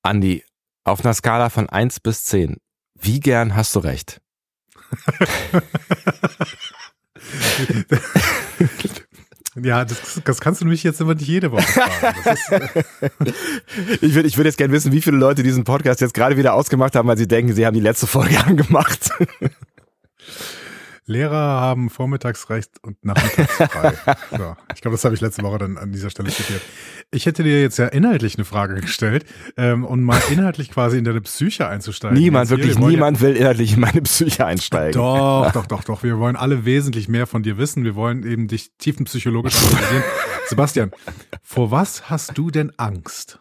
Andi, auf einer Skala von 1 bis 10, wie gern hast du recht? Ja, das kannst du mich jetzt immer nicht jede Woche fragen. Ich würde jetzt gerne wissen, wie viele Leute diesen Podcast jetzt gerade wieder ausgemacht haben, weil sie denken, sie haben die letzte Folge angemacht. Lehrer haben vormittags recht und nachmittags frei. So, ich glaube, das habe ich letzte Woche dann an dieser Stelle zitiert. Ich hätte dir jetzt ja inhaltlich eine Frage gestellt, um mal inhaltlich quasi in deine Psyche einzusteigen. Niemand will inhaltlich in meine Psyche einsteigen. Doch. Wir wollen alle wesentlich mehr von dir wissen. Wir wollen eben dich tiefenpsychologisch analysieren. Sebastian, vor was hast du denn Angst?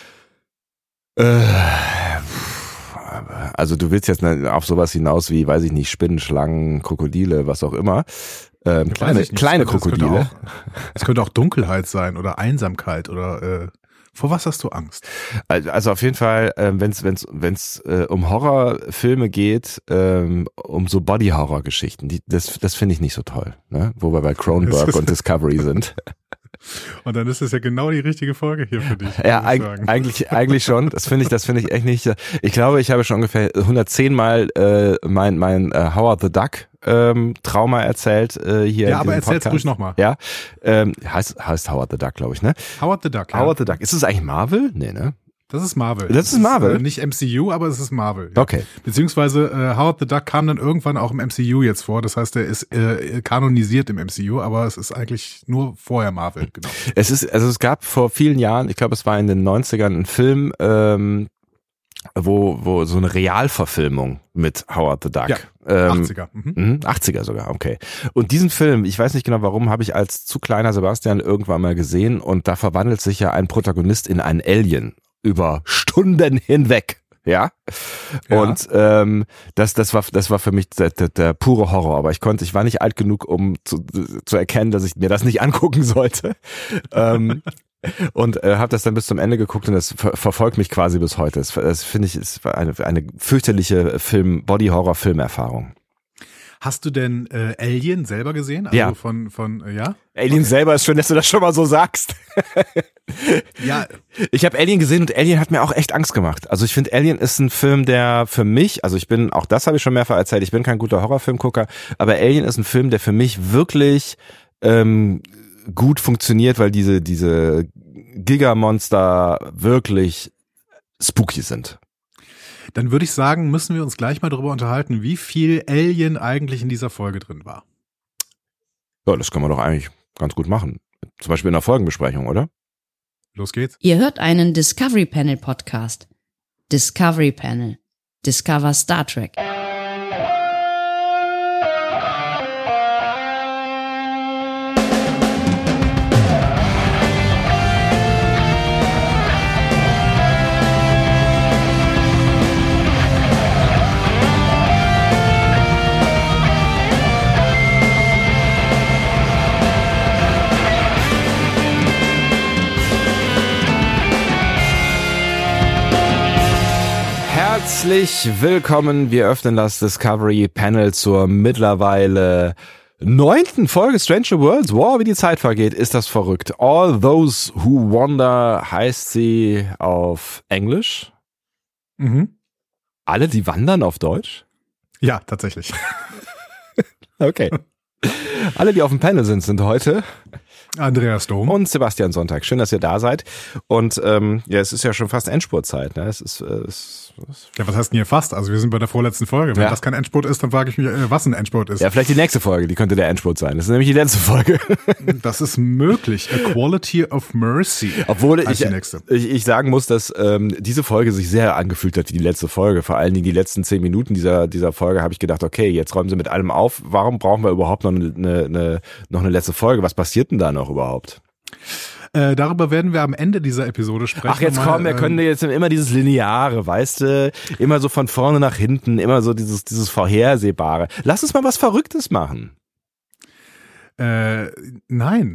Also du willst jetzt auf sowas hinaus wie, weiß ich nicht, Spinnen, Schlangen, Krokodile, was auch immer. Kleine Krokodile. Es könnte auch Dunkelheit sein oder Einsamkeit oder vor was hast du Angst? Also auf jeden Fall, wenn es um Horrorfilme geht, um so Body-Horror-Geschichten, das finde ich nicht so toll, ne? Wo wir bei Cronenberg und Discovery sind. Und dann ist es ja genau die richtige Folge hier für dich. Ja, eigentlich schon. Das finde ich echt nicht. Ich glaube, ich habe schon ungefähr 110 Mal mein Howard the Duck Trauma erzählt hier. Ja, aber erzähl's ruhig nochmal. Ja, heißt Howard the Duck, glaube ich, ne? Howard the Duck. Ja. Howard the Duck. Ist es eigentlich Marvel? Nee, ne? Das ist Marvel. Das ist Marvel? Nicht MCU, aber es ist Marvel. Ja. Okay. Beziehungsweise Howard the Duck kam dann irgendwann auch im MCU jetzt vor. Das heißt, er ist kanonisiert im MCU, aber es ist eigentlich nur vorher Marvel, genau. Es gab vor vielen Jahren, ich glaube, es war in den 90ern, ein Film, wo so eine Realverfilmung mit Howard the Duck. Ja, 80er. 80er sogar, okay. Und diesen Film, ich weiß nicht genau warum, habe ich als zu kleiner Sebastian irgendwann mal gesehen und da verwandelt sich ja ein Protagonist in einen Alien über Stunden hinweg. Ja. Und das war für mich der pure Horror, aber ich war nicht alt genug, um zu erkennen, dass ich mir das nicht angucken sollte. Und habe das dann bis zum Ende geguckt und das verfolgt mich quasi bis heute. Das finde ich ist eine fürchterliche Body-Horror-Filmerfahrung. Hast du denn Alien selber gesehen? Also ja. Ja? Alien selber ist schön, dass du das schon mal so sagst. Ja. Ich habe Alien gesehen und Alien hat mir auch echt Angst gemacht. Also ich finde, Alien ist ein Film, der für mich, also auch das habe ich schon mehrfach erzählt, ich bin kein guter Horrorfilmgucker, aber Alien ist ein Film, der für mich wirklich gut funktioniert, weil diese Gigamonster wirklich spooky sind. Dann würde ich sagen, müssen wir uns gleich mal darüber unterhalten, wie viel Alien eigentlich in dieser Folge drin war. Ja, das kann man doch eigentlich ganz gut machen. Zum Beispiel in einer Folgenbesprechung, oder? Los geht's. Ihr hört einen Discovery Panel Podcast. Discovery Panel. Discover Star Trek. Herzlich willkommen, wir öffnen das Discovery Panel zur mittlerweile 9. Folge Stranger Worlds. Wow, wie die Zeit vergeht, ist das verrückt. All Those Who Wander heißt sie auf Englisch. Mhm. Alle, die wandern auf Deutsch? Ja, tatsächlich. Okay. Alle, die auf dem Panel sind heute Andreas Dom und Sebastian Sonntag. Schön, dass ihr da seid. Und es ist ja schon fast Endspurtzeit. Ne? Ja, was heißt denn hier fast? Also wir sind bei der vorletzten Folge. Wenn das kein Endspurt ist, dann frage ich mich, was ein Endspurt ist. Ja, vielleicht die nächste Folge, die könnte der Endspurt sein. Das ist nämlich die letzte Folge. Das ist möglich. A Quality of Mercy. Obwohl ich sagen muss, dass diese Folge sich sehr angefühlt hat wie die letzte Folge. Vor allen Dingen die letzten 10 Minuten dieser Folge habe ich gedacht, okay, jetzt räumen sie mit allem auf. Warum brauchen wir überhaupt noch eine letzte Folge? Was passiert denn da noch überhaupt? Darüber werden wir am Ende dieser Episode sprechen. Ach, jetzt komm, wir können jetzt immer dieses Lineare, weißt du, immer so von vorne nach hinten, immer so dieses Vorhersehbare. Lass uns mal was Verrücktes machen. Nein.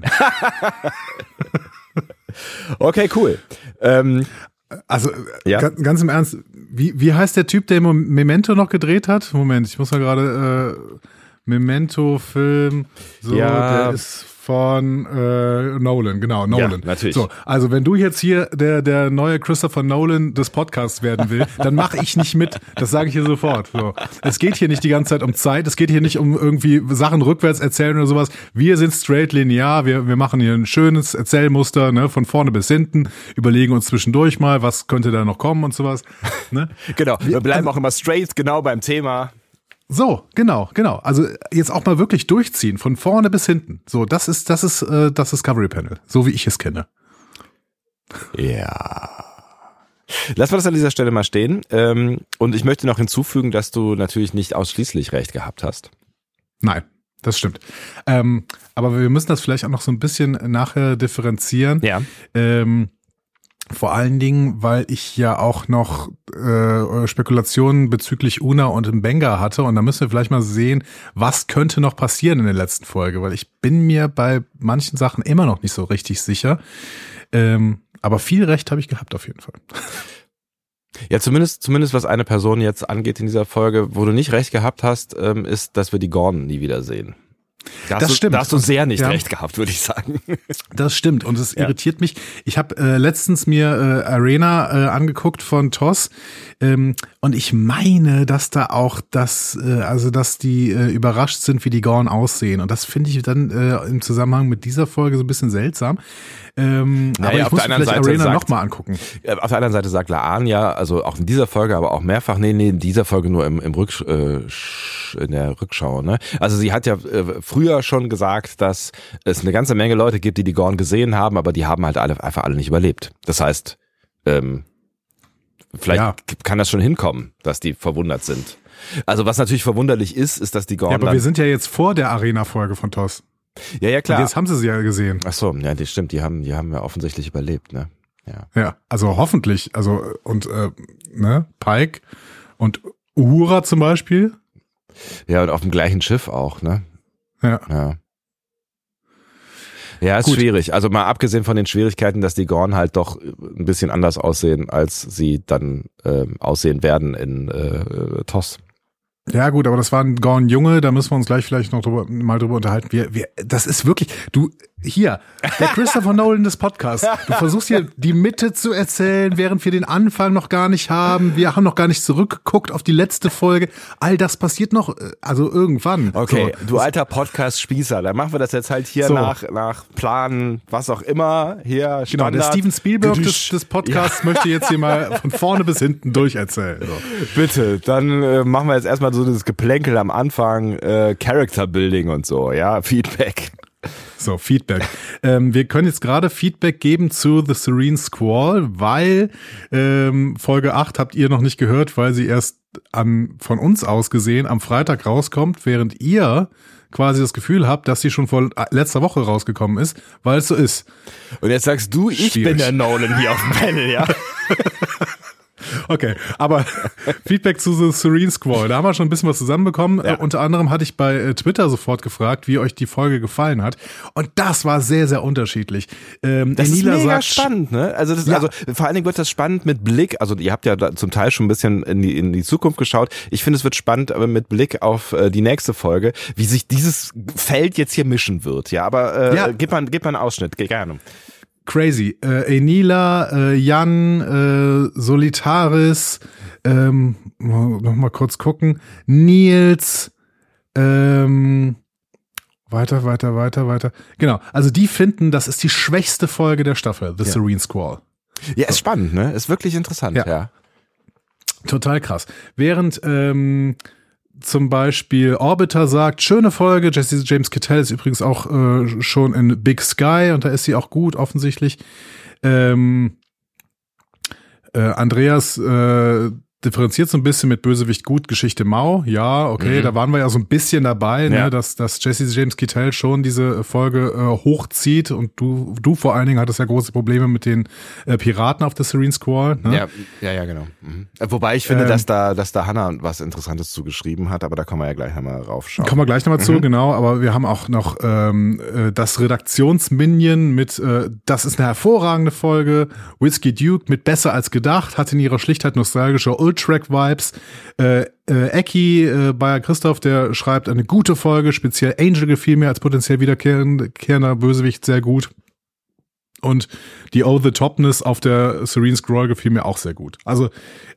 Okay, cool. Also ganz im Ernst, wie heißt der Typ, der Memento noch gedreht hat? Moment, ich muss mal gerade Memento-Film. So, der ist von Nolan, genau, Nolan. Ja, natürlich. So, also wenn du jetzt hier der neue Christopher Nolan des Podcasts werden will, dann mache ich nicht mit. Das sage ich hier sofort. So. Es geht hier nicht die ganze Zeit um Zeit, es geht hier nicht um irgendwie Sachen rückwärts erzählen oder sowas. Wir sind straight linear, wir machen hier ein schönes Erzählmuster, ne, von vorne bis hinten, überlegen uns zwischendurch mal, was könnte da noch kommen und sowas. Ne? Genau, wir bleiben auch immer straight, genau beim Thema. So, genau. Also jetzt auch mal wirklich durchziehen, von vorne bis hinten. So, das ist das Discovery Panel, so wie ich es kenne. Ja. Lassen wir das an dieser Stelle mal stehen. Und ich möchte noch hinzufügen, dass du natürlich nicht ausschließlich recht gehabt hast. Nein, das stimmt. Aber wir müssen das vielleicht auch noch so ein bisschen nachher differenzieren. Ja. Vor allen Dingen, weil ich ja auch noch Spekulationen bezüglich Una und Mbenga hatte. Und da müssen wir vielleicht mal sehen, was könnte noch passieren in der letzten Folge. Weil ich bin mir bei manchen Sachen immer noch nicht so richtig sicher. Aber viel Recht habe ich gehabt auf jeden Fall. Ja, zumindest was eine Person jetzt angeht in dieser Folge, wo du nicht recht gehabt hast, ist, dass wir die Gorn nie wiedersehen. Das stimmt. Da hast du sehr nicht recht gehabt, würde ich sagen. Das stimmt und es irritiert mich. Ich habe letztens mir Arena angeguckt von TOS und ich meine, dass da auch dass die überrascht sind, wie die Gorn aussehen. Und das finde ich dann im Zusammenhang mit dieser Folge so ein bisschen seltsam. Aber ich muss vielleicht Arena nochmal angucken. Auf der anderen Seite sagt Laan ja, also auch in dieser Folge, aber auch mehrfach, in dieser Folge nur in der Rückschau. Ne? Also sie hat ja früher schon gesagt, dass es eine ganze Menge Leute gibt, die Gorn gesehen haben, aber die haben halt einfach alle nicht überlebt. Das heißt, vielleicht kann das schon hinkommen, dass die verwundert sind. Also was natürlich verwunderlich ist, dass die Gorn. Ja, aber wir sind ja jetzt vor der Arena-Folge von TOS. Ja, klar. Und jetzt haben sie ja gesehen. Ach so, ja, das stimmt. Die haben ja offensichtlich überlebt, ne? Ja, also hoffentlich. Also und Pike und Uhura zum Beispiel. Ja, und auf dem gleichen Schiff auch, ne? Ja. Ja, ist schwierig. Also mal abgesehen von den Schwierigkeiten, dass die Gorn halt doch ein bisschen anders aussehen, als sie dann aussehen werden in TOS. Ja gut, aber das war ein Gorn-Junge, da müssen wir uns gleich vielleicht noch mal drüber unterhalten. Das ist wirklich, der Christopher Nolan des Podcasts. Du versuchst hier die Mitte zu erzählen, während wir den Anfang noch gar nicht haben. Wir haben noch gar nicht zurückgeguckt auf die letzte Folge. All das passiert noch, also irgendwann. Okay, so. Du alter Podcast-Spießer, dann machen wir das jetzt halt hier nach Plan, was auch immer, hier Standard. Genau, der Steven Spielberg des Podcasts möchte jetzt hier mal von vorne bis hinten durcherzählen. So. Bitte, dann machen wir jetzt erstmal so das Geplänkel am Anfang, Character Building und so, ja, Feedback. So, Feedback. Wir können jetzt gerade Feedback geben zu The Serene Squall, weil Folge 8 habt ihr noch nicht gehört, weil sie erst von uns aus gesehen am Freitag rauskommt, während ihr quasi das Gefühl habt, dass sie schon vor letzter Woche rausgekommen ist, weil es so ist. Und jetzt sagst du, ich bin der Nolan hier auf dem Panel, ja? Okay, aber Feedback zu The Serene Squall, da haben wir schon ein bisschen was zusammenbekommen. Ja. Unter anderem hatte ich bei Twitter sofort gefragt, wie euch die Folge gefallen hat. Und das war sehr, sehr unterschiedlich. Das Enila ist mega spannend, ne? Also vor allen Dingen wird das spannend mit Blick, also ihr habt ja zum Teil schon ein bisschen in die Zukunft geschaut. Ich finde, es wird spannend mit Blick auf die nächste Folge, wie sich dieses Feld jetzt hier mischen wird. Ja, aber gib mal einen Ausschnitt, gerne. Crazy. Enila, Jan, Solitaris, noch mal kurz gucken. Nils, weiter. Genau. Also die finden, das ist die schwächste Folge der Staffel, The Serene Squall. Ja, ist spannend, ne? Ist wirklich interessant, ja. Total krass. Während, zum Beispiel Orbiter sagt, schöne Folge, Jesse James Cattell ist übrigens auch schon in Big Sky und da ist sie auch gut, offensichtlich. Andreas differenziert so ein bisschen mit Bösewicht gut, Geschichte mau. Ja, okay, da waren wir ja so ein bisschen dabei, ne, dass Jesse James Cattell schon diese Folge hochzieht und du vor allen Dingen hattest ja große Probleme mit den Piraten auf der Serene Squall. Ne? Ja, genau. Mhm. Wobei ich finde, dass da Hannah was Interessantes zugeschrieben hat, aber da kommen wir ja gleich nochmal raufschauen. Kommen wir gleich nochmal zu, genau, aber wir haben auch noch das Redaktionsminion mit, das ist eine hervorragende Folge, Whiskey Duke mit besser als gedacht, hat in ihrer Schlichtheit nostalgische Ultrack-Vibes. Ecki, Bayer Christoph, der schreibt eine gute Folge, speziell Angel gefiel mir als potenziell wiederkehrender Bösewicht sehr gut. Und die Over-the-Topness auf der Serene Scroll gefiel mir auch sehr gut. Also,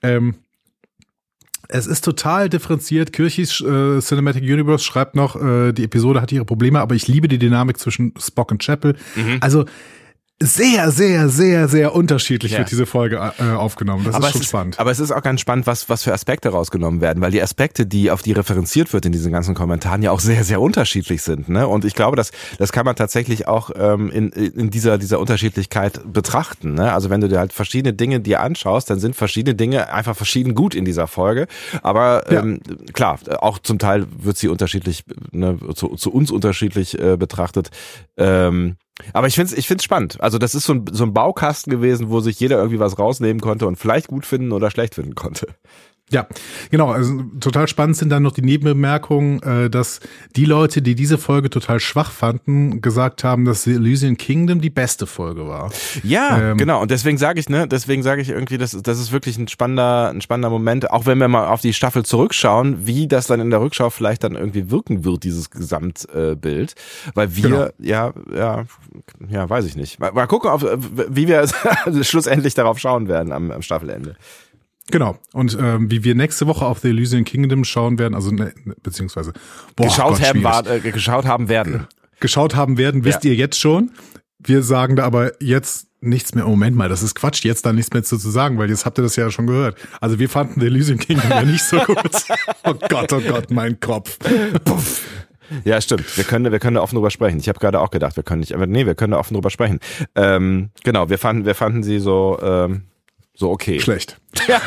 es ist total differenziert. Kirchis Cinematic Universe schreibt noch, die Episode hat ihre Probleme, aber ich liebe die Dynamik zwischen Spock und Chapel. Also sehr, sehr, sehr, sehr unterschiedlich wird diese Folge aufgenommen. Das ist schon spannend. Aber es ist auch ganz spannend, was für Aspekte rausgenommen werden, weil die Aspekte, auf die referenziert wird in diesen ganzen Kommentaren, ja auch sehr, sehr unterschiedlich sind. Ne? Und ich glaube, das kann man tatsächlich auch in dieser Unterschiedlichkeit betrachten. Ne? Also wenn du dir halt verschiedene Dinge dir anschaust, dann sind verschiedene Dinge einfach verschieden gut in dieser Folge. Aber klar, auch zum Teil wird sie unterschiedlich, ne, zu uns unterschiedlich betrachtet. Aber ich find's spannend. Also das ist so ein Baukasten gewesen, wo sich jeder irgendwie was rausnehmen konnte und vielleicht gut finden oder schlecht finden konnte. Ja, genau. Also total spannend sind dann noch die Nebenbemerkungen, dass die Leute, die diese Folge total schwach fanden, gesagt haben, dass The Elysian Kingdom die beste Folge war. Ja, genau. Und deswegen sage ich irgendwie, das ist wirklich ein spannender Moment. Auch wenn wir mal auf die Staffel zurückschauen, wie das dann in der Rückschau vielleicht dann irgendwie wirken wird, dieses Gesamtbild. Weil wir, ja, weiß ich nicht. Mal gucken, wie wir schlussendlich darauf schauen werden am Staffelende. Genau. Und wie wir nächste Woche auf The Elysian Kingdom schauen werden, also beziehungsweise geschaut haben werden. Geschaut haben werden, wisst ihr jetzt schon. Wir sagen da aber jetzt nichts mehr. Moment mal, das ist Quatsch, jetzt da nichts mehr zu sagen, weil jetzt habt ihr das ja schon gehört. Also wir fanden The Elysian Kingdom ja nicht so gut. Oh Gott, mein Kopf. Puff. Ja, stimmt. Wir können da offen drüber sprechen. Ich habe gerade auch gedacht, wir können da offen drüber sprechen. Genau, wir fanden sie so okay. Schlecht.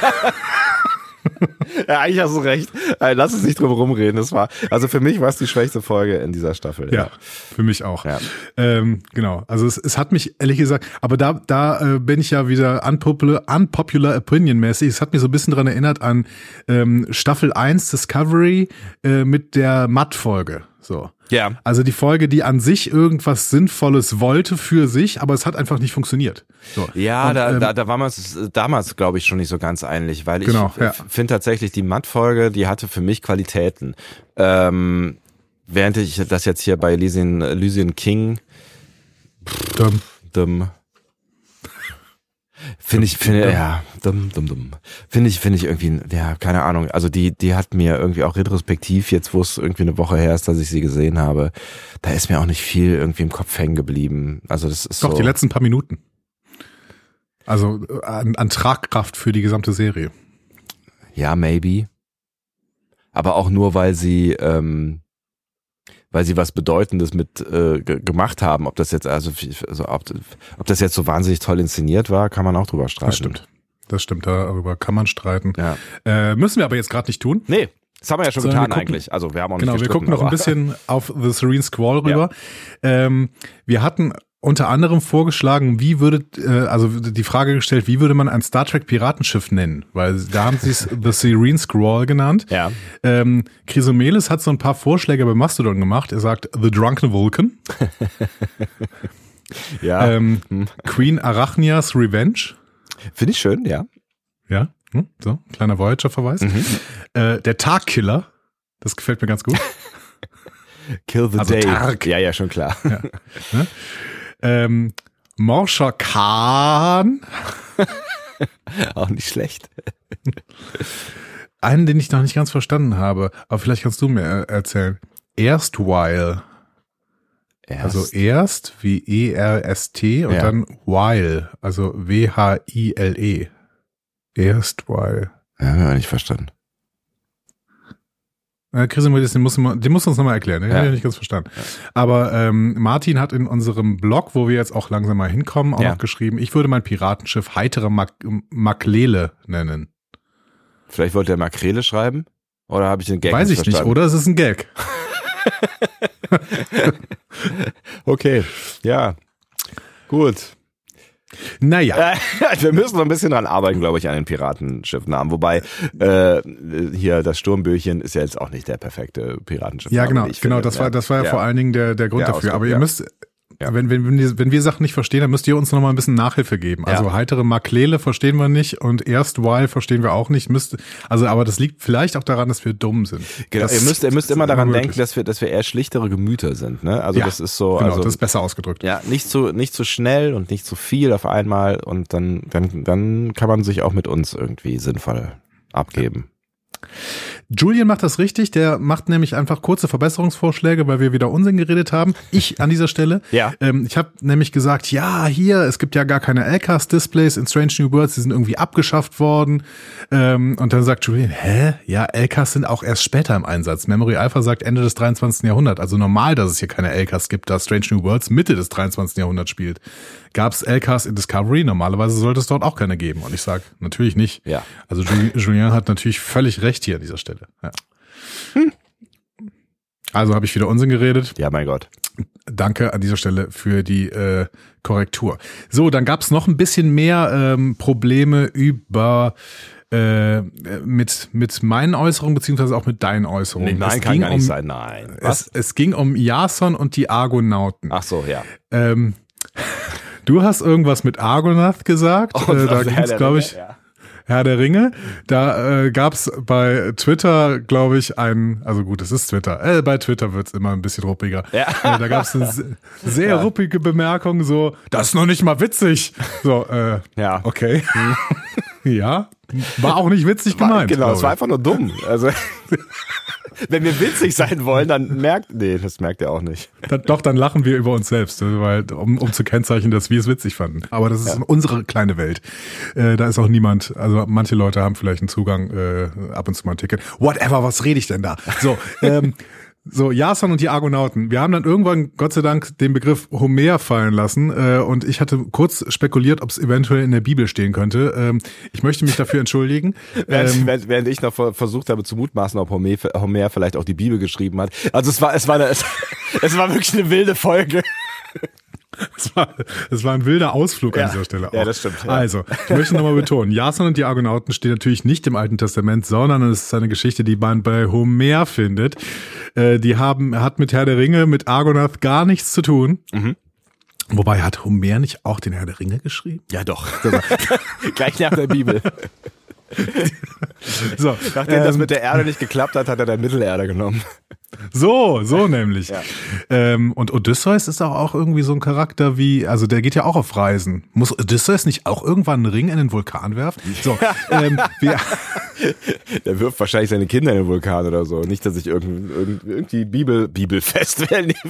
Ja, eigentlich hast du recht. Lass uns nicht drum rumreden. Also für mich war es die schwächste Folge in dieser Staffel. Ja, für mich auch. Ja. Genau. Also es hat mich ehrlich gesagt, aber da bin ich ja wieder unpopular opinion mäßig. Es hat mich so ein bisschen dran erinnert an Staffel 1 Discovery mit der Matt-Folge. So. Ja. Also die Folge, die an sich irgendwas Sinnvolles wollte für sich, aber es hat einfach nicht funktioniert. So. Ja, und, da war man damals, glaube ich, schon nicht so ganz einig, weil ich finde tatsächlich, die Matt-Folge, die hatte für mich Qualitäten. Während ich das jetzt hier bei Elysian King Finde ich irgendwie, ja, keine Ahnung, also die hat mir irgendwie auch retrospektiv, jetzt wo es irgendwie eine Woche her ist, dass ich sie gesehen habe, da ist mir auch nicht viel irgendwie im Kopf hängen geblieben. Also das ist doch so, die letzten paar Minuten. Also an Tragkraft für die gesamte Serie. Ja, maybe. Aber auch nur, weil sie was Bedeutendes mit gemacht haben. Ob das jetzt ob das jetzt so wahnsinnig toll inszeniert war, kann man auch drüber streiten. Das stimmt, darüber kann man streiten. Ja. Müssen wir aber jetzt gerade nicht tun. Nee, das haben wir ja schon getan eigentlich. Also wir haben auch nicht wir gucken noch ein bisschen auf The Serene Squall rüber. Ja. Wir hatten unter anderem vorgeschlagen, also die Frage gestellt, wie würde man ein Star Trek Piratenschiff nennen? Weil da haben sie es The Serene Squall genannt. Ja. Chrysomelis hat so ein paar Vorschläge bei Mastodon gemacht. Er sagt The Drunken Vulcan. Ja. Queen Arachnias Revenge. Finde ich schön, ja. Ja, so, kleiner Voyager-Verweis. Der Tagkiller. Das gefällt mir ganz gut. Kill the also Day. Tark. Ja, schon klar. Ja. Morsha Khan. Auch nicht schlecht. Einen, den ich noch nicht ganz verstanden habe, aber vielleicht kannst du mir erzählen. Erstwhile. Also erst wie E-R-S-T und dann while, also W-H-I-L-E. Erstwhile. Ja, habe ich nicht verstanden. Chris, den musst du uns nochmal erklären, den habe ich nicht ganz verstanden. Ja. Aber Martin hat in unserem Blog, wo wir jetzt auch langsam mal hinkommen, auch noch geschrieben, ich würde mein Piratenschiff heitere Makrele nennen. Vielleicht wollte er Makrele schreiben? Oder habe ich den Gag nicht verstanden? Weiß ich nicht, oder es ist ein Gag. Okay, ja, gut. Naja. Wir müssen noch ein bisschen dran arbeiten, glaube ich, an den Piratenschiffnamen. Wobei hier das Sturmböchen ist ja jetzt auch nicht der perfekte Piratenschiff. Ja, genau. Das war ja vor allen Dingen der Grund dafür. Aber ihr müsst Ja. Wenn wir Sachen nicht verstehen, dann müsst ihr uns noch mal ein bisschen Nachhilfe geben. Also heitere Maklele verstehen wir nicht und erstwhile verstehen wir auch nicht. Aber das liegt vielleicht auch daran, dass wir dumm sind. Genau, ihr müsst immer daran denken, dass wir eher schlichtere Gemüter sind. Ne? Also das ist so. Genau, also, das ist besser ausgedrückt. Ja, nicht zu schnell und nicht zu viel auf einmal und dann kann man sich auch mit uns irgendwie sinnvoll abgeben. Julian macht das richtig, der macht nämlich einfach kurze Verbesserungsvorschläge, weil wir wieder Unsinn geredet haben. Ich an dieser Stelle. Ja. Ich habe nämlich gesagt, ja, hier, es gibt ja gar keine LCAS-Displays in Strange New Worlds, die sind irgendwie abgeschafft worden. Und dann sagt Julian, ja, LCAS sind auch erst später im Einsatz. Memory Alpha sagt Ende des 23. Jahrhunderts. Also normal, dass es hier keine LCAS gibt, da Strange New Worlds Mitte des 23. Jahrhunderts spielt. Gab es LCAS in Discovery? Normalerweise sollte es dort auch keine geben. Und ich sage, natürlich nicht. Ja. Also Julian hat natürlich völlig recht hier an dieser Stelle. Ja. Also habe ich wieder Unsinn geredet. Ja, mein Gott. Danke an dieser Stelle für die Korrektur. So, dann gab es noch ein bisschen mehr Probleme über mit meinen Äußerungen beziehungsweise auch mit deinen Äußerungen. Nein, kann gar nicht sein. Nein. Was? Es ging um Jason und die Argonauten. Ach so, ja. Du hast irgendwas mit Argonath gesagt. Da ging es, glaube ich, ja. Herr der Ringe. Da gab's bei Twitter, glaube ich, also gut, es ist Twitter. Bei Twitter wird's immer ein bisschen ruppiger. Ja. Da gab's eine sehr ruppige Bemerkung, so, das ist noch nicht mal witzig. So, ja. Okay. Ja, war auch nicht witzig gemeint. Genau, es war einfach nur dumm. Also, wenn wir witzig sein wollen, dann das merkt er auch nicht. Dann lachen wir über uns selbst, weil, um zu kennzeichnen, dass wir es witzig fanden. Aber das ist unsere kleine Welt. Da ist auch niemand, also manche Leute haben vielleicht einen Zugang, ab und zu mal ein Ticket. Whatever, was rede ich denn da? So, Jason und die Argonauten. Wir haben dann irgendwann, Gott sei Dank, den Begriff Homer fallen lassen und ich hatte kurz spekuliert, ob es eventuell in der Bibel stehen könnte. Ich möchte mich dafür entschuldigen. Während ich noch versucht habe zu mutmaßen, ob Homer vielleicht auch die Bibel geschrieben hat. Also es war wirklich eine wilde Folge. Es war ein wilder Ausflug an dieser Stelle auch. Ja, das stimmt. Ja. Also, ich möchte nochmal betonen, Jason und die Argonauten stehen natürlich nicht im Alten Testament, sondern es ist eine Geschichte, die man bei Homer findet. Hat mit Herr der Ringe, mit Argonath gar nichts zu tun. Mhm. Wobei, hat Homer nicht auch den Herr der Ringe geschrieben? Ja, doch. Gleich nach der Bibel. So, nachdem das mit der Erde nicht geklappt hat, hat er der Mittelerde genommen. So nämlich. Ja. Und Odysseus ist auch irgendwie so ein Charakter wie, also der geht ja auch auf Reisen. Muss Odysseus nicht auch irgendwann einen Ring in den Vulkan werfen? So, der wirft wahrscheinlich seine Kinder in den Vulkan oder so. Nicht, dass ich irgendwie Bibelfest nehme.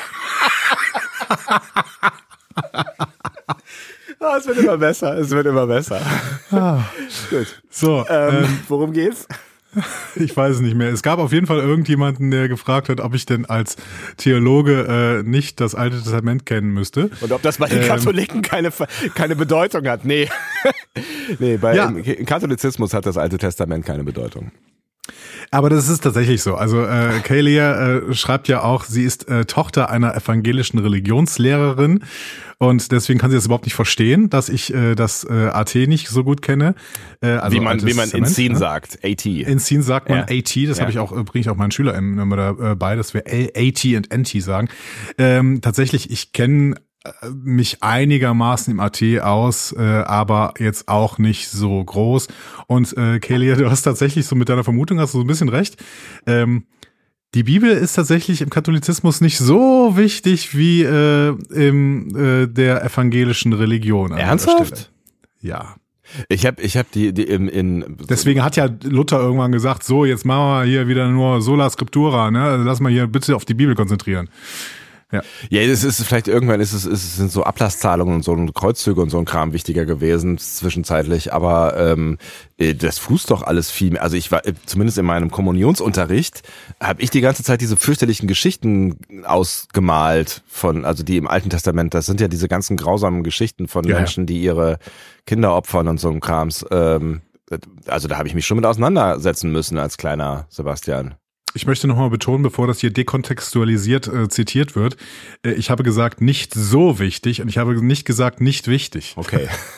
Es wird immer besser. Gut. So, worum geht's? Ich weiß es nicht mehr. Es gab auf jeden Fall irgendjemanden, der gefragt hat, ob ich denn als Theologe nicht das Alte Testament kennen müsste. Und ob das bei den Katholiken keine Bedeutung hat. Nee. Im Katholizismus hat das Alte Testament keine Bedeutung. Aber das ist tatsächlich so. Also Kaelia schreibt ja auch, sie ist Tochter einer evangelischen Religionslehrerin und deswegen kann sie das überhaupt nicht verstehen, dass ich das AT nicht so gut kenne. Also wie man in Scene sagt, AT. In Scene sagt man AT, das Ja. bringe ich auch meinen SchülerInnen immer dabei, dass wir AT und NT sagen. Tatsächlich, ich kenne mich einigermaßen im AT aus, aber jetzt auch nicht so groß. Und Kaelia, du hast tatsächlich so mit deiner Vermutung hast du so ein bisschen recht. Die Bibel ist tatsächlich im Katholizismus nicht so wichtig wie in der evangelischen Religion. Ernsthaft? Ja. Ich hab die Deswegen hat ja Luther irgendwann gesagt, so, jetzt machen wir hier wieder nur Sola Scriptura, ne? Also lass mal hier bitte auf die Bibel konzentrieren. Ja, es ist vielleicht irgendwann sind so Ablasszahlungen und so und Kreuzzüge und so ein Kram wichtiger gewesen zwischenzeitlich, aber das fußt doch alles viel mehr. Also ich war zumindest in meinem Kommunionsunterricht habe ich die ganze Zeit diese fürchterlichen Geschichten ausgemalt also die im Alten Testament. Das sind ja diese ganzen grausamen Geschichten von Menschen, die ihre Kinder opfern und so ein Krams. Also da habe ich mich schon mit auseinandersetzen müssen als kleiner Sebastian. Ich möchte nochmal betonen, bevor das hier dekontextualisiert zitiert wird, ich habe gesagt, nicht so wichtig und ich habe nicht gesagt, nicht wichtig. Okay.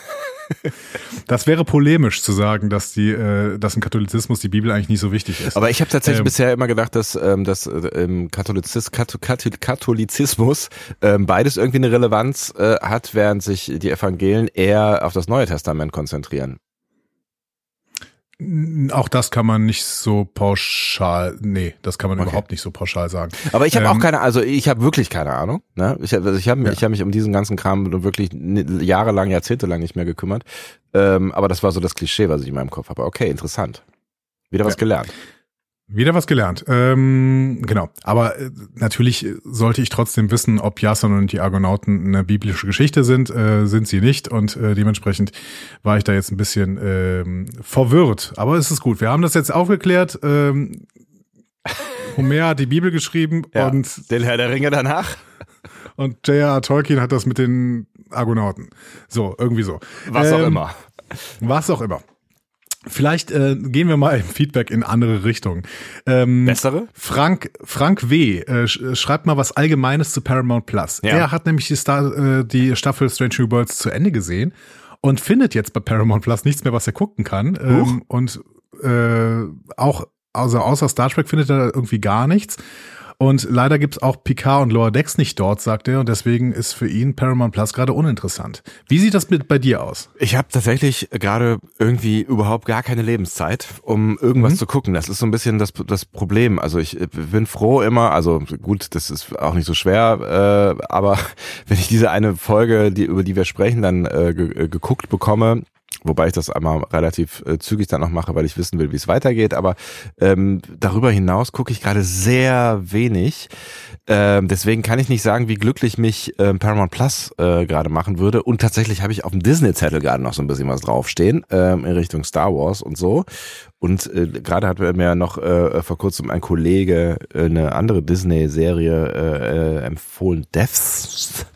Das wäre polemisch zu sagen, dass dass im Katholizismus die Bibel eigentlich nicht so wichtig ist. Aber ich habe tatsächlich bisher immer gedacht, dass im Katholizismus beides irgendwie eine Relevanz hat, während sich die Evangelien eher auf das Neue Testament konzentrieren. Auch das kann man nicht so pauschal, das kann man überhaupt nicht so pauschal sagen. Aber ich habe auch ich habe wirklich keine Ahnung. Ne? Ich hab mich um diesen ganzen Kram wirklich jahrelang, jahrzehntelang nicht mehr gekümmert. Aber das war so das Klischee, was ich in meinem Kopf habe. Okay, interessant. Wieder was gelernt. Wieder was gelernt. Genau. Aber natürlich sollte ich trotzdem wissen, ob Jason und die Argonauten eine biblische Geschichte sind. Sind sie nicht. Und dementsprechend war ich da jetzt ein bisschen verwirrt. Aber es ist gut. Wir haben das jetzt aufgeklärt. Homer hat die Bibel geschrieben und den Herr der Ringe danach. Und J.R.R. Tolkien hat das mit den Argonauten. So, irgendwie so. Was auch immer. Was auch immer. Vielleicht gehen wir mal im Feedback in andere Richtungen. Bessere? Frank W. Schreibt mal was Allgemeines zu Paramount Plus. Ja. Er hat nämlich die Staffel Strange New Worlds zu Ende gesehen und findet jetzt bei Paramount Plus nichts mehr, was er gucken kann. Und auch außer Star Trek findet er irgendwie gar nichts. Und leider gibt's auch Picard und Lower Decks nicht dort, sagt er, und deswegen ist für ihn Paramount Plus gerade uninteressant. Wie sieht das bei dir aus? Ich habe tatsächlich gerade irgendwie überhaupt gar keine Lebenszeit, um irgendwas zu gucken. Das ist so ein bisschen das Problem. Also ich bin froh immer, also gut, das ist auch nicht so schwer, aber wenn ich diese eine Folge, über die wir sprechen, dann geguckt bekomme, wobei ich das einmal relativ zügig dann noch mache, weil ich wissen will, wie es weitergeht. Aber darüber hinaus gucke ich gerade sehr wenig. Deswegen kann ich nicht sagen, wie glücklich mich Paramount Plus gerade machen würde. Und tatsächlich habe ich auf dem Disney-Zettel gerade noch so ein bisschen was draufstehen in Richtung Star Wars und so. Und gerade hat mir noch vor kurzem ein Kollege eine andere Disney-Serie empfohlen. Devs.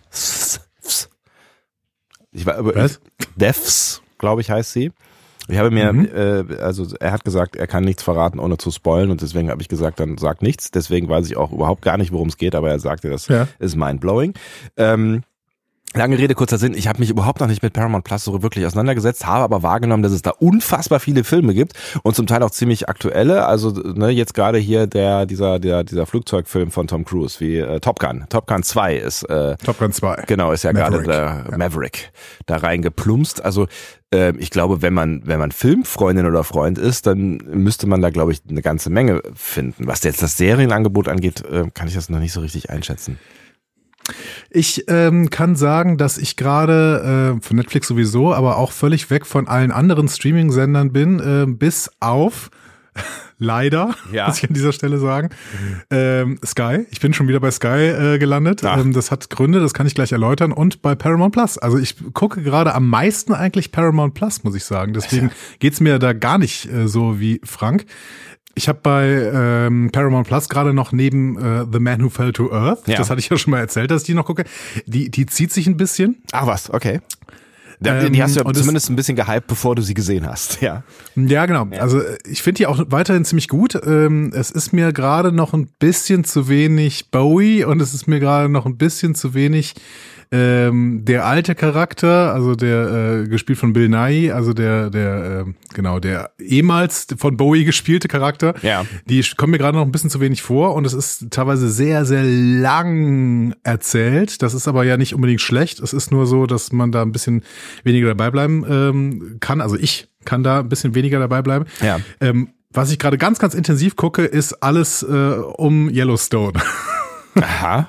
Was? Devs, glaube ich, heißt sie. Ich habe mir, er hat gesagt, er kann nichts verraten, ohne zu spoilen, und deswegen habe ich gesagt, dann sag nichts. Deswegen weiß ich auch überhaupt gar nicht, worum es geht, aber er sagte, das ist mindblowing. Lange Rede, kurzer Sinn, ich habe mich überhaupt noch nicht mit Paramount Plus so wirklich auseinandergesetzt, habe aber wahrgenommen, dass es da unfassbar viele Filme gibt und zum Teil auch ziemlich aktuelle, also jetzt gerade hier dieser Flugzeugfilm von Tom Cruise, wie Top Gun 2 ist Top Gun 2. Genau, ist ja gerade der Maverick da reingeplumpst. Also ich glaube, wenn man Filmfreundin oder Freund ist, dann müsste man da, glaube ich, eine ganze Menge finden. Was jetzt das Serienangebot angeht, kann ich das noch nicht so richtig einschätzen. Ich kann sagen, dass ich gerade von Netflix sowieso, aber auch völlig weg von allen anderen Streaming-Sendern bin, bis auf leider, muss ich an dieser Stelle sagen, Sky. Ich bin schon wieder bei Sky gelandet. Das hat Gründe, das kann ich gleich erläutern. Und bei Paramount Plus. Also ich gucke gerade am meisten eigentlich Paramount Plus, muss ich sagen. Deswegen geht's mir da gar nicht so wie Frank. Ich habe bei Paramount Plus gerade noch neben The Man Who Fell to Earth, das hatte ich ja schon mal erzählt, dass ich die noch gucke, die zieht sich ein bisschen. Ach was, okay. Die hast du ja zumindest ein bisschen gehypt, bevor du sie gesehen hast, ja. Ja, genau. Ja. Also ich finde die auch weiterhin ziemlich gut. Es ist mir gerade noch ein bisschen zu wenig Bowie und es ist mir gerade noch ein bisschen zu wenig der alte Charakter, also der gespielt von Bill Nighy, also der ehemals von Bowie gespielte Charakter, die kommen mir gerade noch ein bisschen zu wenig vor und es ist teilweise sehr, sehr lang erzählt. Das ist aber ja nicht unbedingt schlecht. Es ist nur so, dass man da ein bisschen weniger dabei bleiben kann. Also ich kann da ein bisschen weniger dabei bleiben. Ja. Was ich gerade ganz, ganz intensiv gucke, ist alles um Yellowstone. Aha.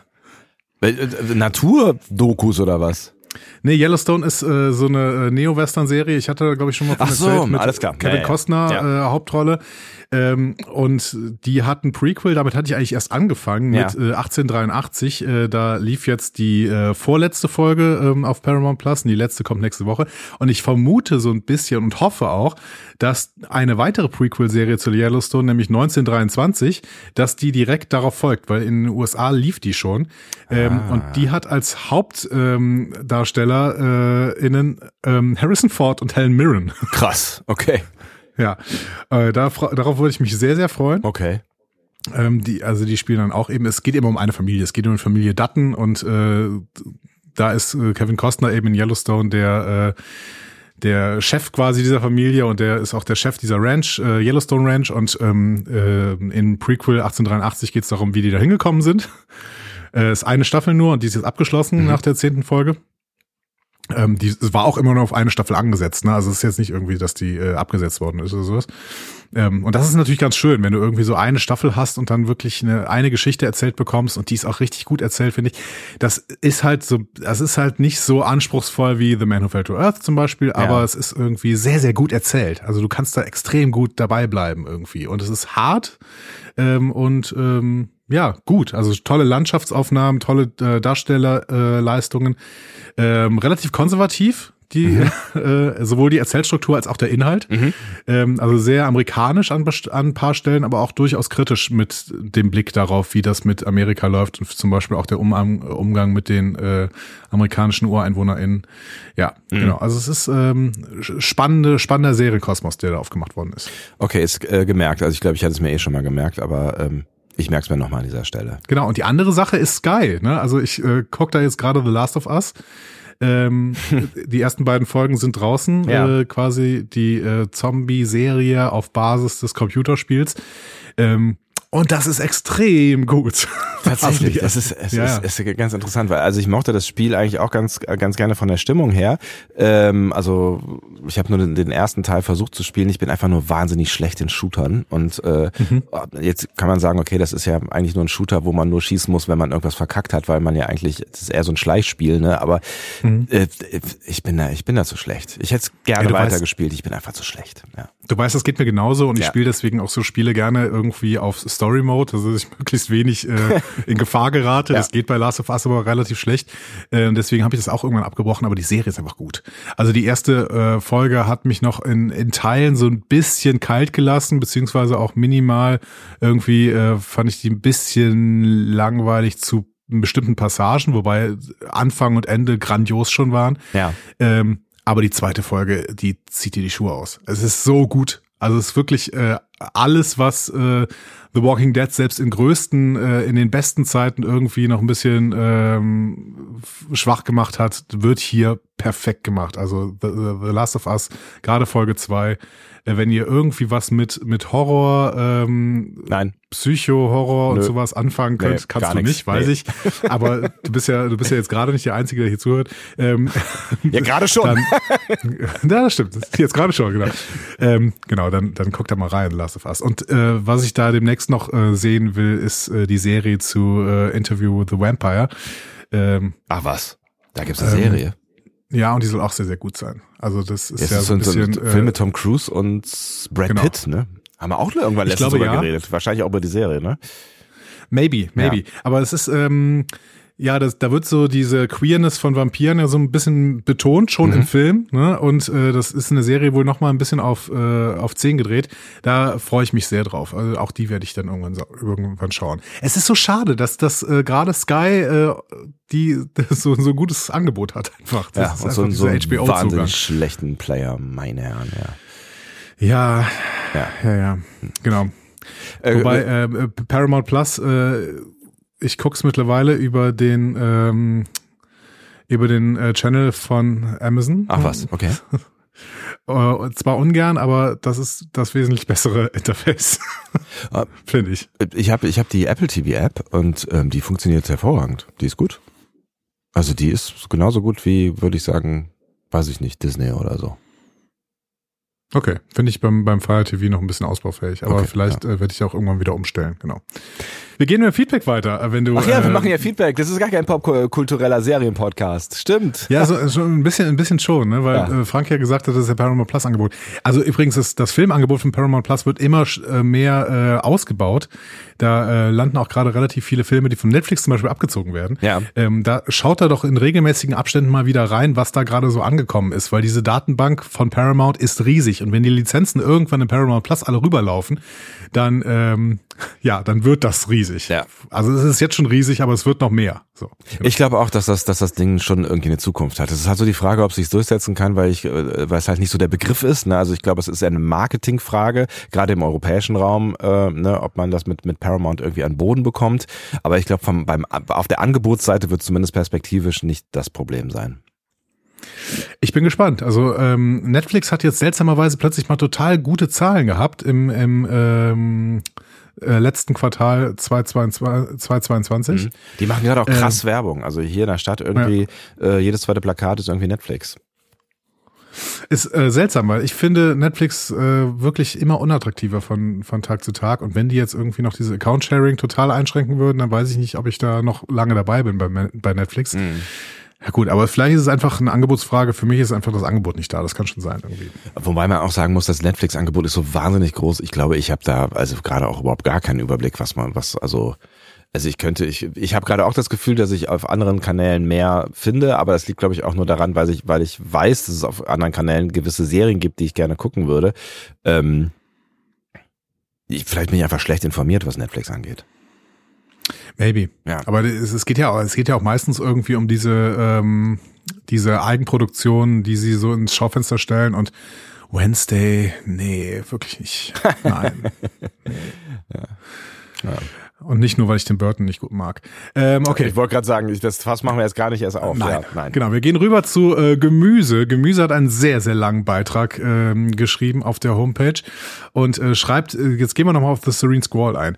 Naturdokus oder was? Nee, Yellowstone ist so eine Neo-Western-Serie. Ich hatte, glaube ich, schon mal von erzählt, mit alles klar. Kevin Costner Hauptrolle. Und die hat ein Prequel, damit hatte ich eigentlich erst angefangen mit 1883. Da lief jetzt die vorletzte Folge auf Paramount Plus und die letzte kommt nächste Woche. Und ich vermute so ein bisschen und hoffe auch, dass eine weitere Prequel-Serie zu Yellowstone, nämlich 1923, dass die direkt darauf folgt, weil in den USA lief die schon. Und die hat als Hauptdarsteller Harrison Ford und Helen Mirren. Krass, okay. Ja, darauf würde ich mich sehr, sehr freuen. Okay. Die spielen dann auch eben, es geht immer um eine Familie, es geht um die Familie Dutton und da ist Kevin Costner eben in Yellowstone der Chef quasi dieser Familie und der ist auch der Chef dieser Ranch, Yellowstone Ranch und in Prequel 1883 geht es darum, wie die da hingekommen sind. Ist eine Staffel nur und die ist jetzt abgeschlossen nach der 10. Folge. Die war auch immer nur auf eine Staffel angesetzt, ne? Also es ist jetzt nicht irgendwie, dass die abgesetzt worden ist oder sowas. Und das ist natürlich ganz schön, wenn du irgendwie so eine Staffel hast und dann wirklich eine Geschichte erzählt bekommst und die ist auch richtig gut erzählt, finde ich. Das ist halt nicht so anspruchsvoll wie The Man Who Fell to Earth zum Beispiel, aber es ist irgendwie sehr, sehr gut erzählt. Also du kannst da extrem gut dabei bleiben irgendwie. Und es ist hart ja, gut. Also tolle Landschaftsaufnahmen, tolle Darstellerleistungen, relativ konservativ, sowohl die Erzählstruktur als auch der Inhalt. Also sehr amerikanisch an ein paar Stellen, aber auch durchaus kritisch mit dem Blick darauf, wie das mit Amerika läuft und zum Beispiel auch der Umgang mit den amerikanischen UreinwohnerInnen. Ja, genau. Also es ist spannender Serienkosmos, der da aufgemacht worden ist. Okay, ist gemerkt. Also ich glaube, ich hatte es mir schon mal gemerkt, aber ich merke es mir nochmal an dieser Stelle. Genau, und die andere Sache ist Sky. Ne? Also ich gucke da jetzt gerade The Last of Us. Die ersten beiden Folgen sind draußen, quasi die Zombie-Serie auf Basis des Computerspiels. Und das ist extrem gut. Tatsächlich, das ist ganz interessant, weil also ich mochte das Spiel eigentlich auch ganz gerne von der Stimmung her. Also ich habe nur den ersten Teil versucht zu spielen. Ich bin einfach nur wahnsinnig schlecht in Shootern und jetzt kann man sagen, okay, das ist ja eigentlich nur ein Shooter, wo man nur schießen muss, wenn man irgendwas verkackt hat, weil man ja eigentlich, das ist eher so ein Schleichspiel, ne? Aber ich bin da zu schlecht. Ich hätte es gerne weitergespielt, ich bin einfach zu schlecht. Ja. Du weißt, das geht mir genauso und ich spiele deswegen auch so Spiele gerne irgendwie auf Story Mode, also dass ich möglichst wenig in Gefahr gerate. Das geht bei Last of Us aber relativ schlecht. Deswegen habe ich das auch irgendwann abgebrochen, aber die Serie ist einfach gut. Also die erste Folge hat mich noch in Teilen so ein bisschen kalt gelassen, beziehungsweise auch minimal irgendwie fand ich die ein bisschen langweilig zu bestimmten Passagen, wobei Anfang und Ende grandios schon waren. Ja. Aber die zweite Folge, die zieht dir die Schuhe aus. Es ist so gut. Also es ist wirklich alles, was The Walking Dead selbst in den besten Zeiten irgendwie noch ein bisschen schwach gemacht hat, wird hier perfekt gemacht. Also The Last of Us, gerade Folge 2. Wenn ihr irgendwie was mit Horror, Nein. Psycho-Horror und sowas anfangen könnt, kannst du nicht, weiß ich. Aber du bist ja jetzt gerade nicht der Einzige, der hier zuhört. Ja, gerade schon. Ja, das stimmt. Jetzt gerade schon, genau. Genau, dann guckt da mal rein, Last of Us. Und was ich da demnächst noch sehen will, ist die Serie zu Interview with the Vampire. Ach was, da gibt's eine Serie. Ja, und die soll auch sehr, sehr gut sein. Also das ist so ein bisschen Film mit Tom Cruise und Brad Pitt, ne? Haben wir auch irgendwann letztens drüber geredet. Wahrscheinlich auch über die Serie, ne? Maybe. Ja. Aber es ist, da wird so diese Queerness von Vampiren ja so ein bisschen betont, schon im Film, ne? Und das ist eine Serie wohl nochmal ein bisschen auf 10 gedreht. Da freue ich mich sehr drauf. Also auch die werde ich dann irgendwann schauen. Es ist so schade, dass das gerade Sky so ein gutes Angebot hat einfach. Das ist und so einen wahnsinnig schlechten Player, meine Herren, ja. Ja, genau. Wobei Paramount Plus, ich guck's mittlerweile über den Channel von Amazon. Ach was, okay. Zwar ungern, aber das ist das wesentlich bessere Interface, finde ich. Ich hab die Apple TV App und die funktioniert hervorragend. Die ist gut. Also die ist genauso gut wie, würde ich sagen, weiß ich nicht, Disney oder so. Okay, finde ich beim Fire TV noch ein bisschen ausbaufähig, aber vielleicht werde ich auch irgendwann wieder umstellen, genau. Wir gehen mit Feedback weiter, wenn du... Ach ja, wir machen ja Feedback, das ist gar kein popkultureller Serienpodcast, stimmt. Ja, so ein bisschen schon, ne, weil Frank ja gesagt hat, das ist ja Paramount Plus Angebot. Also übrigens, das Filmangebot von Paramount Plus wird immer mehr ausgebaut. Da landen auch gerade relativ viele Filme, die von Netflix zum Beispiel abgezogen werden. Ja. Da schaut er doch in regelmäßigen Abständen mal wieder rein, was da gerade so angekommen ist, weil diese Datenbank von Paramount ist riesig und wenn die Lizenzen irgendwann in Paramount Plus alle rüberlaufen, dann wird das riesig. Ja. Also es ist jetzt schon riesig, aber es wird noch mehr. So. Ich glaube auch, dass das Ding schon irgendwie eine Zukunft hat. Es ist halt so die Frage, ob es sich durchsetzen kann, weil es halt nicht so der Begriff ist. Ne? Also ich glaube, es ist eher eine Marketingfrage, gerade im europäischen Raum, ob man das mit Paramount irgendwie an Boden bekommt. Aber ich glaube, auf der Angebotsseite wird zumindest perspektivisch nicht das Problem sein. Ich bin gespannt. Also Netflix hat jetzt seltsamerweise plötzlich mal total gute Zahlen gehabt im letzten Quartal 2022. Die machen gerade auch krass Werbung. Also hier in der Stadt irgendwie jedes zweite Plakat ist irgendwie Netflix. Ist seltsam, weil ich finde Netflix wirklich immer unattraktiver von Tag zu Tag. Und wenn die jetzt irgendwie noch diese Account-Sharing total einschränken würden, dann weiß ich nicht, ob ich da noch lange dabei bin bei Netflix. Ja gut, aber vielleicht ist es einfach eine Angebotsfrage. Für mich ist einfach das Angebot nicht da. Das kann schon sein irgendwie. Wobei man auch sagen muss, das Netflix-Angebot ist so wahnsinnig groß. Ich glaube, ich habe da also gerade auch überhaupt gar keinen Überblick, ich habe gerade auch das Gefühl, dass ich auf anderen Kanälen mehr finde, aber das liegt, glaube ich, auch nur daran, weil ich weiß, dass es auf anderen Kanälen gewisse Serien gibt, die ich gerne gucken würde. Vielleicht bin ich einfach schlecht informiert, was Netflix angeht. Maybe. Ja. Aber es geht ja auch meistens irgendwie um diese Eigenproduktionen, die sie so ins Schaufenster stellen und Wednesday, nee, wirklich nicht. Nein. Nee. Ja. Und nicht nur, weil ich den Burton nicht gut mag. Okay. Ich wollte gerade sagen, das Fass machen wir jetzt gar nicht erst auf. Nein. Ja, nein. Genau, wir gehen rüber zu Gemüse. Gemüse hat einen sehr, sehr langen Beitrag geschrieben auf der Homepage und schreibt, jetzt gehen wir nochmal auf The Serene Squall ein.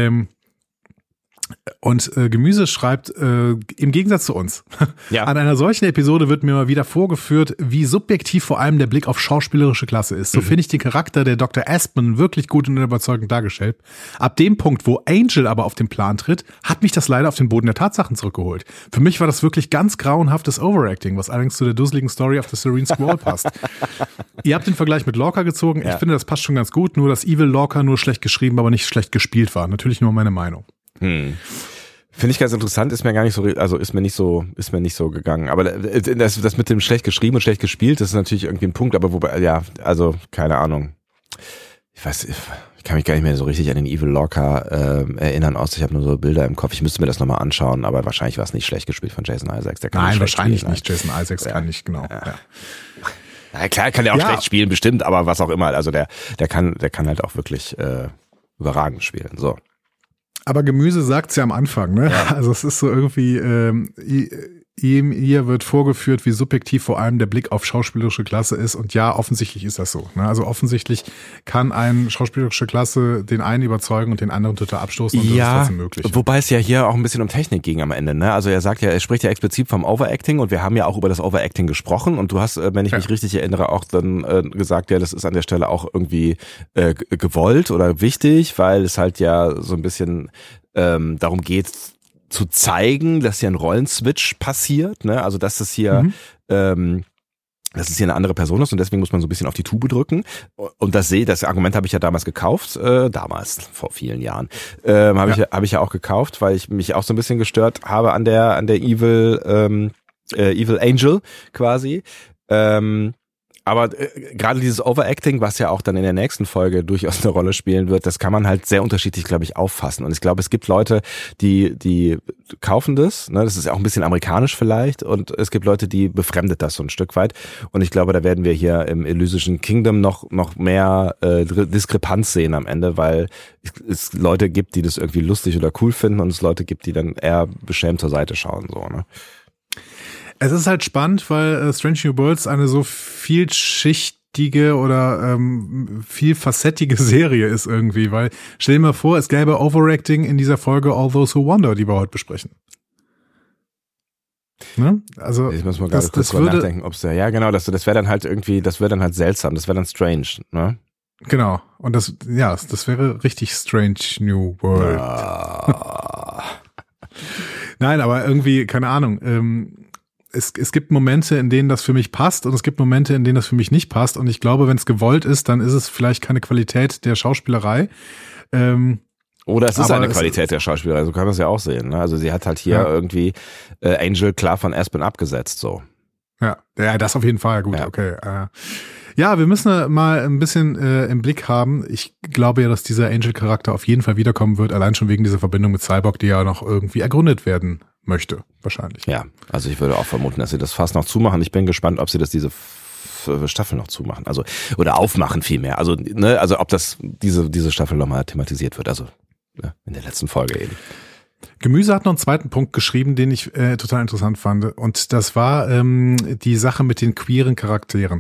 Und Gemüse schreibt, im Gegensatz zu uns, ja. An einer solchen Episode wird mir mal wieder vorgeführt, wie subjektiv vor allem der Blick auf schauspielerische Klasse ist. So finde ich den Charakter der Dr. Aspen wirklich gut und überzeugend dargestellt. Ab dem Punkt, wo Angel aber auf den Plan tritt, hat mich das leider auf den Boden der Tatsachen zurückgeholt. Für mich war das wirklich ganz grauenhaftes Overacting, was allerdings zu der dusseligen Story of the Serene Squall passt. Ihr habt den Vergleich mit Lorca gezogen. Ja. Ich finde, das passt schon ganz gut, nur dass Evil Lorca nur schlecht geschrieben, aber nicht schlecht gespielt war. Natürlich nur meine Meinung. Finde ich ganz interessant, ist mir nicht so gegangen. Aber das mit dem schlecht geschrieben und schlecht gespielt, das ist natürlich irgendwie ein Punkt, aber wobei, ja, also, keine Ahnung. Ich kann mich gar nicht mehr so richtig an den Evil Lorca erinnern, außer ich habe nur so Bilder im Kopf. Ich müsste mir das nochmal anschauen, aber wahrscheinlich war es nicht schlecht gespielt von Jason Isaacs. Der kann Nein, nicht wahrscheinlich spielen, nicht. Jason Isaacs kann nicht, genau. Ja. Ja, klar, kann der auch schlecht spielen, bestimmt, aber was auch immer. Also der kann halt auch wirklich überragend spielen. So. Aber Gemüse sagt's ja am Anfang, ne? Ja. Also es ist so irgendwie, ihr wird vorgeführt, wie subjektiv vor allem der Blick auf schauspielerische Klasse ist. Und ja, offensichtlich ist das so. Ne? Also offensichtlich kann eine schauspielerische Klasse den einen überzeugen und den anderen total abstoßen. Und das ist trotzdem möglich. Wobei es ja hier auch ein bisschen um Technik ging am Ende. Ne? Also er spricht ja explizit vom Overacting und wir haben ja auch über das Overacting gesprochen. Und du hast, wenn ich mich richtig erinnere, auch dann gesagt, ja, das ist an der Stelle auch irgendwie gewollt oder wichtig, weil es halt ja so ein bisschen darum geht, zu zeigen, dass hier ein Rollenswitch passiert, ne? Also dass es hier, dass es hier eine andere Person ist und deswegen muss man so ein bisschen auf die Tube drücken. Und das Argument habe ich ja damals gekauft, damals vor vielen Jahren, habe ich ja auch gekauft, weil ich mich auch so ein bisschen gestört habe an der Evil Angel quasi. Aber gerade dieses Overacting, was ja auch dann in der nächsten Folge durchaus eine Rolle spielen wird, das kann man halt sehr unterschiedlich, glaube ich, auffassen. Und ich glaube, es gibt Leute, die kaufen das, ne? Das ist auch ein bisschen amerikanisch vielleicht. Und es gibt Leute, die befremdet das so ein Stück weit. Und ich glaube, da werden wir hier im Elysischen Kingdom noch mehr Diskrepanz sehen am Ende, weil es Leute gibt, die das irgendwie lustig oder cool finden und es Leute gibt, die dann eher beschämt zur Seite schauen, so, ne? Es ist halt spannend, weil Strange New Worlds eine so vielschichtige oder vielfacettige Serie ist irgendwie, weil stell dir mal vor, es gäbe Overacting in dieser Folge All Those Who Wander, die wir heute besprechen. Ne? Also ich muss mal gerade kurz drüber nachdenken, ob es ja genau, das wäre dann halt irgendwie, das wäre dann halt seltsam, das wäre dann strange, ne? Genau. Und das wäre richtig Strange New World. Nein, aber irgendwie, keine Ahnung, es gibt Momente, in denen das für mich passt und es gibt Momente, in denen das für mich nicht passt und ich glaube, wenn es gewollt ist, dann ist es vielleicht keine Qualität der Schauspielerei. Oder es ist eine Qualität der Schauspielerei, so kann man es ja auch sehen. Ne? Also sie hat halt hier irgendwie Angel klar von Aspen abgesetzt, so. Ja, das auf jeden Fall, gut, okay. Ja, wir müssen mal ein bisschen im Blick haben. Ich glaube ja, dass dieser Angel-Charakter auf jeden Fall wiederkommen wird, allein schon wegen dieser Verbindung mit Cyborg, die ja noch irgendwie ergründet werden möchte, wahrscheinlich. Ja, also ich würde auch vermuten, dass sie das fast noch zumachen. Ich bin gespannt, ob sie diese Staffel noch zumachen, also oder aufmachen vielmehr. Also ne, also ob das diese Staffel nochmal thematisiert wird, also in der letzten Folge eben. Gemüse hat noch einen zweiten Punkt geschrieben, den ich total interessant fand. Und das war die Sache mit den queeren Charakteren.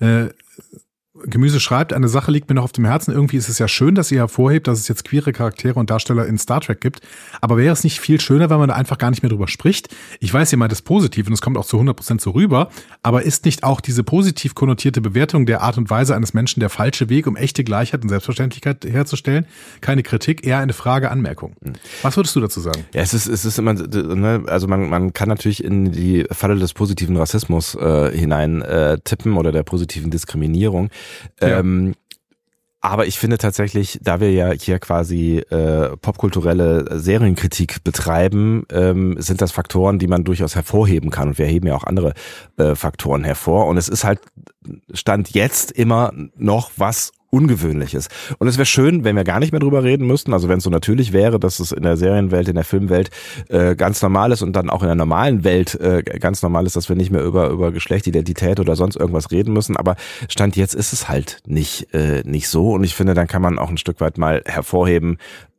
Gemüse schreibt, eine Sache liegt mir noch auf dem Herzen. Irgendwie ist es ja schön, dass ihr hervorhebt, dass es jetzt queere Charaktere und Darsteller in Star Trek gibt. Aber wäre es nicht viel schöner, wenn man da einfach gar nicht mehr drüber spricht? Ich weiß, ihr meint das positiv und es kommt auch zu 100% so rüber. Aber ist nicht auch diese positiv konnotierte Bewertung der Art und Weise eines Menschen der falsche Weg, um echte Gleichheit und Selbstverständlichkeit herzustellen? Keine Kritik, eher eine Frage, Anmerkung. Was würdest du dazu sagen? Ja, es ist immer, ne, also man kann natürlich in die Falle des positiven Rassismus hinein tippen oder der positiven Diskriminierung. Ja. Aber ich finde tatsächlich, da wir ja hier quasi popkulturelle Serienkritik betreiben, sind das Faktoren, die man durchaus hervorheben kann. Und wir heben ja auch andere Faktoren hervor. Und es ist halt Stand jetzt immer noch was Ungewöhnliches. Und es wäre schön, wenn wir gar nicht mehr drüber reden müssten, also wenn es so natürlich wäre, dass es in der Serienwelt, in der Filmwelt ganz normal ist und dann auch in der normalen Welt ganz normal ist, dass wir nicht mehr über Geschlechtsidentität oder sonst irgendwas reden müssen, aber Stand jetzt ist es halt nicht so und ich finde, dann kann man auch ein Stück weit mal hervorheben,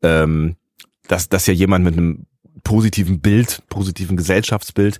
dass ja jemand mit einem positiven Gesellschaftsbild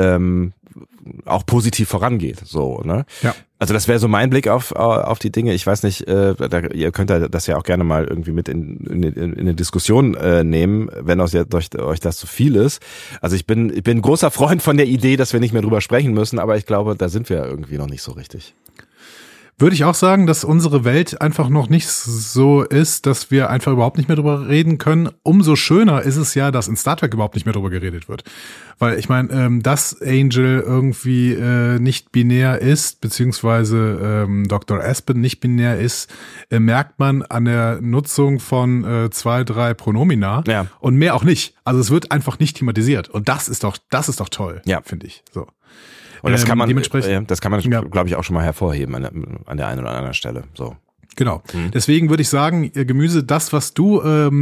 auch positiv vorangeht, so, ne? Ja. Also das wäre so mein Blick auf die Dinge. Ich weiß nicht, ihr könnt das ja auch gerne mal irgendwie mit in eine Diskussion nehmen, wenn euch das zu viel ist. Also ich bin ein großer Freund von der Idee, dass wir nicht mehr drüber sprechen müssen, aber ich glaube, da sind wir irgendwie noch nicht so richtig. Würde ich auch sagen, dass unsere Welt einfach noch nicht so ist, dass wir einfach überhaupt nicht mehr drüber reden können. Umso schöner ist es ja, dass in Star Trek überhaupt nicht mehr drüber geredet wird. Weil ich meine, dass Angel irgendwie nicht binär ist, beziehungsweise Dr. Aspen nicht binär ist, merkt man an der Nutzung von 2, 3 Pronomina und mehr auch nicht. Also es wird einfach nicht thematisiert. Und das ist doch toll, finde ich. So. Und das kann man, glaube ich, auch schon mal hervorheben an der einen oder anderen Stelle. So. Genau. Deswegen würde ich sagen, Gemüse, das, was du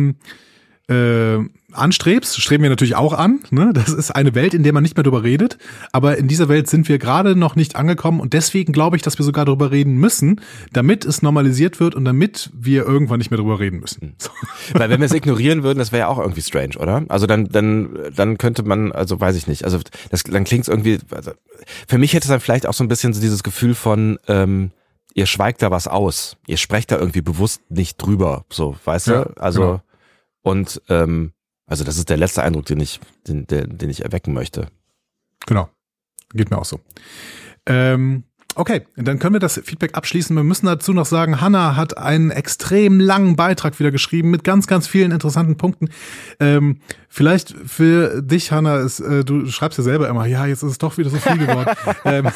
anstrebst, streben wir natürlich auch an. Ne? Das ist eine Welt, in der man nicht mehr drüber redet. Aber in dieser Welt sind wir gerade noch nicht angekommen. Und deswegen glaube ich, dass wir sogar drüber reden müssen, damit es normalisiert wird und damit wir irgendwann nicht mehr drüber reden müssen. So. Weil wenn wir es ignorieren würden, das wäre ja auch irgendwie strange, oder? Also dann könnte man, also weiß ich nicht, also dann klingt es irgendwie, also für mich hätte es dann vielleicht auch so ein bisschen so dieses Gefühl von, ihr schweigt da was aus. Ihr sprecht da irgendwie bewusst nicht drüber, so, weißt du? Also, genau. Und also das ist der letzte Eindruck, den ich erwecken möchte. Genau, geht mir auch so. Okay, dann können wir das Feedback abschließen. Wir müssen dazu noch sagen, Hannah hat einen extrem langen Beitrag wieder geschrieben mit ganz, ganz vielen interessanten Punkten. Vielleicht für dich, Hannah, du schreibst ja selber immer, ja, jetzt ist es doch wieder so viel geworden.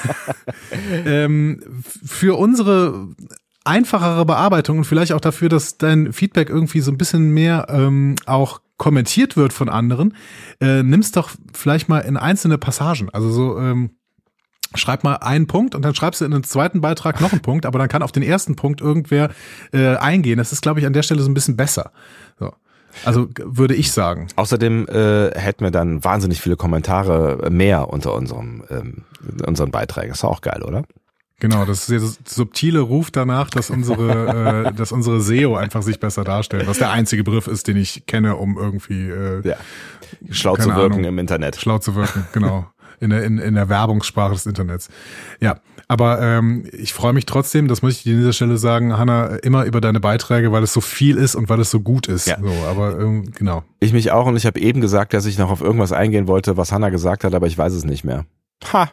Für unsere einfachere Bearbeitung und vielleicht auch dafür, dass dein Feedback irgendwie so ein bisschen mehr auch kommentiert wird von anderen, nimm's doch vielleicht mal in einzelne Passagen. Also so schreib mal einen Punkt und dann schreibst du in den zweiten Beitrag noch einen Punkt, aber dann kann auf den ersten Punkt irgendwer eingehen. Das ist, glaube ich, an der Stelle so ein bisschen besser. So. Also würde ich sagen. Außerdem hätten wir dann wahnsinnig viele Kommentare mehr unter unseren Beiträgen. Ist auch geil, oder? Genau, das ist der subtile Ruf danach, dass unsere SEO einfach sich besser darstellen, was der einzige Begriff ist, den ich kenne, um irgendwie schlau zu wirken im Internet. Schlau zu wirken, genau. In der Werbungssprache des Internets. Ja, aber ich freue mich trotzdem, das muss ich dir an dieser Stelle sagen, Hannah, immer über deine Beiträge, weil es so viel ist und weil es so gut ist. Ja. So, aber genau. Ich mich auch und ich habe eben gesagt, dass ich noch auf irgendwas eingehen wollte, was Hannah gesagt hat, aber ich weiß es nicht mehr. Ha!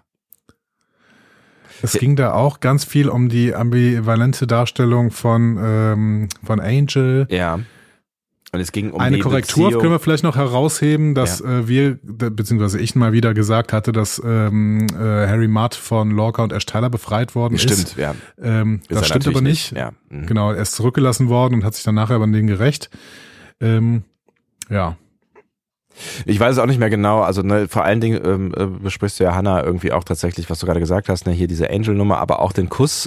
Es ging da auch ganz viel um die ambivalente Darstellung von Angel. Ja. Und es ging um eine Korrektur, Beziehung. Können wir vielleicht noch herausheben, dass wir, beziehungsweise ich mal wieder gesagt hatte, dass Harry Mudd von Lorca und Ash Tyler befreit worden ist. Stimmt, ja. Das stimmt aber nicht. Ja. Mhm. Genau, er ist zurückgelassen worden und hat sich dann nachher an denen gerächt. Ja. Ich weiß es auch nicht mehr genau, also vor allen Dingen besprichst du ja, Hannah, irgendwie auch tatsächlich, was du gerade gesagt hast, hier diese Angel-Nummer, aber auch den Kuss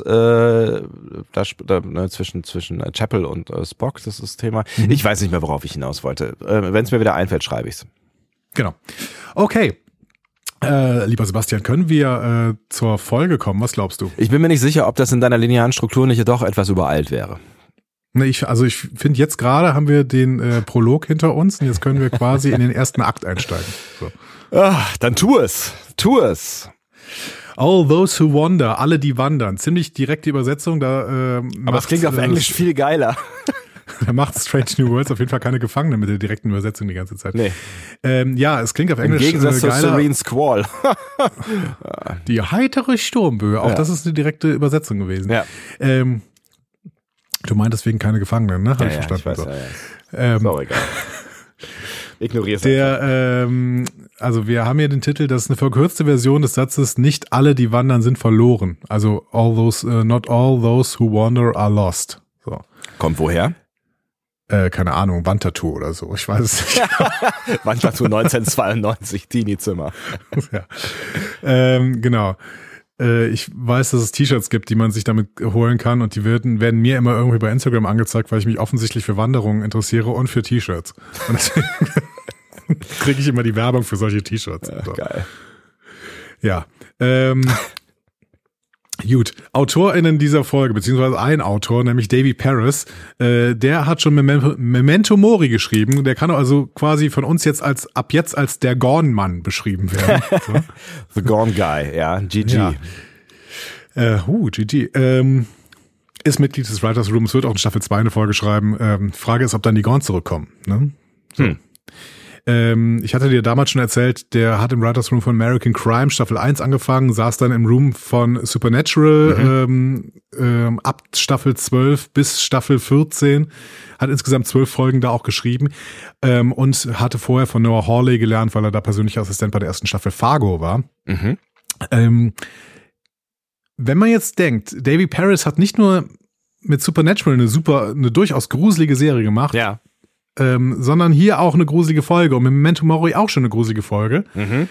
zwischen Chapel und Spock, das ist das Thema. Mhm. Ich weiß nicht mehr, worauf ich hinaus wollte. Wenn es mir wieder einfällt, schreibe ich's. Genau. Okay. Lieber Sebastian, können wir zur Folge kommen? Was glaubst du? Ich bin mir nicht sicher, ob das in deiner linearen Struktur nicht doch etwas übereilt wäre. Ne, ich finde, jetzt gerade haben wir den Prolog hinter uns und jetzt können wir quasi in den ersten Akt einsteigen. So. Dann tu es. All those who wander, alle die wandern. Ziemlich direkte Übersetzung. Da, aber es klingt auf Englisch viel geiler. Da macht Strange New Worlds auf jeden Fall keine Gefangene mit der direkten Übersetzung die ganze Zeit. Nee. Ja, es klingt auf Englisch im Gegensatz zu geiler. Serene Squall. Die heitere Sturmböe. Auch das ist eine direkte Übersetzung gewesen. Ja. Du meintest wegen keine Gefangenen, ne? Hab ich verstanden. Ich weiß, so. Ist auch egal. Ignorier's einfach. Also wir haben hier den Titel, das ist eine verkürzte Version des Satzes, nicht alle, die wandern, sind verloren. Also not all those who wander are lost. So. Kommt woher? Keine Ahnung, Wandtattoo oder so, ich weiß es nicht. Wandtattoo 1992, Teenie-Zimmer. Ja. Genau. Ich weiß, dass es T-Shirts gibt, die man sich damit holen kann und die werden mir immer irgendwie bei Instagram angezeigt, weil ich mich offensichtlich für Wanderungen interessiere und für T-Shirts. Und deswegen kriege ich immer die Werbung für solche T-Shirts. Ja, so. Geil. Ja. Gut, AutorInnen dieser Folge, beziehungsweise ein Autor, nämlich Davy Paris, der hat schon Memento Mori geschrieben. Der kann also quasi von uns jetzt als der Gorn-Mann beschrieben werden. So. The Gorn Guy, ja, GG. Ja. GG. Ist Mitglied des Writers Rooms, wird auch in Staffel 2 eine Folge schreiben. Frage ist, ob dann die Gorn zurückkommen. Ne? So. Ich hatte dir damals schon erzählt, der hat im Writers Room von American Crime Staffel 1 angefangen, saß dann im Room von Supernatural ab Staffel 12 bis Staffel 14, hat insgesamt 12 Folgen da auch geschrieben und hatte vorher von Noah Hawley gelernt, weil er da persönlicher Assistent bei der ersten Staffel Fargo war. Wenn man jetzt denkt, Davy Paris hat nicht nur mit Supernatural eine durchaus gruselige Serie gemacht, ja. Sondern hier auch eine gruselige Folge und mit Memento Mori auch schon eine gruselige Folge.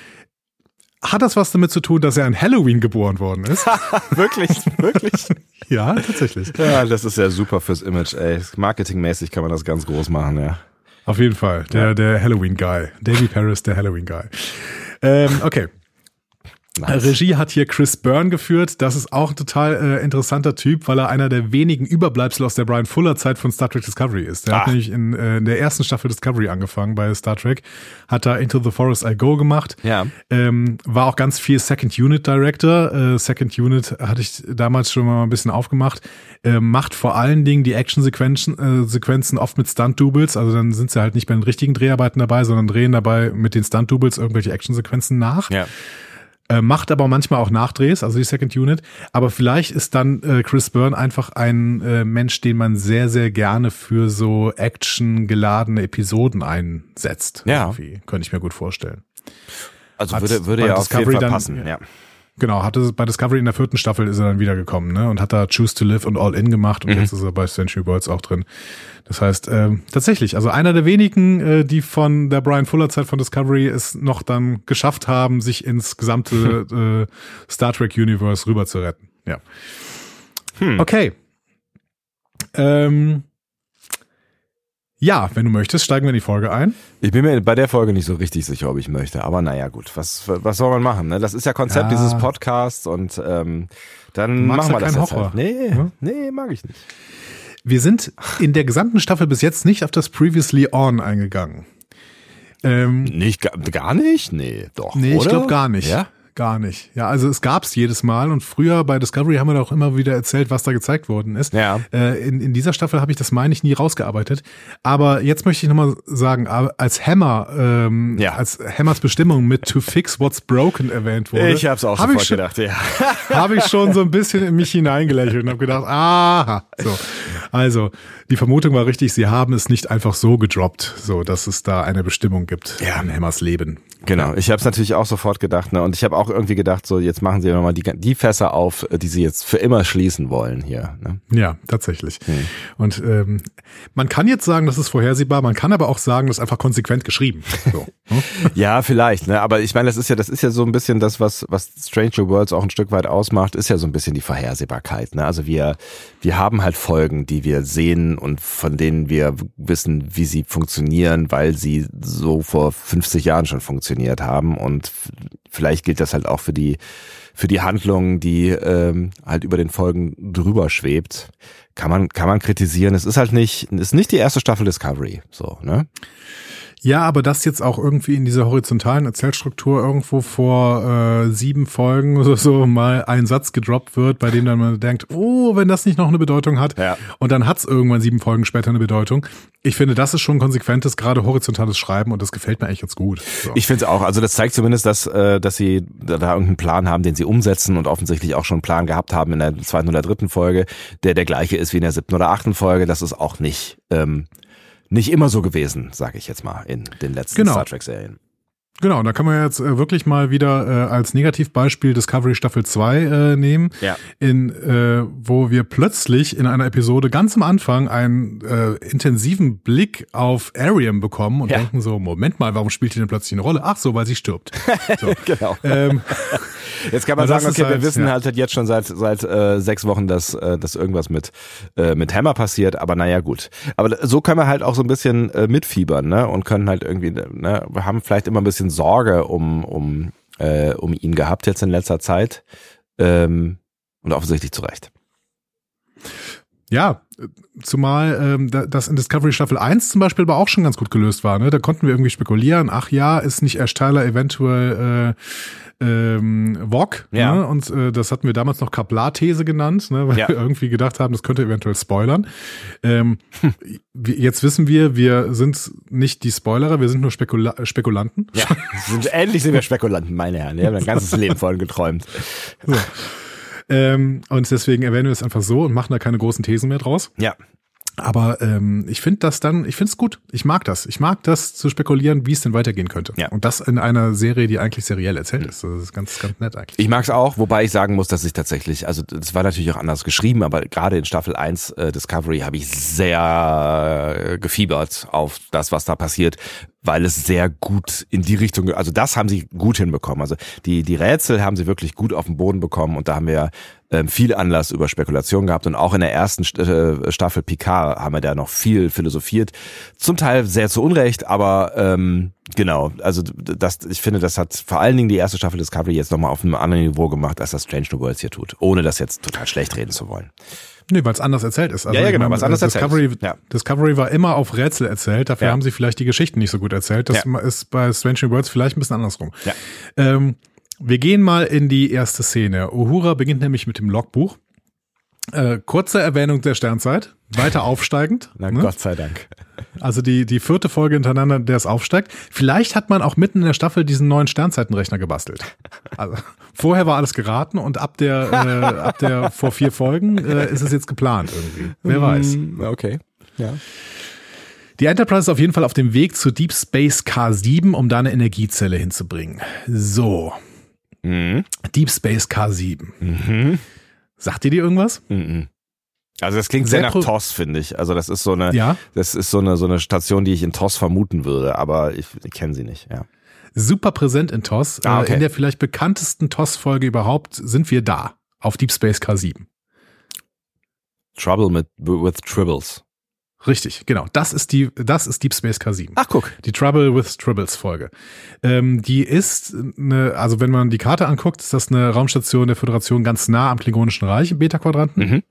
Hat das was damit zu tun, dass er an Halloween geboren worden ist? Wirklich? Ja, tatsächlich. Ja, das ist ja super fürs Image, ey. Marketingmäßig kann man das ganz groß machen, ja. Auf jeden Fall, der Halloween-Guy. Davy Paris, der Halloween-Guy. Okay. Nice. Regie hat hier Chris Byrne geführt. Das ist auch ein total interessanter Typ, weil er einer der wenigen Überbleibsel aus der Brian Fuller Zeit von Star Trek Discovery ist. Der hat nämlich in der ersten Staffel Discovery angefangen bei Star Trek, hat da Into the Forest I Go gemacht. Ja. War auch ganz viel Second Unit Director. Second Unit hatte ich damals schon mal ein bisschen aufgemacht. Macht vor allen Dingen die Action-Sequenzen oft mit Stunt-Doubles. Also dann sind sie halt nicht bei den richtigen Dreharbeiten dabei, sondern drehen dabei mit den Stunt-Doubles irgendwelche Action-Sequenzen nach. Ja. Macht aber manchmal auch Nachdrehs, also die Second Unit. Aber vielleicht ist dann Chris Byrne einfach ein Mensch, den man sehr, sehr gerne für so actiongeladene Episoden einsetzt. Ja. Irgendwie. Könnte ich mir gut vorstellen. Also würde ja auf jeden Fall passen, ja. Genau, hatte bei Discovery in der 4. Staffel ist er dann wiedergekommen, ne? Und hat da Choose to Live und All In gemacht und jetzt ist er bei Strange New Worlds auch drin. Das heißt, tatsächlich, also einer der wenigen, die von der Brian Fuller Zeit von Discovery es noch dann geschafft haben, sich ins gesamte Star Trek Universe rüber zu retten. Ja. Okay. Ja, wenn du möchtest, steigen wir in die Folge ein. Ich bin mir bei der Folge nicht so richtig sicher, ob ich möchte. Aber naja, gut, was soll man machen? Ne? Das ist ja Konzept dieses Podcasts und dann machen wir das jetzt Horror. halt. Nee, mag ich nicht. Wir sind in der gesamten Staffel bis jetzt nicht auf das Previously On eingegangen. Nicht, gar nicht? Nee, doch. Nee, oder? Ich glaube gar nicht. Ja? Gar nicht. Ja, also es gab's jedes Mal und früher bei Discovery haben wir doch immer wieder erzählt, was da gezeigt worden ist. Ja. In dieser Staffel habe ich das, meine ich, nie rausgearbeitet. Aber jetzt möchte ich nochmal sagen, als als Hammers Bestimmung mit To Fix What's Broken erwähnt wurde. Ich habe es auch sofort gedacht, ja. Habe ich schon so ein bisschen in mich hineingelächelt und habe gedacht, aha. So. Also, die Vermutung war richtig, sie haben es nicht einfach so gedroppt, so dass es da eine Bestimmung gibt in Hammers Leben. Genau, ich habe es natürlich auch sofort gedacht, ne? Und ich habe auch irgendwie gedacht, so jetzt machen sie nochmal die Fässer auf, die sie jetzt für immer schließen wollen hier. Ne? Ja, tatsächlich. Und man kann jetzt sagen, das ist vorhersehbar, man kann aber auch sagen, das ist einfach konsequent geschrieben. So, ne? Ja, vielleicht, ne? Aber ich meine, das ist ja so ein bisschen das, was Strange New Worlds auch ein Stück weit ausmacht, ist ja so ein bisschen die Vorhersehbarkeit. Ne? Also wir haben halt Folgen, die wir sehen und von denen wir wissen, wie sie funktionieren, weil sie so vor 50 Jahren schon funktioniert haben und vielleicht gilt das was halt auch für die Handlung, die halt über den Folgen drüber schwebt, kann man kritisieren. Es ist halt nicht die erste Staffel Discovery, so, ne? Ja, aber das jetzt auch irgendwie in dieser horizontalen Erzählstruktur irgendwo vor 7 Folgen oder so mal ein Satz gedroppt wird, bei dem dann man denkt, oh, wenn das nicht noch eine Bedeutung hat. Ja. Und dann hat's irgendwann 7 Folgen später eine Bedeutung. Ich finde, das ist schon konsequentes, gerade horizontales Schreiben und das gefällt mir eigentlich ganz gut. So. Ich finde es auch. Also das zeigt zumindest, dass sie da irgendeinen Plan haben, den sie umsetzen und offensichtlich auch schon einen Plan gehabt haben in der 2. oder 3. Folge, der gleiche ist wie in der 7. oder 8. Folge. Das ist auch nicht immer so gewesen, sage ich jetzt mal, in den letzten Star Trek-Serien. Genau, da kann man jetzt wirklich mal wieder als Negativbeispiel Discovery Staffel 2 nehmen, ja. Wo wir plötzlich in einer Episode ganz am Anfang einen intensiven Blick auf Ariam bekommen und denken so, Moment mal, warum spielt die denn plötzlich eine Rolle? Ach so, weil sie stirbt. So. Genau. Jetzt kann man sagen, okay, wir wissen halt jetzt schon seit 6 Wochen, dass irgendwas mit Hammer passiert, aber naja, gut. Aber so können wir halt auch so ein bisschen mitfiebern, ne? Und können halt irgendwie, ne, wir haben vielleicht immer ein bisschen Sorge um ihn gehabt jetzt in letzter Zeit. Und offensichtlich zu Recht. Ja, zumal das in Discovery Staffel 1 zum Beispiel aber auch schon ganz gut gelöst war. Ne? Da konnten wir irgendwie spekulieren, ach ja, ist nicht Ash Tyler eventuell Vogue? Ja. Ne? Und das hatten wir damals noch Kaplar-These genannt, ne? Weil wir irgendwie gedacht haben, das könnte eventuell spoilern. Jetzt wissen wir sind nicht die Spoilerer, wir sind nur Spekulanten. Ja, endlich sind wir Spekulanten, meine Herren. Wir haben ein ganzes Leben vorhin geträumt. So. Und deswegen erwähnen wir es einfach so und machen da keine großen Thesen mehr draus. Ja. Aber ich finde es gut. Ich mag das zu spekulieren, wie es denn weitergehen könnte. Ja. Und das in einer Serie, die eigentlich seriell erzählt ist. Das ist ganz, ganz nett eigentlich. Ich mag es auch, wobei ich sagen muss, dass ich tatsächlich, also das war natürlich auch anders geschrieben, aber gerade in Staffel 1 Discovery habe ich sehr gefiebert auf das, was da passiert, weil es sehr gut in die Richtung, also das haben sie gut hinbekommen. Also die Rätsel haben sie wirklich gut auf den Boden bekommen und da haben wir viel Anlass über Spekulation gehabt und auch in der ersten Staffel Picard haben wir da noch viel philosophiert. Zum Teil sehr zu Unrecht, aber genau, also ich finde, das hat vor allen Dingen die erste Staffel Discovery jetzt nochmal auf einem anderen Niveau gemacht, als das Strange New Worlds hier tut, ohne das jetzt total schlecht reden zu wollen. Nee, weil es anders erzählt ist. Also ja, genau, was anders erzählt ist. Discovery war immer auf Rätsel erzählt, dafür haben sie vielleicht die Geschichten nicht so gut erzählt. Das ist bei Strange New Worlds vielleicht ein bisschen andersrum. Ja. Wir gehen mal in die erste Szene. Uhura beginnt nämlich mit dem Logbuch. Kurze Erwähnung der Sternzeit, weiter aufsteigend. Na, ne? Gott sei Dank. Also die 4. Folge hintereinander, der es aufsteigt. Vielleicht hat man auch mitten in der Staffel diesen neuen Sternzeitenrechner gebastelt. Also vorher war alles geraten und ab der vor 4 Folgen ist es jetzt geplant irgendwie. Wer weiß. Okay, ja. Die Enterprise ist auf jeden Fall auf dem Weg zu Deep Space K7, um da eine Energiezelle hinzubringen. So. Deep Space K7. Mhm. Sagt ihr dir irgendwas? Mhm. Also das klingt sehr nach TOS, finde ich. Also das ist so eine Station, die ich in TOS vermuten würde, aber ich kenne sie nicht, ja. Super präsent in TOS. Okay. In der vielleicht bekanntesten TOS-Folge überhaupt sind wir da, auf Deep Space K7. Trouble with Tribbles. Richtig, genau. Das ist Deep Space K7. Ach, guck. Die Trouble with Tribbles Folge. Die ist also wenn man die Karte anguckt, ist das eine Raumstation der Föderation ganz nah am Klingonischen Reich im Beta-Quadranten.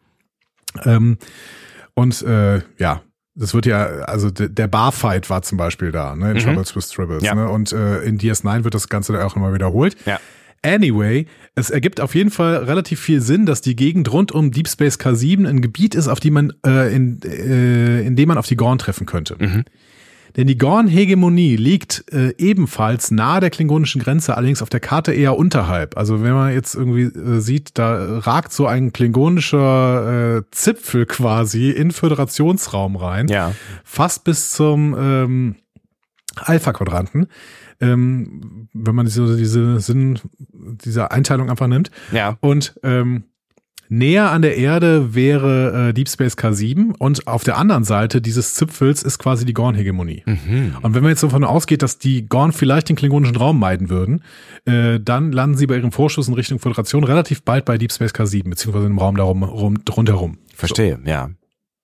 Das wird ja, also der Barfight war zum Beispiel da, ne, in Trouble with Tribbles, ne, und in DS9 wird das Ganze da auch nochmal wiederholt. Ja. Anyway, es ergibt auf jeden Fall relativ viel Sinn, dass die Gegend rund um Deep Space K7 ein Gebiet ist, auf die man in dem man auf die Gorn treffen könnte. Denn die Gorn-Hegemonie liegt ebenfalls nahe der klingonischen Grenze, allerdings auf der Karte eher unterhalb. Also wenn man jetzt irgendwie sieht, da ragt so ein klingonischer Zipfel quasi in Föderationsraum rein, fast bis zum Alpha-Quadranten. Wenn man diese Einteilung einfach nimmt. Ja. Und näher an der Erde wäre Deep Space K7 und auf der anderen Seite dieses Zipfels ist quasi die Gorn-Hegemonie. Und wenn man jetzt davon ausgeht, dass die Gorn vielleicht den klingonischen Raum meiden würden, dann landen sie bei ihrem Vorstoß in Richtung Föderation relativ bald bei Deep Space K7, beziehungsweise im Raum rundherum. Verstehe, ja.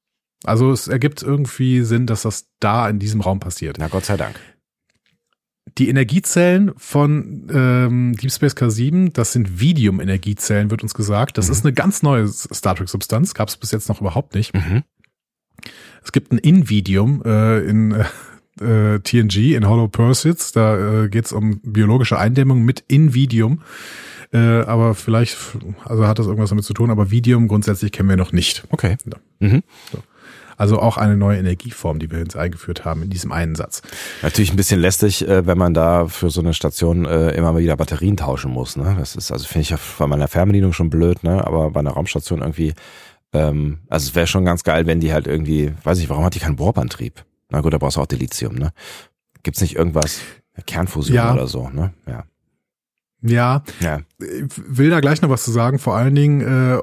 Also es ergibt irgendwie Sinn, dass das da in diesem Raum passiert. Na, Gott sei Dank. Die Energiezellen von Deep Space K7, das sind Vidium-Energiezellen, wird uns gesagt. Das ist eine ganz neue Star Trek-Substanz, gab es bis jetzt noch überhaupt nicht. Es gibt ein Invidium in TNG, in Hollow Pursuits, da geht es um biologische Eindämmung mit Invidium. Aber vielleicht, also hat das irgendwas damit zu tun, aber Vidium grundsätzlich kennen wir noch nicht. Okay. Ja. So. Also auch eine neue Energieform, die wir jetzt eingeführt haben in diesem einen Satz. Natürlich ein bisschen lästig, wenn man da für so eine Station immer mal wieder Batterien tauschen muss. Ne? Das ist, also finde ich ja bei meiner Fernbedienung schon blöd, ne? Aber bei einer Raumstation irgendwie, also es wäre schon ganz geil, wenn die halt irgendwie, weiß ich, warum hat die keinen Warp-Antrieb? Na gut, da brauchst du auch Dilithium, ne? Gibt's nicht irgendwas, Kernfusion oder so, ne? Ja, ich will da gleich noch was zu sagen, vor allen Dingen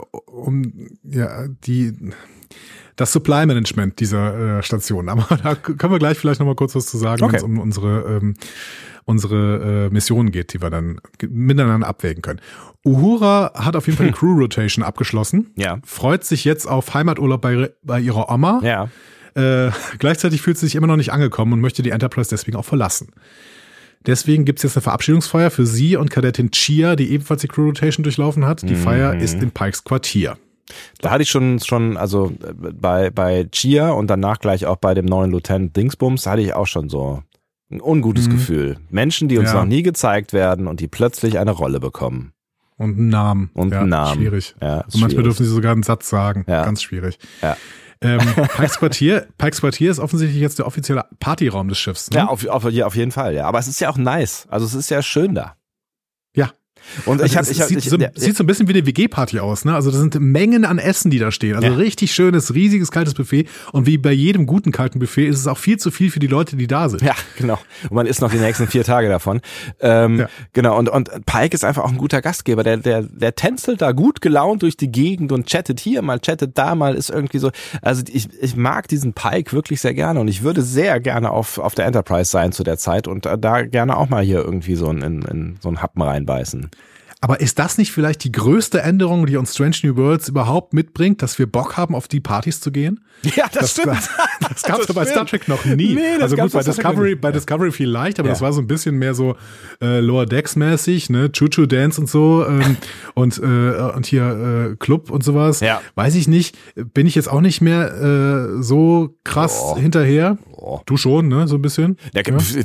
das Supply Management dieser Station. Aber da können wir gleich vielleicht noch mal kurz was zu sagen, wenn es um unsere Missionen geht, die wir dann miteinander abwägen können. Uhura hat auf jeden Fall die Crew Rotation abgeschlossen. Ja. Freut sich jetzt auf Heimaturlaub bei ihrer Oma. Ja. Gleichzeitig fühlt sie sich immer noch nicht angekommen und möchte die Enterprise deswegen auch verlassen. Deswegen gibt's jetzt eine Verabschiedungsfeier für sie und Kadettin Chia, die ebenfalls die Crew Rotation durchlaufen hat. Die Feier ist in Pikes Quartier. Da hatte ich schon, also bei Chia und danach gleich auch bei dem neuen Lieutenant Dingsbums, hatte ich auch schon so ein ungutes Gefühl. Menschen, die uns noch nie gezeigt werden und die plötzlich eine Rolle bekommen. Und einen Namen. Einen Namen. Schwierig. Ja, und manchmal dürfen sie sogar einen Satz sagen. Ja. Ganz schwierig. Ja. Pikes Quartier ist offensichtlich jetzt der offizielle Partyraum des Schiffs. Ne? Ja, auf jeden Fall, ja. Aber es ist ja auch nice. Also es ist ja schön da. Ja. Und sieht so ein bisschen wie eine WG-Party aus, ne? Also da sind Mengen an Essen, die da stehen. Also richtig schönes, riesiges, kaltes Buffet. Und wie bei jedem guten kalten Buffet ist es auch viel zu viel für die Leute, die da sind. Ja, genau. Und man isst noch die nächsten 4 Tage davon. Genau. Und Pike ist einfach auch ein guter Gastgeber. Der tänzelt da gut gelaunt durch die Gegend und chattet hier mal, chattet da mal, ist irgendwie so. Also ich mag diesen Pike wirklich sehr gerne und ich würde sehr gerne auf der Enterprise sein zu der Zeit und da gerne auch mal hier irgendwie so in so einen Happen reinbeißen. Aber ist das nicht vielleicht die größte Änderung, die uns Strange New Worlds überhaupt mitbringt, dass wir Bock haben, auf die Partys zu gehen? Ja, das stimmt. Das gab es ja bei Star Trek noch nie. Nee, also gut, bei Discovery vielleicht, aber das war so ein bisschen mehr so Lower Decks mäßig, ne, Choo-Choo Dance und so und hier Club und sowas. Ja. Weiß ich nicht, bin ich jetzt auch nicht mehr so krass hinterher. Du schon, ne, so ein bisschen. Ja.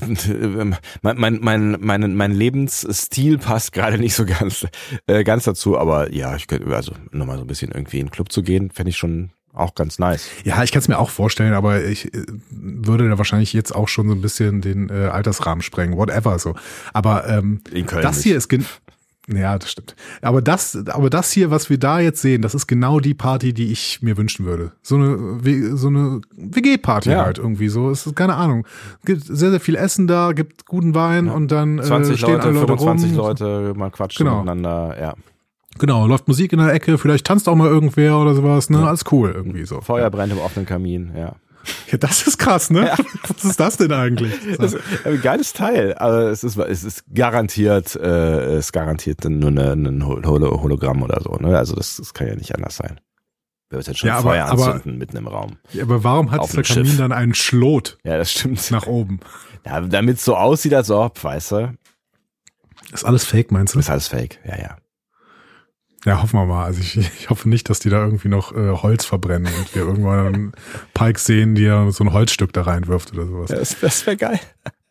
Mein Lebensstil passt gerade nicht so ganz dazu, aber ja, ich könnte also nochmal so ein bisschen irgendwie in den Club zu gehen, fände ich schon auch ganz nice. Ja, ich kann es mir auch vorstellen, aber ich würde da wahrscheinlich jetzt auch schon so ein bisschen den Altersrahmen sprengen, whatever so. Aber in Köln das hier ist ja, das stimmt. Aber das hier, was wir da jetzt sehen, das ist genau die Party, die ich mir wünschen würde. So eine WG-Party halt irgendwie so. Es ist keine Ahnung. Gibt sehr, sehr viel Essen da, gibt guten Wein und dann 20 stehen Leute, alle Leute 25 rum. Leute, mal quatschen miteinander, ja. Genau, läuft Musik in der Ecke, vielleicht tanzt auch mal irgendwer oder sowas, ne? Alles cool irgendwie so. Feuer brennt im offenen Kamin, ja. Ja, das ist krass, ne? Ja. Was ist das denn eigentlich? Das ist ein geiles Teil. Also es ist garantiert nur ein Hologramm oder so, ne? Also das kann ja nicht anders sein. Wir wird jetzt schon Feuer anzünden mitten im Raum. Ja, aber warum hat der Kamin dann einen Schlot? Ja, das stimmt. Nach oben. Ja, damit es so aussieht, als ob, weißt du? Ist alles fake, meinst du? Ist alles fake, ja. Ja, hoffen wir mal. Also ich hoffe nicht, dass die da irgendwie noch Holz verbrennen und wir irgendwann Pike sehen, die ja so ein Holzstück da reinwirft oder sowas. Ja, das wäre geil.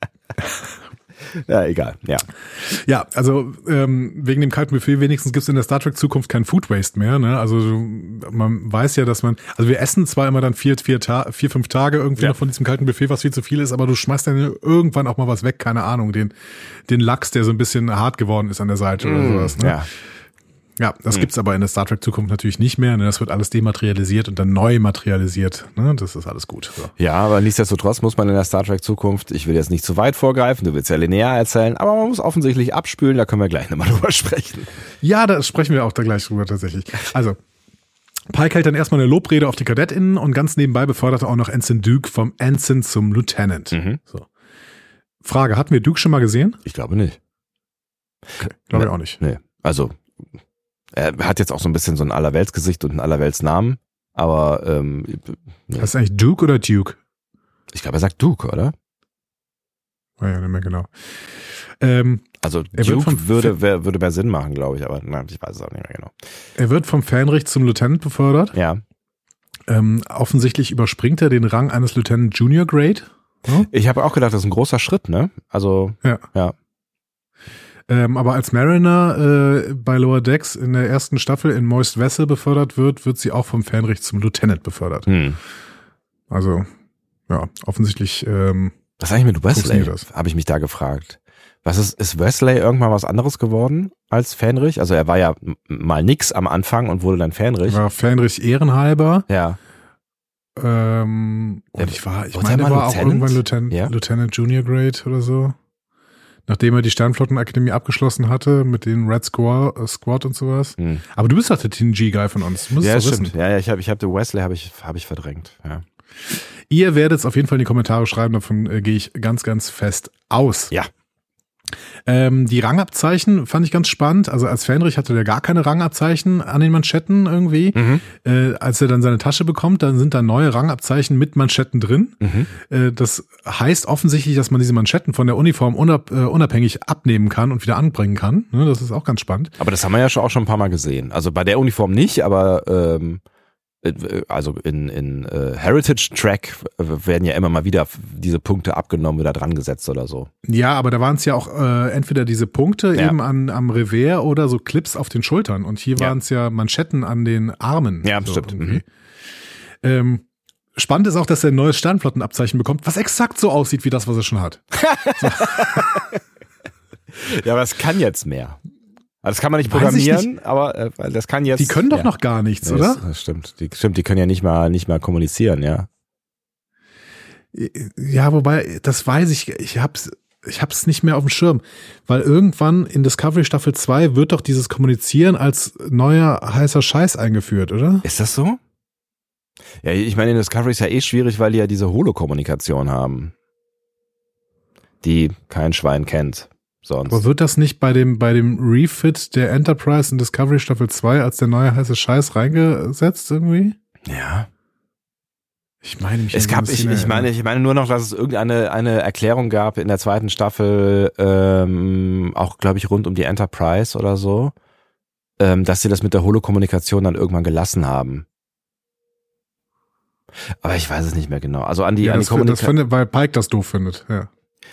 Ja, egal, ja. Ja, also wegen dem kalten Buffet wenigstens gibt's in der Star Trek Zukunft kein Food Waste mehr. Ne? Also man weiß ja, dass also wir essen zwar immer dann 4-5 Tage irgendwie noch von diesem kalten Buffet, was viel zu viel ist, aber du schmeißt dann irgendwann auch mal was weg, keine Ahnung, den Lachs, der so ein bisschen hart geworden ist an der Seite oder sowas. Ne? Ja. Ja, das gibt's aber in der Star Trek Zukunft natürlich nicht mehr. Ne? Das wird alles dematerialisiert und dann neu materialisiert. Ne? Das ist alles gut. So. Ja, aber nichtsdestotrotz muss man in der Star Trek Zukunft, ich will jetzt nicht zu weit vorgreifen, du willst ja linear erzählen, aber man muss offensichtlich abspülen, da können wir gleich nochmal drüber sprechen. Ja, da sprechen wir auch da gleich drüber tatsächlich. Also, Pike hält dann erstmal eine Lobrede auf die KadettInnen und ganz nebenbei befördert er auch noch Ensign Duke vom Ensign zum Lieutenant. So. Frage, hatten wir Duke schon mal gesehen? Ich glaube nicht. Okay, glaube ich auch nicht. Nee, also er hat jetzt auch so ein bisschen so ein Allerweltsgesicht und einen Allerweltsnamen, aber nee. Heißt eigentlich Duke oder Duke? Ich glaube, er sagt Duke, oder? War ja nicht mehr genau. Also Er wird Duke würde mehr Sinn machen, glaube ich, aber nein, ich weiß es auch nicht mehr genau. Er wird vom Fähnrich zum Lieutenant befördert. Ja. Offensichtlich überspringt er den Rang eines Lieutenant Junior Grade. Ja? Ich habe auch gedacht, das ist ein großer Schritt, ne? Also, ja. Aber als Mariner bei Lower Decks in der ersten Staffel in Moist Vessel befördert wird sie auch vom Fähnrich zum Lieutenant befördert. Also, ja, offensichtlich was ist eigentlich mit Wesley? das. Habe ich mich da gefragt. Ist Wesley irgendwann was anderes geworden als Fähnrich? Also er war ja mal nix am Anfang und wurde dann Fähnrich. War Fähnrich ehrenhalber. Ja. Und ich meine, er war auch irgendwann Lieutenant Junior Grade oder so. Nachdem er die Sternflottenakademie abgeschlossen hatte mit den Red Squad und sowas. Aber du bist doch der TNG-Guy von uns. Du musst es doch stimmt. wissen. Ja, ich habe den Wesley habe ich verdrängt. Ja. Ihr werdet es auf jeden Fall in die Kommentare schreiben, davon gehe ich ganz, ganz fest aus. Ja. Die Rangabzeichen fand ich ganz spannend. Also als Fähnrich hatte der gar keine Rangabzeichen an den Manschetten irgendwie. Als er dann seine Tasche bekommt, dann sind da neue Rangabzeichen mit Manschetten drin. Das heißt offensichtlich, dass man diese Manschetten von der Uniform unabhängig abnehmen kann und wieder anbringen kann. Das ist auch ganz spannend. Aber das haben wir ja auch schon ein paar Mal gesehen. Also bei der Uniform nicht, aber also in Heritage Track werden ja immer mal wieder diese Punkte abgenommen, wieder dran gesetzt oder so. Ja, aber da waren es ja auch entweder diese Punkte eben am Revers oder so Clips auf den Schultern. Und hier waren es ja Manschetten an den Armen. Ja, so stimmt. Spannend ist auch, dass er ein neues Sternflottenabzeichen bekommt, was exakt so aussieht wie das, was er schon hat. Ja, aber es kann jetzt mehr. Das kann man nicht programmieren, aber das kann jetzt. Die können doch noch gar nichts, oder? Das stimmt. Die können ja nicht mal kommunizieren, ja. Ja, wobei, das weiß ich hab's nicht mehr auf dem Schirm, weil irgendwann in Discovery Staffel 2 wird doch dieses Kommunizieren als neuer heißer Scheiß eingeführt, oder? Ist das so? Ja, ich meine, in Discovery ist ja schwierig, weil die ja diese Holokommunikation haben, die kein Schwein kennt. Sonst. Aber wird das nicht bei dem Refit der Enterprise in Discovery Staffel 2 als der neue heiße Scheiß reingesetzt irgendwie? Ja. Ich meine, ich meine nur noch, dass es eine Erklärung gab in der zweiten Staffel, auch glaube ich rund um die Enterprise oder so, dass sie das mit der Holokommunikation dann irgendwann gelassen haben. Aber ich weiß es nicht mehr genau. Also an die Kommunikation, weil Pike das doof findet. Ja.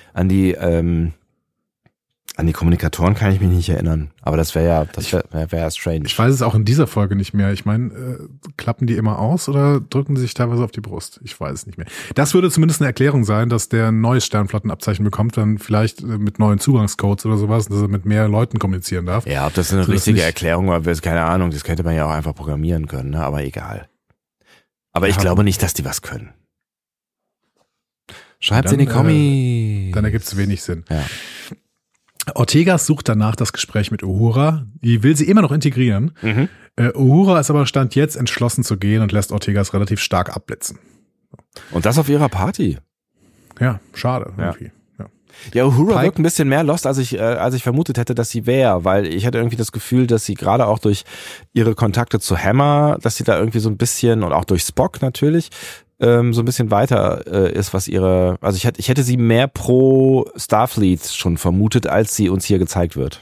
An die Kommunikatoren kann ich mich nicht erinnern. Aber das wäre ja strange. Ich weiß es auch in dieser Folge nicht mehr. Ich meine, klappen die immer aus oder drücken sie sich teilweise auf die Brust? Ich weiß es nicht mehr. Das würde zumindest eine Erklärung sein, dass der ein neues Sternflottenabzeichen bekommt, dann vielleicht mit neuen Zugangscodes oder sowas, dass er mit mehr Leuten kommunizieren darf. Ja, ob das eine richtige Erklärung war, keine Ahnung. Das könnte man ja auch einfach programmieren können, ne? Aber egal. Aber ich glaube nicht, dass die was können. Schreibt's in die Kommis. Dann ergibt es wenig Sinn. Ja. Ortegas sucht danach das Gespräch mit Uhura. Die will sie immer noch integrieren. Uhura ist aber Stand jetzt entschlossen zu gehen und lässt Ortegas relativ stark abblitzen. Und das auf ihrer Party. Ja, schade. Irgendwie. Ja, Uhura wirkt ein bisschen mehr lost, als ich vermutet hätte, dass sie wäre, weil ich hatte irgendwie das Gefühl, dass sie gerade auch durch ihre Kontakte zu Hammer, dass sie da irgendwie so ein bisschen, und auch durch Spock natürlich, so ein bisschen weiter ist, was also ich hätte sie mehr pro Starfleet schon vermutet, als sie uns hier gezeigt wird.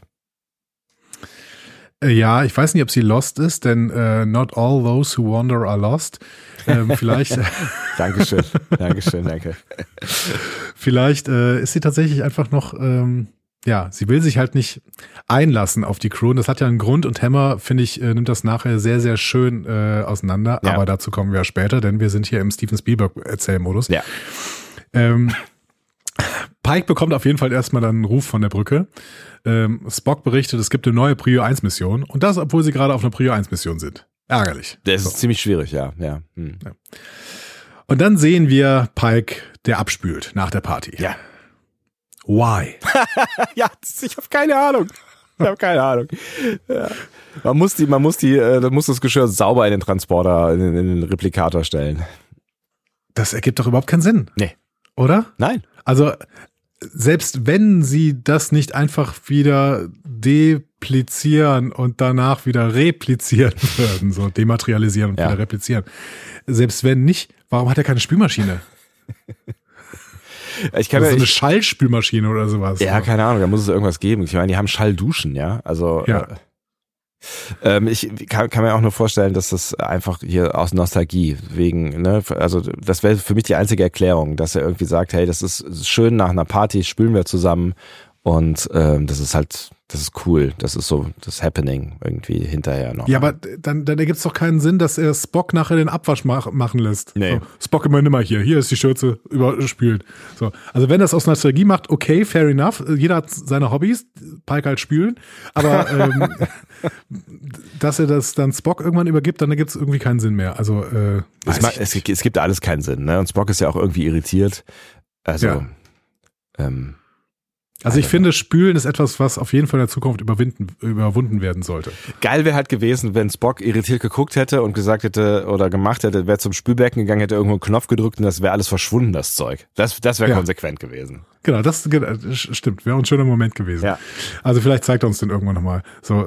Ja, ich weiß nicht, ob sie lost ist, denn not all those who wander are lost. Vielleicht. Dankeschön, danke. Vielleicht ist sie tatsächlich einfach noch, sie will sich halt nicht einlassen auf die Crew. Und das hat ja einen Grund, und Hammer, finde ich, nimmt das nachher sehr, sehr schön auseinander. Ja. Aber dazu kommen wir ja später, denn wir sind hier im Steven Spielberg-Erzählmodus. Ja. Pike bekommt auf jeden Fall erstmal dann einen Ruf von der Brücke. Spock berichtet, es gibt eine neue Prio 1 Mission. Und das, obwohl sie gerade auf einer Prio 1 Mission sind. Ärgerlich. Das ist ziemlich schwierig, ja. Ja. Und dann sehen wir Pike, der abspült nach der Party. Ja. Why? Ja, ich habe keine Ahnung. Ja. Man muss das Geschirr sauber in den Transporter, in den Replikator stellen. Das ergibt doch überhaupt keinen Sinn. Nee. Oder? Nein. Also, selbst wenn sie das nicht einfach wieder deplizieren und danach wieder replizieren würden, so dematerialisieren und wieder replizieren. Selbst wenn nicht, warum hat er keine Spülmaschine? Ich kann so eine Schallspülmaschine oder sowas. Ja, keine Ahnung, da muss es irgendwas geben. Ich meine, die haben Schallduschen, ja. Also ja. Ich kann mir auch nur vorstellen, dass das einfach hier aus Nostalgie wegen, ne, also das wäre für mich die einzige Erklärung, dass er irgendwie sagt, hey, das ist schön, nach einer Party spülen wir zusammen und das ist cool, das ist so das Happening irgendwie hinterher noch. Ja, aber dann ergibt es doch keinen Sinn, dass er Spock nachher den Abwasch machen lässt. Nee. So, Spock immer nimmer hier ist die Schürze überspült. So, also wenn das aus Nostalgie macht, okay, fair enough, jeder hat seine Hobbys, Pike halt spülen, aber dass er das dann Spock irgendwann übergibt, dann ergibt es irgendwie keinen Sinn mehr. Also es gibt alles keinen Sinn, ne? Und Spock ist ja auch irgendwie irritiert. Also ja. Also ich finde, Spülen ist etwas, was auf jeden Fall in der Zukunft überwunden werden sollte. Geil wäre halt gewesen, wenn Spock irritiert geguckt hätte und gesagt hätte oder gemacht hätte, wäre zum Spülbecken gegangen, hätte irgendwo einen Knopf gedrückt und das wäre alles verschwunden, das Zeug. Das wäre konsequent gewesen. Genau, das stimmt. Wäre ein schöner Moment gewesen. Ja. Also vielleicht zeigt er uns den irgendwann nochmal. So,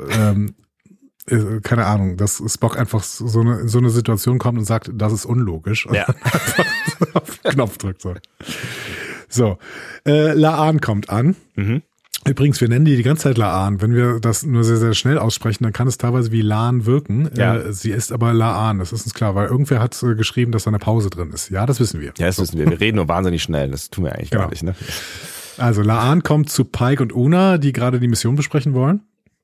keine Ahnung, dass Spock einfach in so eine Situation kommt und sagt, das ist unlogisch. Und ja. einfach auf den Knopf drückt. So, La'an kommt an. Mhm. Übrigens, wir nennen die ganze Zeit La'an. Wenn wir das nur sehr, sehr schnell aussprechen, dann kann es teilweise wie Lan wirken. Ja. Sie ist aber La'an, das ist uns klar, weil irgendwer hat geschrieben, dass da eine Pause drin ist. Ja, das wissen wir. Ja, das wissen wir. Wir reden nur wahnsinnig schnell. Das tun wir eigentlich gar nicht. Ne? Also La'an kommt zu Pike und Una, die gerade die Mission besprechen wollen.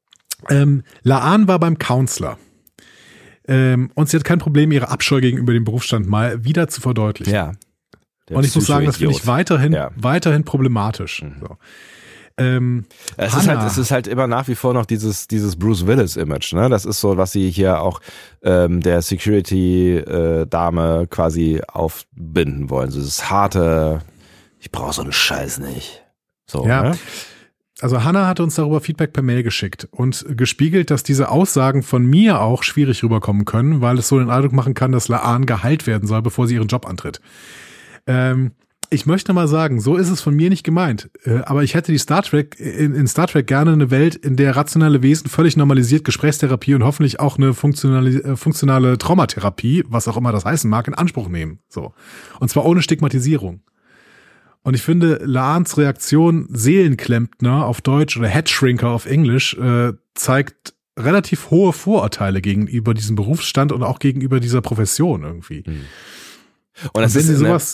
La'an war beim Counselor. Und sie hat kein Problem, ihre Abscheu gegenüber dem Berufsstand mal wieder zu verdeutlichen. Ja. Und ich muss sagen, das finde ich weiterhin problematisch. Mhm. So. Es ist halt immer nach wie vor noch dieses Bruce Willis Image, ne? Das ist so, was sie hier auch der Security Dame quasi aufbinden wollen. So dieses harte, ich brauche so einen Scheiß nicht. So, ja. Ne? Also Hannah hatte uns darüber Feedback per Mail geschickt und gespiegelt, dass diese Aussagen von mir auch schwierig rüberkommen können, weil es so den Eindruck machen kann, dass La'an geheilt werden soll, bevor sie ihren Job antritt. Ich möchte mal sagen, so ist es von mir nicht gemeint. Aber ich hätte in Star Trek gerne eine Welt, in der rationale Wesen völlig normalisiert Gesprächstherapie und hoffentlich auch eine funktionale Traumatherapie, was auch immer das heißen mag, in Anspruch nehmen. So. Und zwar ohne Stigmatisierung. Und ich finde, La'ans Reaktion Seelenklempner auf Deutsch oder Headshrinker auf Englisch zeigt relativ hohe Vorurteile gegenüber diesem Berufsstand und auch gegenüber dieser Profession irgendwie. Mhm. Und es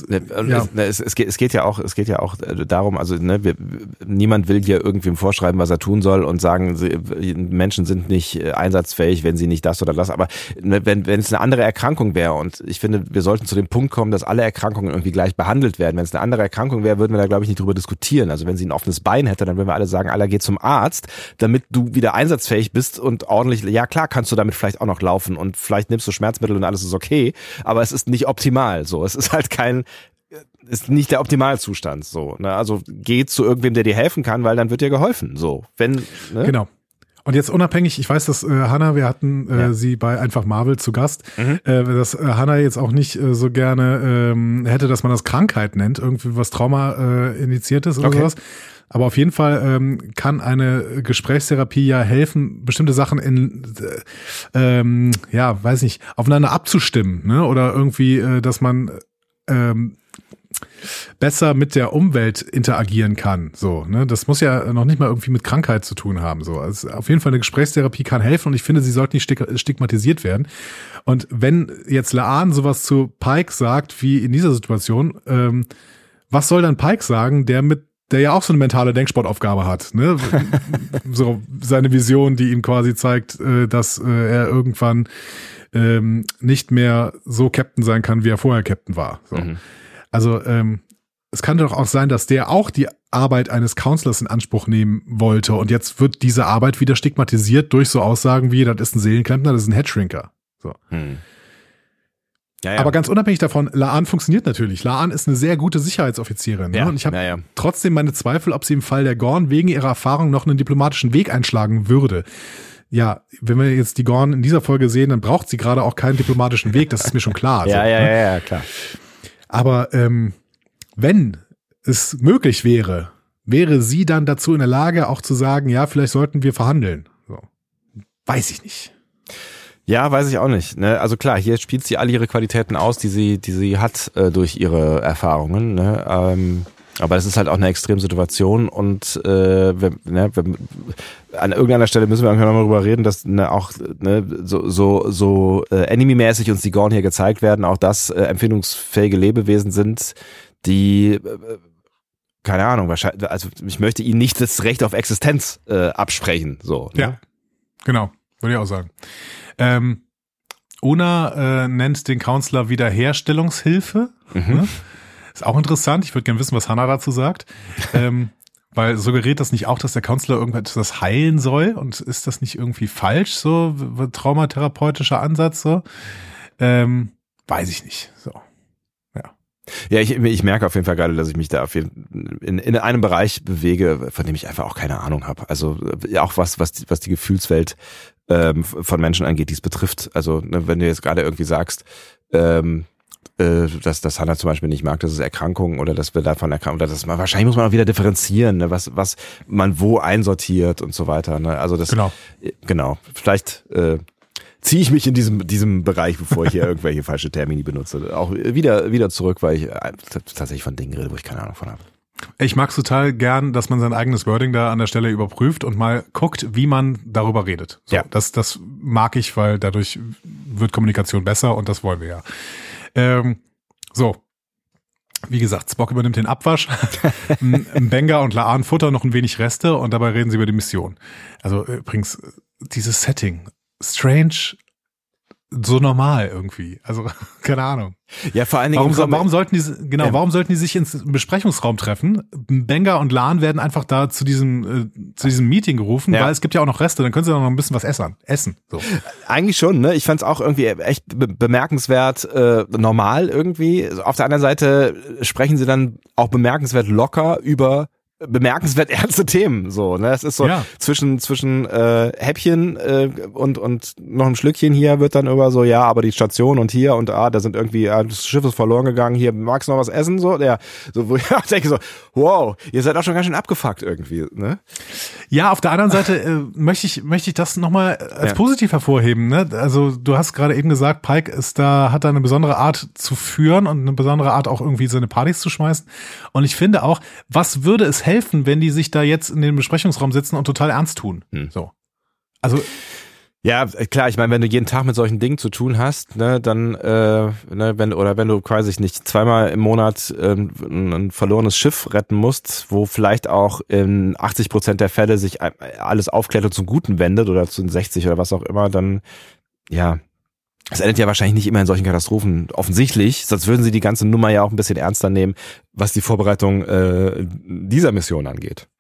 geht ja auch darum, also niemand will hier irgendwem vorschreiben, was er tun soll und sagen, Menschen sind nicht einsatzfähig, wenn sie nicht das oder das, aber wenn es eine andere Erkrankung wäre und ich finde, wir sollten zu dem Punkt kommen, dass alle Erkrankungen irgendwie gleich behandelt werden. Wenn es eine andere Erkrankung wäre, würden wir da glaube ich nicht drüber diskutieren. Also wenn sie ein offenes Bein hätte, dann würden wir alle sagen, Alter, geh zum Arzt, damit du wieder einsatzfähig bist und ordentlich, ja klar kannst du damit vielleicht auch noch laufen und vielleicht nimmst du Schmerzmittel und alles ist okay, aber es ist nicht optimal. So, es ist halt ist nicht der Optimalzustand, so, ne? Also geh zu irgendwem, der dir helfen kann, weil dann wird dir geholfen, so. Ne? Genau. Und jetzt unabhängig, ich weiß, dass Hannah, wir hatten sie bei Einfach Marvel zu Gast, dass Hannah jetzt auch nicht so gerne hätte, dass man das Krankheit nennt, irgendwie was Trauma initiiert ist oder sowas. Aber auf jeden Fall kann eine Gesprächstherapie ja helfen, bestimmte Sachen weiß nicht, aufeinander abzustimmen, ne? Oder irgendwie, dass man besser mit der Umwelt interagieren kann. So, ne? Das muss ja noch nicht mal irgendwie mit Krankheit zu tun haben. So, also auf jeden Fall eine Gesprächstherapie kann helfen und ich finde, sie sollte nicht stigmatisiert werden. Und wenn jetzt La'an sowas zu Pike sagt, wie in dieser Situation, was soll dann Pike sagen, der ja auch so eine mentale Denksportaufgabe hat, ne? So seine Vision, die ihm quasi zeigt, dass er irgendwann nicht mehr so Captain sein kann, wie er vorher Captain war. So. Mhm. Also es kann doch auch sein, dass der auch die Arbeit eines Counselors in Anspruch nehmen wollte und jetzt wird diese Arbeit wieder stigmatisiert durch so Aussagen wie, das ist ein Seelenklempner, das ist ein Headshrinker. So. Mhm. Ja. Aber ganz unabhängig davon, La'an funktioniert natürlich. La'an ist eine sehr gute Sicherheitsoffizierin. Ne? Und ich habe trotzdem meine Zweifel, ob sie im Fall der Gorn wegen ihrer Erfahrung noch einen diplomatischen Weg einschlagen würde. Ja, wenn wir jetzt die Gorn in dieser Folge sehen, dann braucht sie gerade auch keinen diplomatischen Weg, das ist mir schon klar. Also, ja, klar. Aber wenn es möglich wäre sie dann dazu in der Lage, auch zu sagen, ja, vielleicht sollten wir verhandeln. So. Weiß ich nicht. Ja, weiß ich auch nicht. Ne? Also klar, hier spielt sie all ihre Qualitäten aus, die sie hat durch ihre Erfahrungen. Ne? Aber es ist halt auch eine Extremsituation und an irgendeiner Stelle müssen wir irgendwann mal darüber reden, dass so Enemy-mäßig uns die Gorn hier gezeigt werden, auch das empfindungsfähige Lebewesen sind, die keine Ahnung, wahrscheinlich, also ich möchte ihnen nicht das Recht auf Existenz absprechen. So, ne? Ja, genau, würde ich auch sagen. Una nennt den Counselor Wiederherstellungshilfe. Ne? Ist auch interessant. Ich würde gerne wissen, was Hannah dazu sagt. Weil suggeriert das nicht auch, dass der Counselor irgendwas heilen soll? Und ist das nicht irgendwie falsch, so traumatherapeutischer Ansatz? So weiß ich nicht. So. Ja, ich merke auf jeden Fall gerade, dass ich mich da in einem Bereich bewege, von dem ich einfach auch keine Ahnung habe. Also auch was die Gefühlswelt von Menschen angeht, die es betrifft. Also wenn du jetzt gerade irgendwie sagst, dass Hannah zum Beispiel nicht mag, dass es Erkrankungen oder dass wir davon erkranken, oder dass man wahrscheinlich muss man auch wieder differenzieren, ne, was man wo einsortiert und so weiter. Ne? Also das genau. Vielleicht ziehe ich mich in diesem Bereich, bevor ich hier irgendwelche falsche Termini benutze, auch wieder zurück, weil ich tatsächlich von Dingen rede, wo ich keine Ahnung von habe. Ich mag es total gern, dass man sein eigenes Wording da an der Stelle überprüft und mal guckt, wie man darüber redet. So, ja. Das mag ich, weil dadurch wird Kommunikation besser und das wollen wir ja. So, wie gesagt, Spock übernimmt den Abwasch, Mbenga und La'an futtern noch ein wenig Reste und dabei reden sie über die Mission. Also übrigens, dieses Setting, strange, so normal irgendwie. Also, keine Ahnung. Ja, vor allen Dingen. Warum sollten die sich ins Besprechungsraum treffen? Mbenga und La'an werden einfach da zu diesem Meeting gerufen, weil es gibt ja auch noch Reste, dann können sie noch ein bisschen was essen. So. Eigentlich schon, ne? Ich fand's auch irgendwie echt bemerkenswert normal irgendwie. Auf der anderen Seite sprechen sie dann auch bemerkenswert locker über bemerkenswert ernste Themen, so, ne? Es ist so zwischen Häppchen und noch ein Schlückchen hier wird dann über so, ja, aber die Station und hier und da sind irgendwie, das Schiff ist verloren gegangen, hier, magst du noch was essen, so, wo ich denke so, wow, ihr seid auch schon ganz schön abgefuckt irgendwie, ne? Ja, auf der anderen Seite möchte ich das nochmal als positiv hervorheben, ne? Also du hast gerade eben gesagt, Pike hat da eine besondere Art zu führen und eine besondere Art auch irgendwie seine Partys zu schmeißen. Und ich finde auch, was würde es helfen, wenn die sich da jetzt in den Besprechungsraum sitzen und total ernst tun? So. Also ja, klar, ich meine, wenn du jeden Tag mit solchen Dingen zu tun hast, ne, dann wenn du quasi nicht zweimal im Monat ein verlorenes Schiff retten musst, wo vielleicht auch in 80% der Fälle sich alles aufklärt und zum Guten wendet oder zu 60 oder was auch immer, dann ja, es endet ja wahrscheinlich nicht immer in solchen Katastrophen offensichtlich, sonst würden sie die ganze Nummer ja auch ein bisschen ernster nehmen, was die Vorbereitung dieser Mission angeht.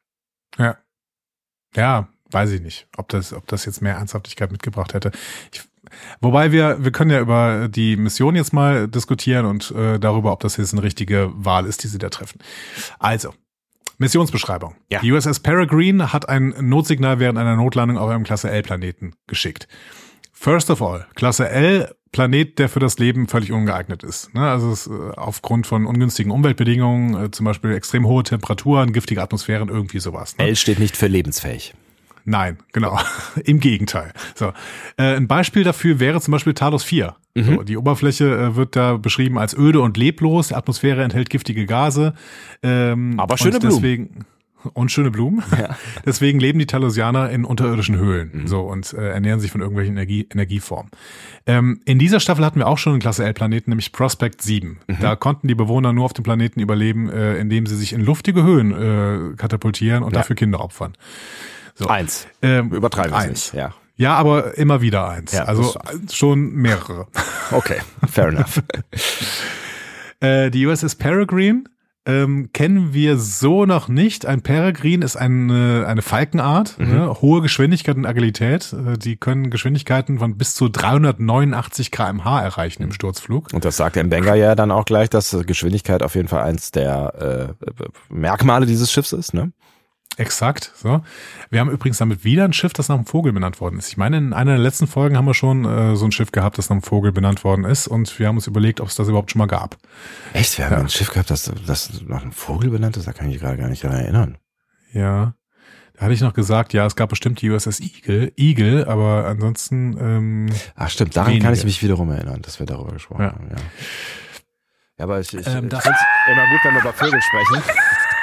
Ja, weiß ich nicht, ob das jetzt mehr Ernsthaftigkeit mitgebracht hätte. Wobei wir können ja über die Mission jetzt mal diskutieren und darüber, ob das jetzt eine richtige Wahl ist, die sie da treffen. Also, Missionsbeschreibung. Ja. Die USS Peregrine hat ein Notsignal während einer Notlandung auf einem Klasse L-Planeten geschickt. First of all, Klasse L, Planet, der für das Leben völlig ungeeignet ist. Ne? Also es, aufgrund von ungünstigen Umweltbedingungen, zum Beispiel extrem hohe Temperaturen, giftige Atmosphären, irgendwie sowas. Ne? L steht nicht für lebensfähig. Nein, genau. Im Gegenteil. So, ein Beispiel dafür wäre zum Beispiel Talos 4. So, die Oberfläche wird da beschrieben als öde und leblos. Die Atmosphäre enthält giftige Gase. Aber schöne Blumen. Und schöne Blumen. Ja. Deswegen leben die Talosianer in unterirdischen Höhlen so und ernähren sich von irgendwelchen Energieformen. In dieser Staffel hatten wir auch schon einen Klasse L-Planeten, nämlich Prospect 7. Da konnten die Bewohner nur auf dem Planeten überleben, indem sie sich in luftige Höhen katapultieren und dafür Kinder opfern. So. 1. Übertreiben wir es nicht. Ja. Ja, aber immer wieder 1. Ja, also schon mehrere. Okay, fair enough. Die USS Peregrine kennen wir so noch nicht. Ein Peregrine ist eine Falkenart, ne? Hohe Geschwindigkeit und Agilität. Die können Geschwindigkeiten von bis zu 389 km/h erreichen im Sturzflug. Und das sagt der Mbenga ja dann auch gleich, dass Geschwindigkeit auf jeden Fall eins der Merkmale dieses Schiffs ist, ne? Exakt, so. Wir haben übrigens damit wieder ein Schiff, das nach einem Vogel benannt worden ist. Ich meine, in einer der letzten Folgen haben wir schon so ein Schiff gehabt, das nach einem Vogel benannt worden ist und wir haben uns überlegt, ob es das überhaupt schon mal gab. Echt? Wir haben ein Schiff gehabt, das nach einem Vogel benannt ist? Da kann ich mich gerade gar nicht daran erinnern. Ja. Da hatte ich noch gesagt, ja, es gab bestimmt die USS Eagle, aber ansonsten ach stimmt, daran wenige. Kann ich mich wiederum erinnern, dass wir darüber gesprochen haben, ja. Ja, aber ich finde es immer gut, wenn wir über Vögel sprechen.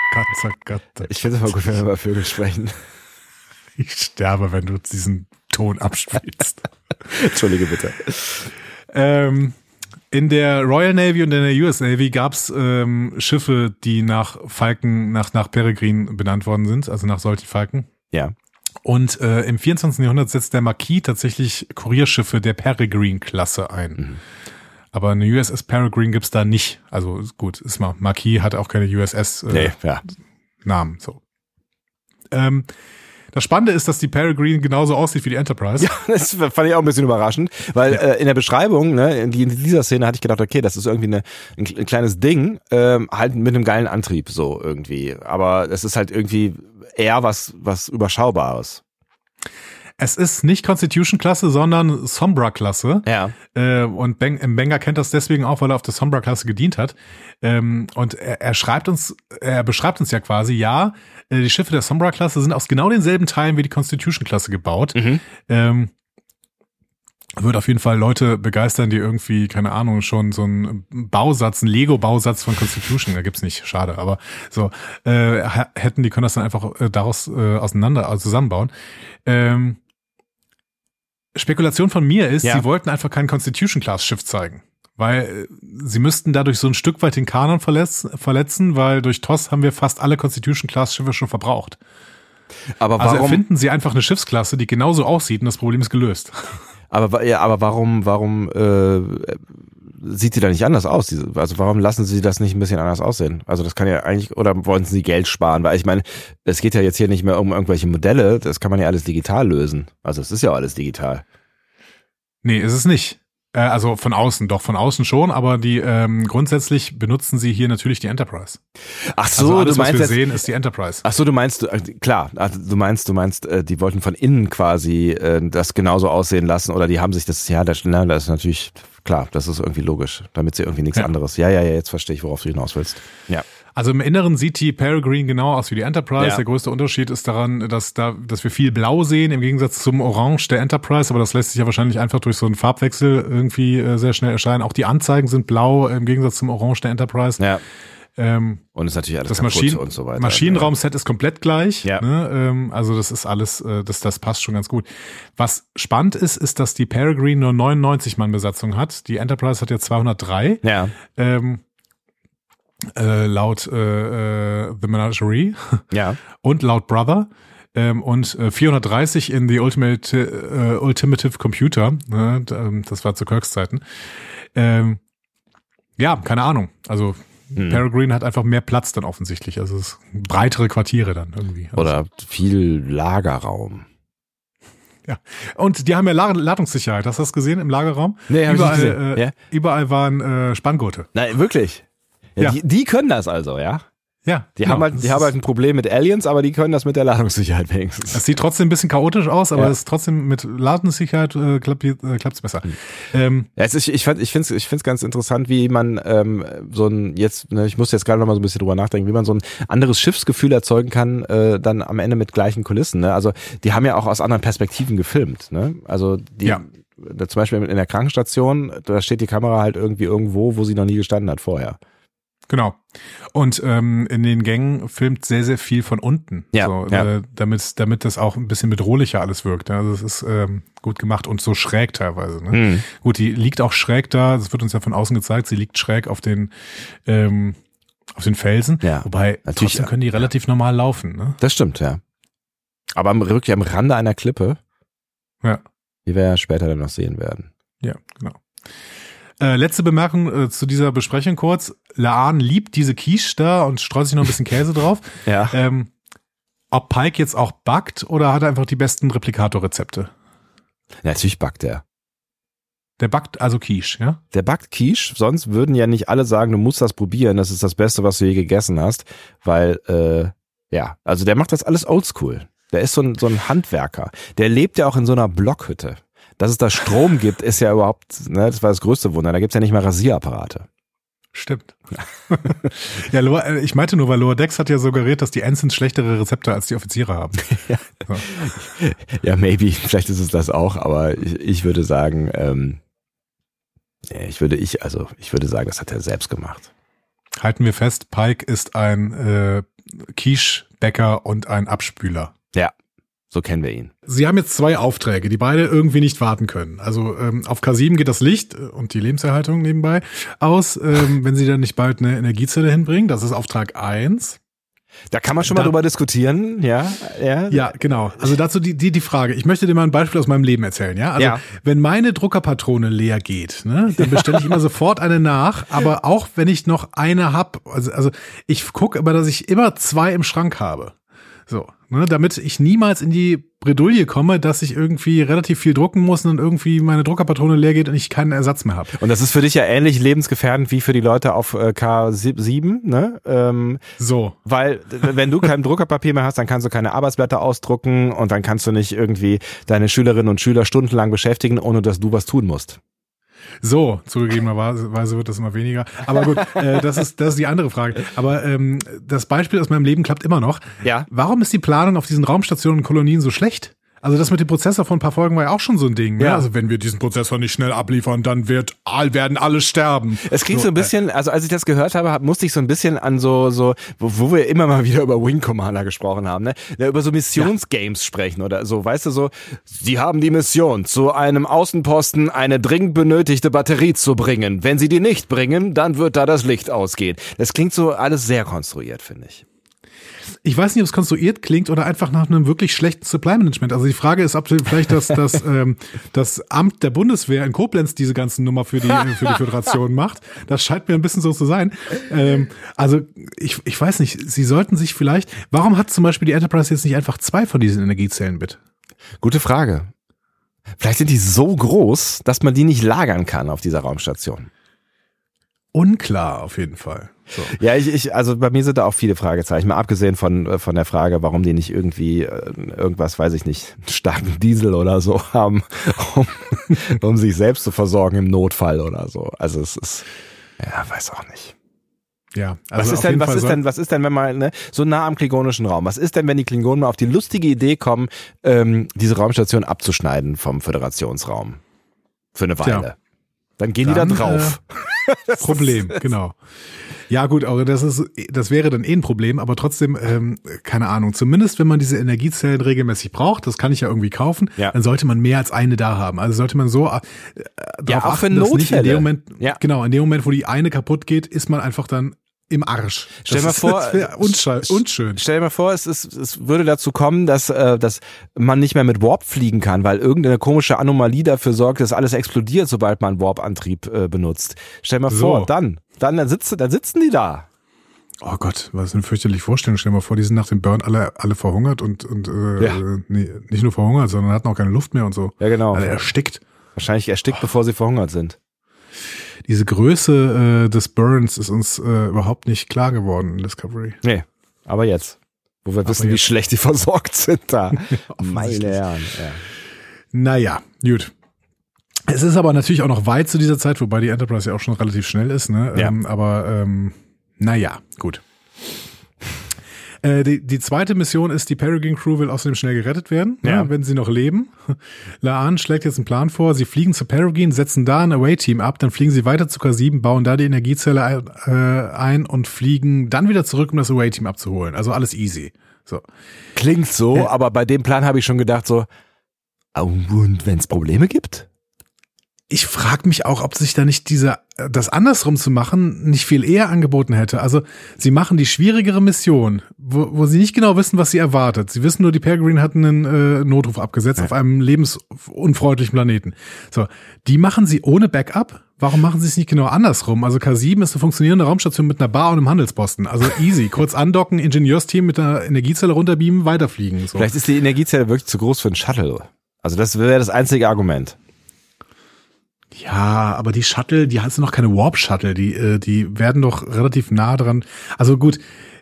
Gott. Ich finde es aber gut, wenn wir über Vögel sprechen. Ich sterbe, wenn du diesen Ton abspielst. Entschuldige bitte. In der Royal Navy und in der US Navy gab's Schiffe, die nach Falken, nach Peregrine benannt worden sind, also nach solchen Falken. Ja. Und im 24. Jahrhundert setzt der Marquis tatsächlich Kurierschiffe der Peregrine-Klasse ein. Mhm. Aber eine USS Peregrine gibt's da nicht. Also gut, ist mal, Marquis hat auch keine USS-Namen. So. Das Spannende ist, dass die Peregrine genauso aussieht wie die Enterprise. Ja, das fand ich auch ein bisschen überraschend, weil in der Beschreibung, ne, in dieser Szene hatte ich gedacht, okay, das ist irgendwie ein kleines Ding, halt mit einem geilen Antrieb so irgendwie. Aber es ist halt irgendwie eher was Überschaubares. Es ist nicht Constitution-Klasse, sondern Sombra-Klasse. Ja. Und Benga kennt das deswegen auch, weil er auf der Sombra-Klasse gedient hat. Und er beschreibt uns ja quasi, die Schiffe der Sombra-Klasse sind aus genau denselben Teilen wie die Constitution-Klasse gebaut. Mhm. Wird auf jeden Fall Leute begeistern, die irgendwie, keine Ahnung, schon so einen Bausatz, einen Lego-Bausatz von Constitution, da gibt's nicht, schade, aber so, hätten, die können das dann einfach daraus zusammenbauen. Spekulation von mir ist, sie wollten einfach kein Constitution-Class-Schiff zeigen, weil sie müssten dadurch so ein Stück weit den Kanon verletzen, weil durch TOS haben wir fast alle Constitution-Class-Schiffe schon verbraucht. Aber also erfinden sie einfach eine Schiffsklasse, die genauso aussieht und das Problem ist gelöst. Aber warum sieht sie da nicht anders aus? Also warum lassen sie das nicht ein bisschen anders aussehen? Also das kann ja eigentlich, oder wollen sie Geld sparen? Weil ich meine, es geht ja jetzt hier nicht mehr um irgendwelche Modelle, das kann man ja alles digital lösen. Also es ist ja alles digital. Nee, ist es nicht. Also von außen schon, aber die grundsätzlich benutzen sie hier natürlich die Enterprise. Ach so, also alles, du meinst was wir jetzt, sehen, ist die Enterprise. Ach so, du meinst, klar, also du meinst, die wollten von innen quasi das genauso aussehen lassen oder die haben sich das ist natürlich klar, das ist irgendwie logisch, damit sie irgendwie nichts anderes. Ja, jetzt verstehe ich, worauf du hinaus willst. Ja. Also im Inneren sieht die Peregrine genau aus wie die Enterprise. Ja. Der größte Unterschied ist daran, dass wir viel Blau sehen im Gegensatz zum Orange der Enterprise. Aber das lässt sich ja wahrscheinlich einfach durch so einen Farbwechsel irgendwie sehr schnell erscheinen. Auch die Anzeigen sind blau im Gegensatz zum Orange der Enterprise. Ja. Und ist natürlich alles das kaputt und so weiter. Maschinenraumset ist komplett gleich. Ja. Ne? Also das ist alles, das passt schon ganz gut. Was spannend ist, dass die Peregrine nur 99 Mann Besatzung hat. Die Enterprise hat ja 203. Ja. Laut The Menagerie ja. und laut Brother und 430 in The Ultimative Computer, das war zu Kirks Zeiten. Ja, keine Ahnung, also Peregrine hat einfach mehr Platz dann offensichtlich, also es sind breitere Quartiere dann irgendwie. Also. Oder viel Lagerraum. Ja, und die haben ja Ladungssicherheit, hast du das gesehen im Lagerraum? Nee, hab ich nicht gesehen. Überall waren Spanngurte. Nein, wirklich? Ja. Die können das also, ja? Ja. Die haben halt ein Problem mit Aliens, aber die können das mit der Ladungssicherheit wenigstens. Es sieht trotzdem ein bisschen chaotisch aus, aber es ist trotzdem mit Ladungssicherheit klappt's besser. Ja, ich find's ganz interessant, wie man ich muss jetzt gerade noch mal so ein bisschen drüber nachdenken, wie man so ein anderes Schiffsgefühl erzeugen kann, dann am Ende mit gleichen Kulissen. Ne? Also die haben ja auch aus anderen Perspektiven gefilmt. Ne? Also zum Beispiel in der Krankenstation, da steht die Kamera halt irgendwie irgendwo, wo sie noch nie gestanden hat vorher. Genau. Und in den Gängen filmt sehr, sehr viel von unten. Ja, so, damit das auch ein bisschen bedrohlicher alles wirkt. Also es ist gut gemacht und so schräg teilweise. Ne? Mhm. Gut, die liegt auch schräg da, das wird uns ja von außen gezeigt, sie liegt schräg auf den Felsen. Ja, wobei natürlich trotzdem können die relativ normal laufen. Ne? Das stimmt, ja. Aber wirklich am Rande einer Klippe, die wir ja später dann noch sehen werden. Ja, genau. Letzte Bemerkung zu dieser Besprechung kurz. Laan liebt diese Quiche da und streut sich noch ein bisschen Käse drauf. Ja. Ob Pike jetzt auch backt oder hat er einfach die besten Replikator-Rezepte? Ja, natürlich backt er. Der backt also Quiche, ja? Der backt Quiche, sonst würden ja nicht alle sagen, du musst das probieren, das ist das Beste, was du je gegessen hast. Weil, also der macht das alles oldschool. Der ist so ein Handwerker. Der lebt ja auch in so einer Blockhütte. Dass es da Strom gibt, ist ja überhaupt, ne, das war das größte Wunder. Da gibt's ja nicht mal Rasierapparate. Stimmt. Ja, ich meinte nur, weil Lower Decks hat ja suggeriert, dass die Ensigns schlechtere Rezepte als die Offiziere haben. Ja, so. Ja, maybe, vielleicht ist es das auch, aber ich würde sagen, ich würde sagen, das hat er selbst gemacht. Halten wir fest, Pike ist ein Quiche, Bäcker und ein Abspüler. Ja, so kennen wir ihn. Sie haben jetzt 2 Aufträge, die beide irgendwie nicht warten können. Also auf K7 geht das Licht und die Lebenserhaltung nebenbei aus, wenn Sie dann nicht bald eine Energiezelle hinbringen. Das ist Auftrag 1. Da kann man schon mal drüber diskutieren, ja. Ja, genau. Also dazu die Frage. Ich möchte dir mal ein Beispiel aus meinem Leben erzählen, ja? Also wenn meine Druckerpatrone leer geht, ne, dann bestelle ich immer sofort eine nach, aber auch wenn ich noch eine hab, also ich gucke aber, dass ich immer 2 im Schrank habe. So, ne, damit ich niemals in die Bredouille komme, dass ich irgendwie relativ viel drucken muss und irgendwie meine Druckerpatrone leer geht und ich keinen Ersatz mehr habe. Und das ist für dich ja ähnlich lebensgefährdend wie für die Leute auf K7, ne? So. Weil wenn du kein Druckerpapier mehr hast, dann kannst du keine Arbeitsblätter ausdrucken und dann kannst du nicht irgendwie deine Schülerinnen und Schüler stundenlang beschäftigen, ohne dass du was tun musst. So, zugegebenerweise wird das immer weniger. Aber gut, das ist die andere Frage. Aber das Beispiel aus meinem Leben klappt immer noch. Ja. Warum ist die Planung auf diesen Raumstationen und Kolonien so schlecht? Also das mit dem Prozessor vor ein paar Folgen war ja auch schon so ein Ding. Ja. Ne? Also wenn wir diesen Prozessor nicht schnell abliefern, dann werden alle sterben. Es klingt so ein bisschen, also als ich das gehört habe, musste ich so ein bisschen an so wo wir immer mal wieder über Wing Commander gesprochen haben, ne? Ja, über so Missionsgames sprechen oder so, weißt du, so, sie haben die Mission, zu einem Außenposten eine dringend benötigte Batterie zu bringen. Wenn sie die nicht bringen, dann wird da das Licht ausgehen. Das klingt so alles sehr konstruiert, finde ich. Ich weiß nicht, ob es konstruiert klingt oder einfach nach einem wirklich schlechten Supply-Management. Also die Frage ist, ob vielleicht das Amt der Bundeswehr in Koblenz diese ganzen Nummer für die Föderation macht. Das scheint mir ein bisschen so zu sein. Also ich weiß nicht, sie sollten sich vielleicht, warum hat zum Beispiel die Enterprise jetzt nicht einfach 2 von diesen Energiezellen mit? Gute Frage. Vielleicht sind die so groß, dass man die nicht lagern kann auf dieser Raumstation. Unklar auf jeden Fall. So. Ja, also bei mir sind da auch viele Fragezeichen, mal abgesehen von der Frage, warum die nicht irgendwie irgendwas, weiß ich nicht, starken Diesel oder so haben, um sich selbst zu versorgen im Notfall oder so. Also es ist, ja, weiß auch nicht. Ja, also was ist denn, wenn man so nah am klingonischen Raum? Was ist denn, wenn die Klingonen mal auf die lustige Idee kommen, diese Raumstation abzuschneiden vom Föderationsraum für eine Weile? Tja. Dann gehen die da drauf. Problem, genau. Ja gut, aber das wäre dann ein Problem, aber trotzdem, keine Ahnung, zumindest wenn man diese Energiezellen regelmäßig braucht, das kann ich ja irgendwie kaufen, dann sollte man mehr als eine da haben. Also sollte man so darauf achten, dass nicht in dem Moment, genau, in dem Moment, wo die eine kaputt geht, ist man einfach dann im Arsch. Stell dir mal vor, das wäre unschön. Stell dir mal vor, es würde dazu kommen, dass man nicht mehr mit Warp fliegen kann, weil irgendeine komische Anomalie dafür sorgt, dass alles explodiert, sobald man Warp-Antrieb benutzt. Stell dir mal vor, dann sitzen die da. Oh Gott, was eine fürchterliche Vorstellung. Stell dir mal vor, die sind nach dem Burn alle verhungert und nee, nicht nur verhungert, sondern hatten auch keine Luft mehr und so. Ja, genau. Alle erstickt. Wahrscheinlich erstickt, bevor sie verhungert sind. Diese Größe des Burns ist uns überhaupt nicht klar geworden in Discovery. Nee, aber jetzt, wo wir wissen, wie schlecht die versorgt sind da. Meine Herren. Ja. Naja, gut. Es ist aber natürlich auch noch weit zu dieser Zeit, wobei die Enterprise ja auch schon relativ schnell ist, ne? Ja. Naja, gut. Die zweite Mission ist, die Peregrine Crew will außerdem schnell gerettet werden, wenn sie noch leben. La'an schlägt jetzt einen Plan vor, sie fliegen zu Peregrine, setzen da ein Away-Team ab, dann fliegen sie weiter zu K7, bauen da die Energiezelle ein und fliegen dann wieder zurück, um das Away-Team abzuholen. Also alles easy. So. Klingt so, aber bei dem Plan habe ich schon gedacht so, und wenn es Probleme gibt? Ich frage mich auch, ob sich da nicht das andersrum zu machen nicht viel eher angeboten hätte. Also sie machen die schwierigere Mission, wo sie nicht genau wissen, was sie erwartet. Sie wissen nur, die Peregrine hat einen Notruf abgesetzt auf einem lebensunfreundlichen Planeten. So, die machen sie ohne Backup. Warum machen sie es nicht genau andersrum? Also K7 ist eine funktionierende Raumstation mit einer Bar und einem Handelsposten. Also easy. Kurz andocken, Ingenieursteam mit einer Energiezelle runterbeamen, weiterfliegen. So. Vielleicht ist die Energiezelle wirklich zu groß für einen Shuttle. Also das wäre das einzige Argument. Ja, aber die Shuttle, die heißen noch keine Warp-Shuttle, die werden doch relativ nah dran. Also gut,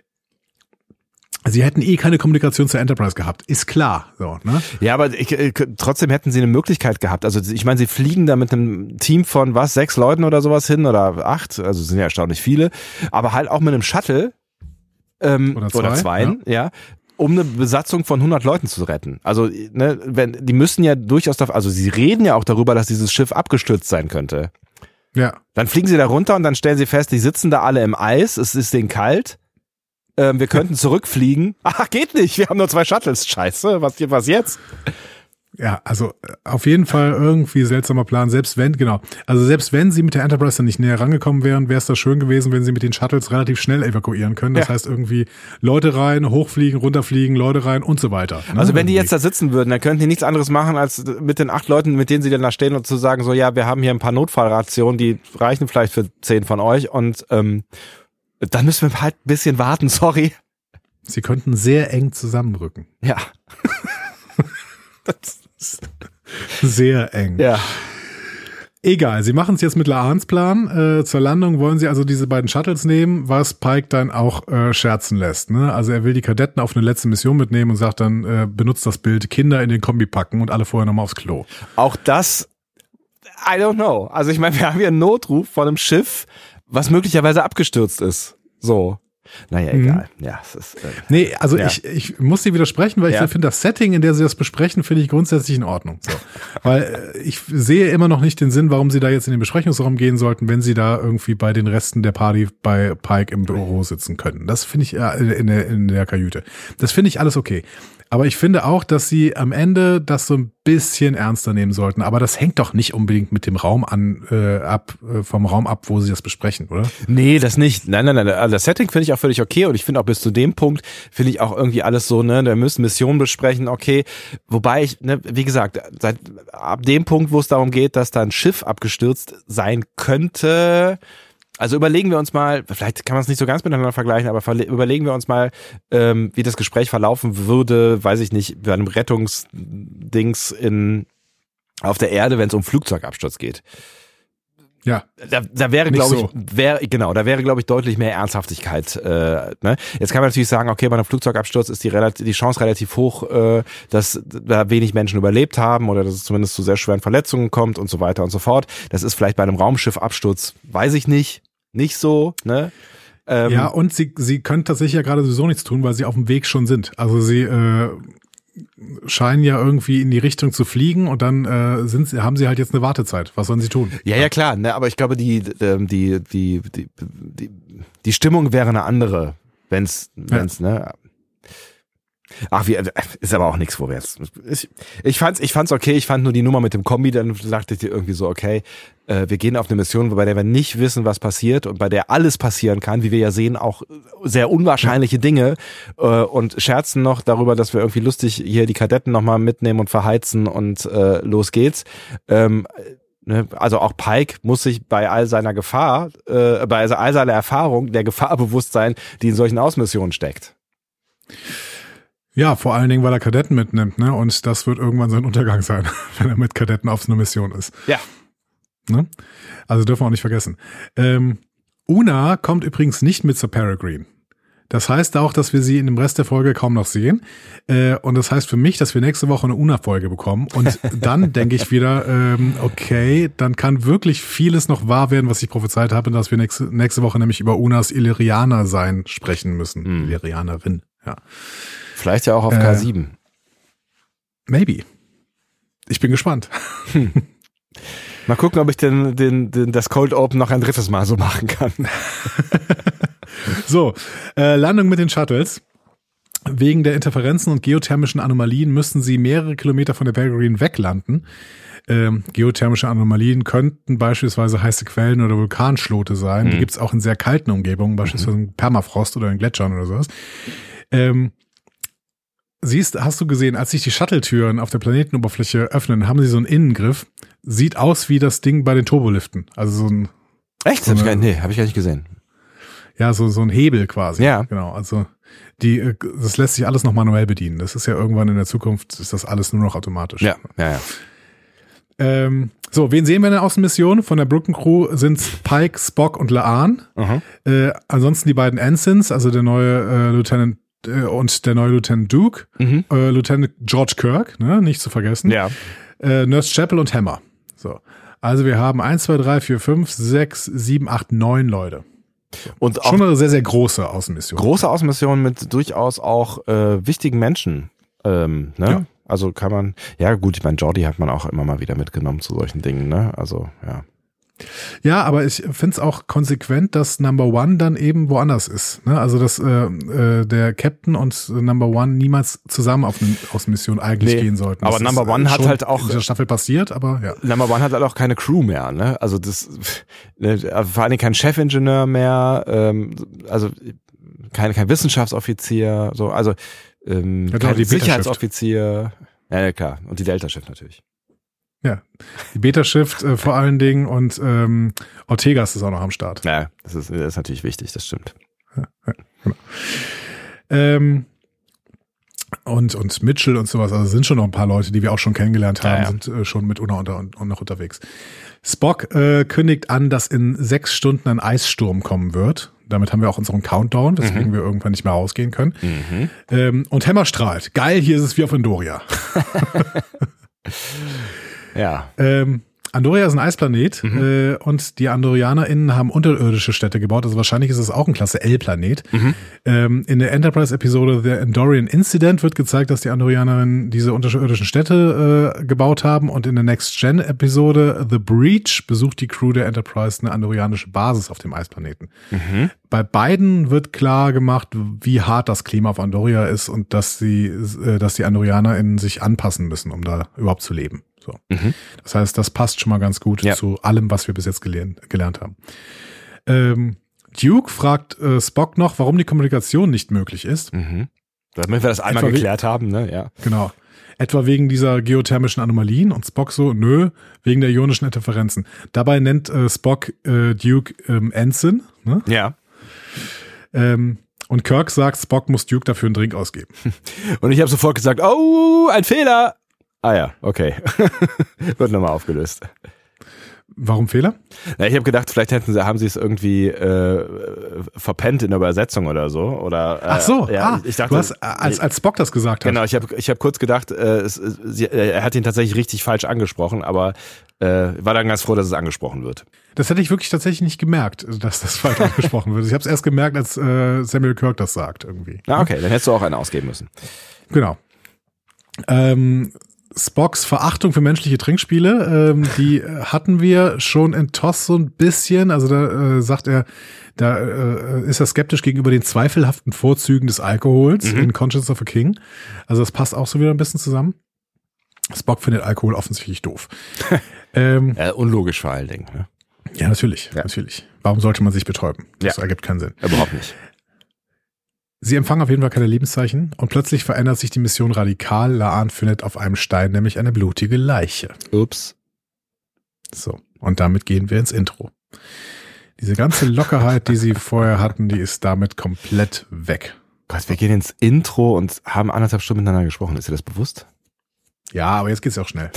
sie hätten keine Kommunikation zur Enterprise gehabt, ist klar. So, ne? Ja, aber trotzdem hätten sie eine Möglichkeit gehabt. Also ich meine, sie fliegen da mit einem Team von 6 Leuten oder sowas hin oder 8, also sind ja erstaunlich viele, aber halt auch mit einem Shuttle oder 2, ja, um eine Besatzung von 100 Leuten zu retten. Also, ne, die müssen ja durchaus also sie reden ja auch darüber, dass dieses Schiff abgestürzt sein könnte. Ja. Dann fliegen sie da runter und dann stellen sie fest, die sitzen da alle im Eis, es ist denen kalt. wir könnten zurückfliegen. Ach, geht nicht, wir haben nur 2 Shuttles. Scheiße, was jetzt? Ja, also auf jeden Fall irgendwie seltsamer Plan, selbst wenn sie mit der Enterprise dann nicht näher rangekommen wären, wäre es da schön gewesen, wenn sie mit den Shuttles relativ schnell evakuieren können. Das heißt irgendwie Leute rein, hochfliegen, runterfliegen, Leute rein und so weiter. Also wenn die jetzt da sitzen würden, dann könnten die nichts anderes machen, als mit den 8 Leuten, mit denen sie dann da stehen und zu sagen, so ja, wir haben hier ein paar Notfallrationen, die reichen vielleicht für 10 von euch und dann müssen wir halt ein bisschen warten, sorry. Sie könnten sehr eng zusammenrücken. Ja. Das ist sehr eng. Ja. Egal, sie machen es jetzt mit Laans Plan. Zur Landung wollen sie also diese beiden Shuttles nehmen, was Pike dann auch scherzen lässt. Ne? Also er will die Kadetten auf eine letzte Mission mitnehmen und sagt dann, benutzt das Bild, Kinder in den Kombi packen und alle vorher nochmal aufs Klo. Auch das, I don't know. Also ich meine, wir haben hier einen Notruf von einem Schiff, was möglicherweise abgestürzt ist. So. Naja, egal. Ja, es ist. Nee, also ja. Ich muss dir widersprechen, weil ich finde, das Setting, in der sie das besprechen, finde ich grundsätzlich in Ordnung. So. Weil ich sehe immer noch nicht den Sinn, warum sie da jetzt in den Besprechungsraum gehen sollten, wenn sie da irgendwie bei den Resten der Party bei Pike im Büro sitzen können. Das finde ich in der Kajüte. Das finde ich alles okay. Aber ich finde auch, dass sie am Ende das so ein bisschen ernster nehmen sollten. Aber das hängt doch nicht unbedingt mit dem Raum vom Raum ab, wo sie das besprechen, oder? Nee, das nicht. Nein. Also das Setting finde ich auch völlig okay. Und ich finde auch bis zu dem Punkt, finde ich auch irgendwie alles so, ne, wir müssen Missionen besprechen, okay. Wobei ich, ne, wie gesagt, ab dem Punkt, wo es darum geht, dass da ein Schiff abgestürzt sein könnte. Also überlegen wir uns mal, vielleicht kann man es nicht so ganz miteinander vergleichen, aber überlegen wir uns mal, wie das Gespräch verlaufen würde, weiß ich nicht, bei einem Rettungsdings auf der Erde, wenn es um Flugzeugabsturz geht. Ja. Da wäre, glaube ich, deutlich mehr Ernsthaftigkeit. Ne? Jetzt kann man natürlich sagen, okay, bei einem Flugzeugabsturz ist die Chance relativ hoch, dass da wenig Menschen überlebt haben oder dass es zumindest zu sehr schweren Verletzungen kommt und so weiter und so fort. Das ist vielleicht bei einem Raumschiffabsturz, weiß ich nicht so, ne? Ja, und sie können tatsächlich ja gerade sowieso nichts tun, weil sie auf dem Weg schon sind. Also sie scheinen ja irgendwie in die Richtung zu fliegen und dann haben sie halt jetzt eine Wartezeit. Was sollen sie tun? Ja, klar, ne, aber ich glaube, die Stimmung wäre eine andere, wenn's, ne. Ach, ist aber auch nichts, wo wir jetzt. Ich fand's okay, ich fand nur die Nummer mit dem Kombi, dann sagte ich dir irgendwie so, okay, wir gehen auf eine Mission, bei der wir nicht wissen, was passiert und bei der alles passieren kann, wie wir ja sehen, auch sehr unwahrscheinliche Dinge und scherzen noch darüber, dass wir irgendwie lustig hier die Kadetten nochmal mitnehmen und verheizen und los geht's. Also auch Pike muss sich bei all seiner Gefahr, bei all seiner Erfahrung der Gefahr bewusst sein, die in solchen Außenmissionen steckt. Ja, vor allen Dingen, weil er Kadetten mitnimmt, ne? Und das wird irgendwann sein Untergang sein, wenn er mit Kadetten auf so einer Mission ist. Ja. Ne? Also dürfen wir auch nicht vergessen. Una kommt übrigens nicht mit zur Peregrine. Das heißt auch, dass wir sie in dem Rest der Folge kaum noch sehen. Und das heißt für mich, dass wir nächste Woche eine Una-Folge bekommen. Und dann denke ich wieder, okay, dann kann wirklich vieles noch wahr werden, was ich prophezeit habe, dass wir nächste Woche nämlich über Unas Illyrianer-Sein sprechen müssen. Illyrianerin, ja. Vielleicht ja auch auf K7. Maybe. Ich bin gespannt. Mal gucken, ob ich das Cold Open noch ein drittes Mal so machen kann. So, Landung mit den Shuttles. Wegen der Interferenzen und geothermischen Anomalien müssten sie mehrere Kilometer von der Peregrine weglanden. Geothermische Anomalien könnten beispielsweise heiße Quellen oder Vulkanschlote sein. Die gibt's auch in sehr kalten Umgebungen, beispielsweise in Permafrost oder in Gletschern oder sowas. Hast du gesehen, als sich die Shuttle-Türen auf der Planetenoberfläche öffnen, haben sie so einen Innengriff. Sieht aus wie das Ding bei den Turboliften. Also so ein. Echt? Hab ich gar nicht gesehen. Ja, so ein Hebel quasi. Ja. Genau. Also das lässt sich alles noch manuell bedienen. Das ist ja irgendwann in der Zukunft, ist das alles nur noch automatisch. Ja. So, wen sehen wir in der Außenmission? Von der Brückencrew sind Pike, Spock und Laan. Ansonsten die beiden Ensigns, also der neue Lieutenant und der neue Lieutenant Duke, Lieutenant George Kirk, ne, nicht zu vergessen. Ja. Nurse Chapel und Hammer. So. Also wir haben 1, 2, 3, 4, 5, 6, 7, 8, 9 Leute. Und auch schon eine sehr, sehr große Außenmission. Große Außenmission mit durchaus auch wichtigen Menschen. Ne? Ja. Also kann man, ja gut, ich meine, Geordi hat man auch immer mal wieder mitgenommen zu solchen Dingen, ne? Also, ja. Ja, aber ich finde es auch konsequent, dass Number One dann eben woanders ist. Ne? Also dass der Captain und Number One niemals zusammen auf eine Außenmission eigentlich gehen sollten. Aber das Number One hat halt auch in dieser Staffel passiert, aber ja. Number One hat halt auch keine Crew mehr, ne? Also das vor allem kein Chefingenieur mehr, also kein Wissenschaftsoffizier, so, also kein Sicherheitsoffizier. Ja, klar. Und die Delta-Shift natürlich. Ja, die Beta-Shift vor allen Dingen und Ortegas ist auch noch am Start. Ja, das ist natürlich wichtig, das stimmt. Ja, genau. Und Mitchell und sowas, also sind schon noch ein paar Leute, die wir auch schon kennengelernt haben, sind schon mit Una und noch unterwegs. Spock kündigt an, dass in 6 Stunden ein Eissturm kommen wird. Damit haben wir auch unseren Countdown, weswegen wir irgendwann nicht mehr rausgehen können. Und Hammer strahlt. Geil, hier ist es wie auf Andoria. Ja. Andoria ist ein Eisplanet und die AndorianerInnen haben unterirdische Städte gebaut, also wahrscheinlich ist es auch ein Klasse L-Planet. In der Enterprise-Episode The Andorian Incident wird gezeigt, dass die AndorianerInnen diese unterirdischen Städte gebaut haben und in der Next-Gen-Episode The Breach besucht die Crew der Enterprise eine andorianische Basis auf dem Eisplaneten. Bei beiden wird klar gemacht, wie hart das Klima auf Andoria ist und dass die AndorianerInnen sich anpassen müssen, um da überhaupt zu leben. So. Das heißt, das passt schon mal ganz gut zu allem, was wir bis jetzt gelernt haben. Duke fragt Spock noch, warum die Kommunikation nicht möglich ist. Damit wir das einmal geklärt haben, ne? Ja. Genau. Etwa wegen dieser geothermischen Anomalien und Spock so, nö, wegen der ionischen Interferenzen. Dabei nennt Spock Duke Ensign. Ne? Ja. Und Kirk sagt, Spock muss Duke dafür einen Drink ausgeben. Und ich habe sofort gesagt, oh, ein Fehler. Ah ja, okay. Wird nochmal aufgelöst. Warum Fehler? Na, ich habe gedacht, vielleicht haben sie es irgendwie verpennt in der Übersetzung oder so. Oder, ach so, ich dachte, du hast, als Spock das gesagt hat. Genau, ich hab kurz gedacht, er hat ihn tatsächlich richtig falsch angesprochen, aber war dann ganz froh, dass es angesprochen wird. Das hätte ich wirklich tatsächlich nicht gemerkt, dass das falsch angesprochen wird. Ich habe es erst gemerkt, als Samuel Kirk das sagt irgendwie. Ah, okay, dann hättest du auch einen ausgeben müssen. Genau. Spocks Verachtung für menschliche Trinkspiele, die hatten wir schon in TOS so ein bisschen. Also da sagt er, da ist er skeptisch gegenüber den zweifelhaften Vorzügen des Alkohols in Conscience of a King. Also das passt auch so wieder ein bisschen zusammen. Spock findet Alkohol offensichtlich doof. Unlogisch vor allen Dingen. Ne? Ja, natürlich. Warum sollte man sich betäuben? Das ergibt keinen Sinn. Überhaupt nicht. Sie empfangen auf jeden Fall keine Lebenszeichen und plötzlich verändert sich die Mission radikal. La'an findet auf einem Stein nämlich eine blutige Leiche. Ups. So, und damit gehen wir ins Intro. Diese ganze Lockerheit, die sie vorher hatten, die ist damit komplett weg. Gott, wir gehen ins Intro und haben 1,5 Stunden miteinander gesprochen. Ist dir das bewusst? Ja, aber jetzt geht's auch schnell.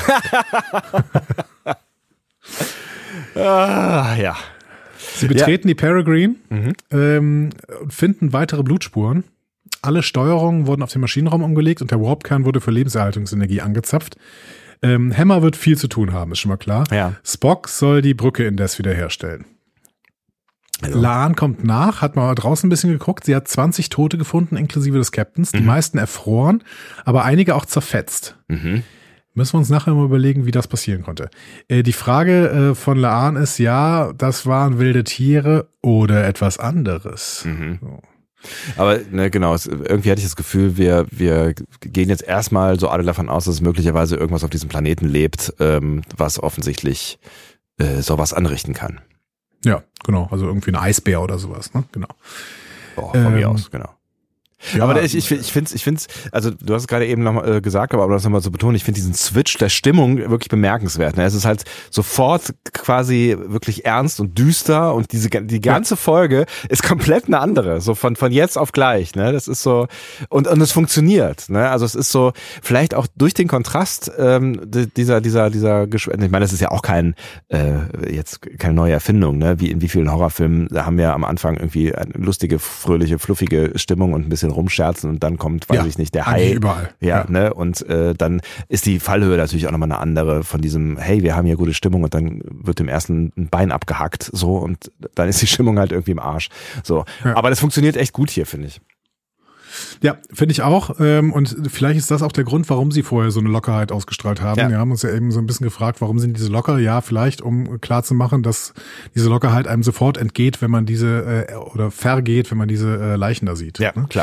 Ja. Sie betreten die Peregrine und finden weitere Blutspuren. Alle Steuerungen wurden auf den Maschinenraum umgelegt und der Warp-Kern wurde für Lebenserhaltungsenergie angezapft. Hammer wird viel zu tun haben, ist schon mal klar. Ja. Spock soll die Brücke indes wiederherstellen. Also. La'an kommt nach, hat mal draußen ein bisschen geguckt. Sie hat 20 Tote gefunden, inklusive des Captains. Die meisten erfroren, aber einige auch zerfetzt. Müssen wir uns nachher mal überlegen, wie das passieren konnte. Die Frage von La'an ist, ja, das waren wilde Tiere oder etwas anderes. So. Aber ne, genau, irgendwie hatte ich das Gefühl, wir gehen jetzt erstmal so alle davon aus, dass es möglicherweise irgendwas auf diesem Planeten lebt, was offensichtlich sowas anrichten kann. Ja, genau, also irgendwie ein Eisbär oder sowas, ne? Genau. Von mir aus, genau. Ja, aber ich find's, also du hast es gerade eben noch gesagt, aber das nochmal zu betonen, ich finde diesen Switch der Stimmung wirklich bemerkenswert. Ne? Es ist halt sofort quasi wirklich ernst und düster und die ganze Folge ist komplett eine andere, so von jetzt auf gleich. Ne? Das ist so und es funktioniert. Ne? Also es ist so vielleicht auch durch den Kontrast dieser ich meine, das ist ja auch jetzt keine neue Erfindung, ne? Wie in wie vielen Horrorfilmen, da haben wir am Anfang irgendwie eine lustige, fröhliche, fluffige Stimmung und ein bisschen rumscherzen und dann kommt, weiß ich nicht, der Hai. Überall. Ja, ne? Und dann ist die Fallhöhe natürlich auch nochmal eine andere von diesem, hey, wir haben hier gute Stimmung und dann wird dem ersten ein Bein abgehackt, so, und dann ist die Stimmung halt irgendwie im Arsch. So. Ja. Aber das funktioniert echt gut hier, finde ich. Ja, finde ich auch. Und vielleicht ist das auch der Grund, warum sie vorher so eine Lockerheit ausgestrahlt haben. Wir haben uns ja eben so ein bisschen gefragt, warum sind diese locker? Ja, vielleicht, um klarzumachen, dass diese Lockerheit einem sofort entgeht, wenn man diese oder vergeht, wenn man diese Leichen da sieht. Ja, klar.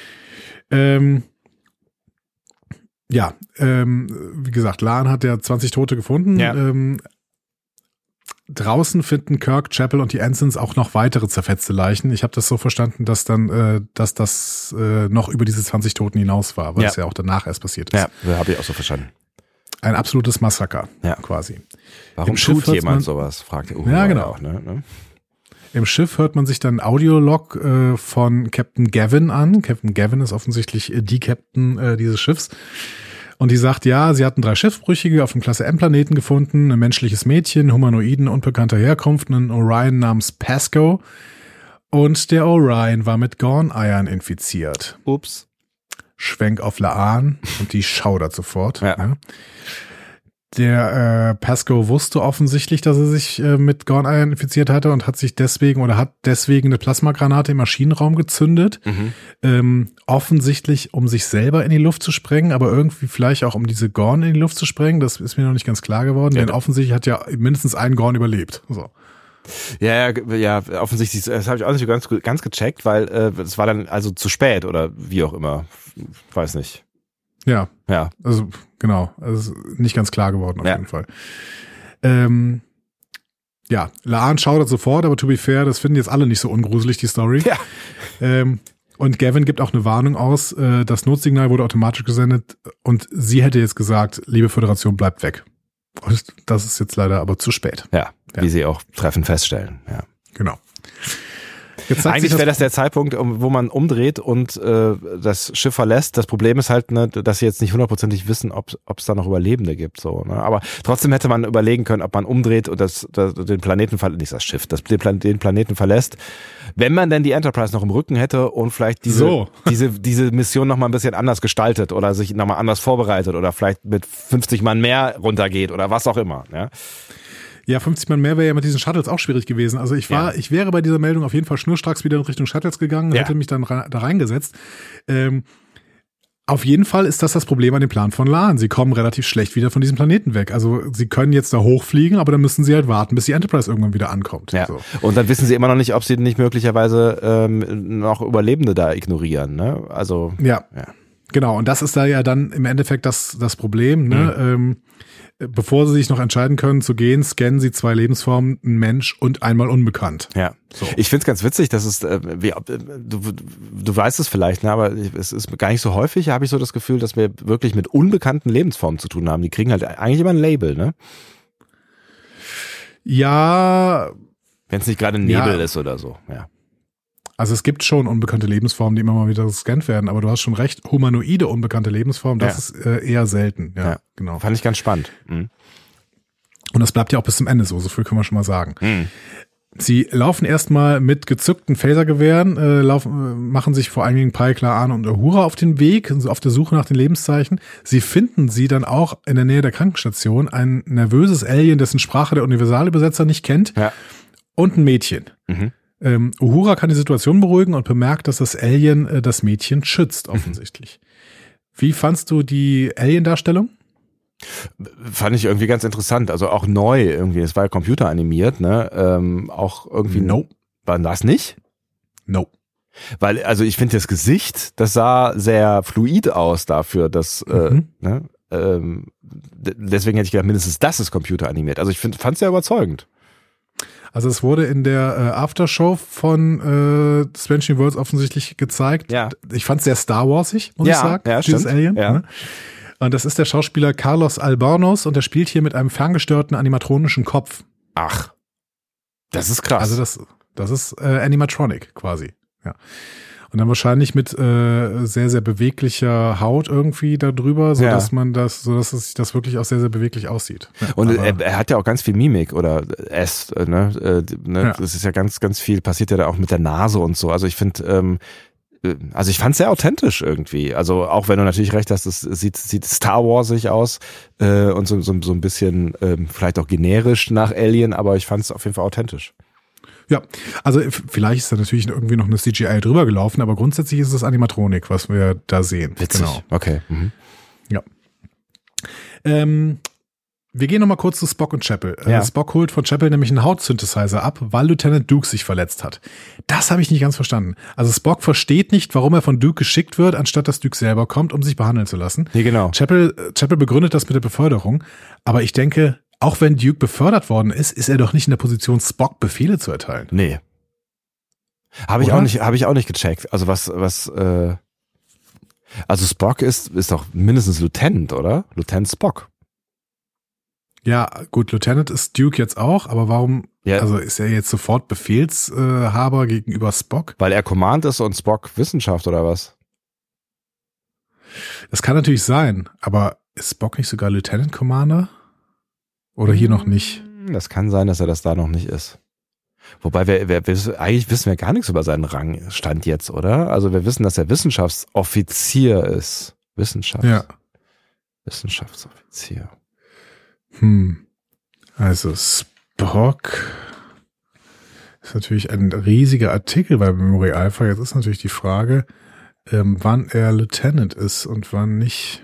Wie gesagt, La'an hat ja 20 Tote gefunden. Ja. Draußen finden Kirk, Chapel und die Ensigns auch noch weitere zerfetzte Leichen. Ich habe das so verstanden, dass dann, dass das noch über diese 20 Toten hinaus war, weil es ja auch danach erst passiert ist. Ja, habe ich auch so verstanden. Ein absolutes Massaker, quasi. Warum tut jemand sowas, fragt der Uhura. Ja, genau. Auch, ne? Im Schiff hört man sich dann Audiolog von Captain Gavin an. Captain Gavin ist offensichtlich die Captain dieses Schiffs. Und die sagt, ja, sie hatten 3 Schiffsbrüchige auf dem Klasse M-Planeten gefunden, ein menschliches Mädchen, Humanoiden unbekannter Herkunft, einen Orion namens Pasco. Und der Orion war mit Gorn-Eiern infiziert. Ups. Schwenk auf La'an und die schaudert sofort. Ja. Der Pasco wusste offensichtlich, dass er sich mit Gorn-Eiern infiziert hatte und hat deswegen eine Plasmagranate im Maschinenraum gezündet. Offensichtlich, um sich selber in die Luft zu sprengen, aber irgendwie vielleicht auch, um diese Gorn in die Luft zu sprengen. Das ist mir noch nicht ganz klar geworden, denn offensichtlich hat ja mindestens ein Gorn überlebt. So. Ja, offensichtlich, das habe ich auch nicht ganz gecheckt, weil es war dann also zu spät oder wie auch immer. Weiß nicht. Ja, also genau, also nicht ganz klar geworden auf jeden Fall. La'an schaudert sofort, aber to be fair, das finden jetzt alle nicht so ungruselig, die Story. Ja. Und Gavin gibt auch eine Warnung aus, das Notsignal wurde automatisch gesendet und sie hätte jetzt gesagt, liebe Föderation, bleibt weg. Und das ist jetzt leider aber zu spät. Ja, wie sie auch treffend feststellen. Ja. Genau. Eigentlich wäre das der Zeitpunkt, wo man umdreht und das Schiff verlässt. Das Problem ist halt, ne, dass sie jetzt nicht hundertprozentig wissen, ob es da noch Überlebende gibt. So, ne? Aber trotzdem hätte man überlegen können, ob man umdreht und den Planeten den Planeten verlässt. Wenn man denn die Enterprise noch im Rücken hätte und vielleicht diese Mission noch mal ein bisschen anders gestaltet oder sich noch mal anders vorbereitet oder vielleicht mit 50 Mann mehr runtergeht oder was auch immer. Ja. Ja, 50 Mann mehr wäre ja mit diesen Shuttles auch schwierig gewesen. Also ich wäre bei dieser Meldung auf jeden Fall schnurstracks wieder in Richtung Shuttles gegangen, hätte mich dann da reingesetzt. Auf jeden Fall ist das Problem an dem Plan von La'an. Sie kommen relativ schlecht wieder von diesem Planeten weg. Also sie können jetzt da hochfliegen, aber dann müssen sie halt warten, bis die Enterprise irgendwann wieder ankommt. Ja. So. Und dann wissen sie immer noch nicht, ob sie nicht möglicherweise noch Überlebende da ignorieren. Ne? Also ja, genau. Und das ist da ja dann im Endeffekt das Problem. Ne? Bevor sie sich noch entscheiden können zu gehen, scannen sie 2 Lebensformen, ein Mensch und einmal unbekannt. Ja, so. Ich find's ganz witzig, dass es, du weißt es vielleicht, ne, aber es ist gar nicht so häufig, habe ich so das Gefühl, dass wir wirklich mit unbekannten Lebensformen zu tun haben. Die kriegen halt eigentlich immer ein Label, ne? Ja. Wenn es nicht gerade Nebel ist oder so, ja. Also es gibt schon unbekannte Lebensformen, die immer mal wieder gescannt werden, aber du hast schon recht, humanoide unbekannte Lebensformen, das ist eher selten. Ja, genau. Fand ich ganz spannend. Mhm. Und das bleibt ja auch bis zum Ende so viel können wir schon mal sagen. Mhm. Sie laufen erstmal mit gezückten Phasergewehren, machen sich vor allen Dingen Pike, La'an und Uhura auf den Weg, also auf der Suche nach den Lebenszeichen. Sie finden sie dann auch in der Nähe der Krankenstation, ein nervöses Alien, dessen Sprache der Universalübersetzer nicht kennt, und ein Mädchen. Mhm. Uhura kann die Situation beruhigen und bemerkt, dass das Alien das Mädchen schützt, offensichtlich. Wie fandst du die Alien-Darstellung? Fand ich irgendwie ganz interessant, also auch neu irgendwie. Es war ja computeranimiert, ne? Auch irgendwie. Nope. War das nicht? Nope. Weil, also ich finde das Gesicht, das sah sehr fluid aus dafür, dass, ne? Deswegen hätte ich gedacht, mindestens das ist computeranimiert. Also ich fand es sehr überzeugend. Also es wurde in der Aftershow von Strange New Worlds offensichtlich gezeigt. Ja. Ich fand es sehr Star Warsig, muss ich sagen. Ja, dieses stimmt. Alien. Ja. Ne? Und das ist der Schauspieler Carlos Albornoz und der spielt hier mit einem ferngesteuerten animatronischen Kopf. Ach, das ist krass. Also das ist Animatronic quasi. Ja. Und dann wahrscheinlich mit sehr, sehr beweglicher Haut irgendwie da drüber, sodass es sich das wirklich auch sehr, sehr beweglich aussieht. Ja, und er hat ja auch ganz viel Mimik oder das ist ja ganz, ganz viel, passiert ja da auch mit der Nase und so. Also ich finde, ich fand es sehr authentisch irgendwie. Also auch wenn du natürlich recht hast, es sieht Star Warsig aus und so ein bisschen vielleicht auch generisch nach Alien, aber ich fand es auf jeden Fall authentisch. Ja, also vielleicht ist da natürlich irgendwie noch eine CGI drüber gelaufen, aber grundsätzlich ist es Animatronik, was wir da sehen. Witzig. Genau. Okay. Mhm. Ja. Wir gehen nochmal kurz zu Spock und Chapel. Ja. Spock holt von Chapel nämlich einen Hautsynthesizer ab, weil Lieutenant Duke sich verletzt hat. Das habe ich nicht ganz verstanden. Also Spock versteht nicht, warum er von Duke geschickt wird, anstatt dass Duke selber kommt, um sich behandeln zu lassen. Nee, genau. Chapel begründet das mit der Beförderung, aber ich denke, auch wenn Duke befördert worden ist er doch nicht in der Position, Spock Befehle zu erteilen. Nee. Habe ich auch nicht gecheckt. Also also Spock ist doch mindestens Lieutenant, oder? Lieutenant Spock. Ja, gut, Lieutenant ist Duke jetzt auch, aber warum, also ist er jetzt sofort Befehlshaber gegenüber Spock? Weil er Command ist und Spock Wissenschaft oder was? Das kann natürlich sein, aber ist Spock nicht sogar Lieutenant Commander? Oder hier noch nicht? Das kann sein, dass er das da noch nicht ist. Wobei eigentlich wissen wir gar nichts über seinen Rangstand jetzt, oder? Also wir wissen, dass er Wissenschaftsoffizier ist. Wissenschaftsoffizier. Also Spock ist natürlich ein riesiger Artikel bei Memory Alpha. Jetzt ist natürlich die Frage, wann er Lieutenant ist und wann nicht.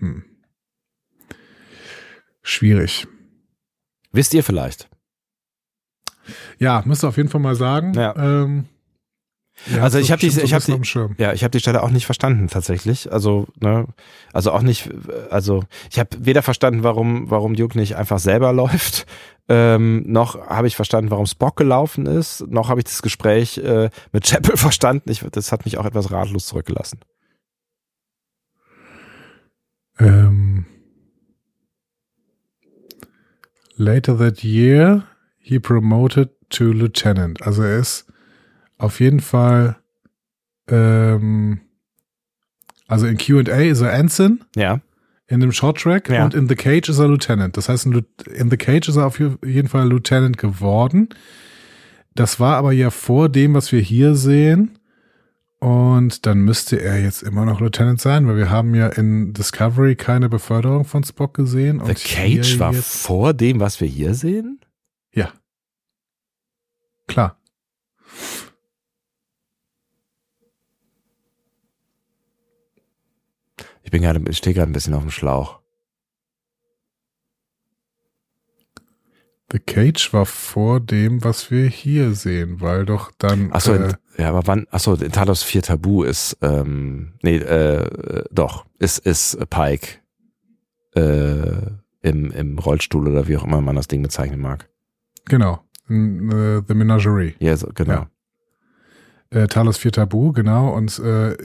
Schwierig. Wisst ihr vielleicht? Ja, müsst ihr auf jeden Fall mal sagen. Ja. Also ich habe die Stelle auch nicht verstanden tatsächlich. Also auch nicht. Also ich habe weder verstanden, warum Duke nicht einfach selber läuft, noch habe ich verstanden, warum Spock gelaufen ist, noch habe ich das Gespräch mit Chapel verstanden. Das hat mich auch etwas ratlos zurückgelassen. Later that year, he promoted to lieutenant. Also er ist auf jeden Fall, also in Q&A ist er Ensign. Ja. In dem Short Track. Ja. Und in The Cage ist er Lieutenant. Das heißt, in The Cage ist er auf jeden Fall Lieutenant geworden. Das war aber ja vor dem, was wir hier sehen. Und dann müsste er jetzt immer noch Lieutenant sein, weil wir haben ja in Discovery keine Beförderung von Spock gesehen. The Cage war vor dem, was wir hier sehen? Ja. Klar. Ich stehe gerade ein bisschen auf dem Schlauch. The Cage war vor dem, was wir hier sehen, weil doch dann. Aber wann? In Talos 4 Tabu ist, ist Pike im Rollstuhl oder wie auch immer man das Ding bezeichnen mag. Genau. In, The Menagerie. Ja, so, genau. Ja. Talos 4 Tabu, genau. Und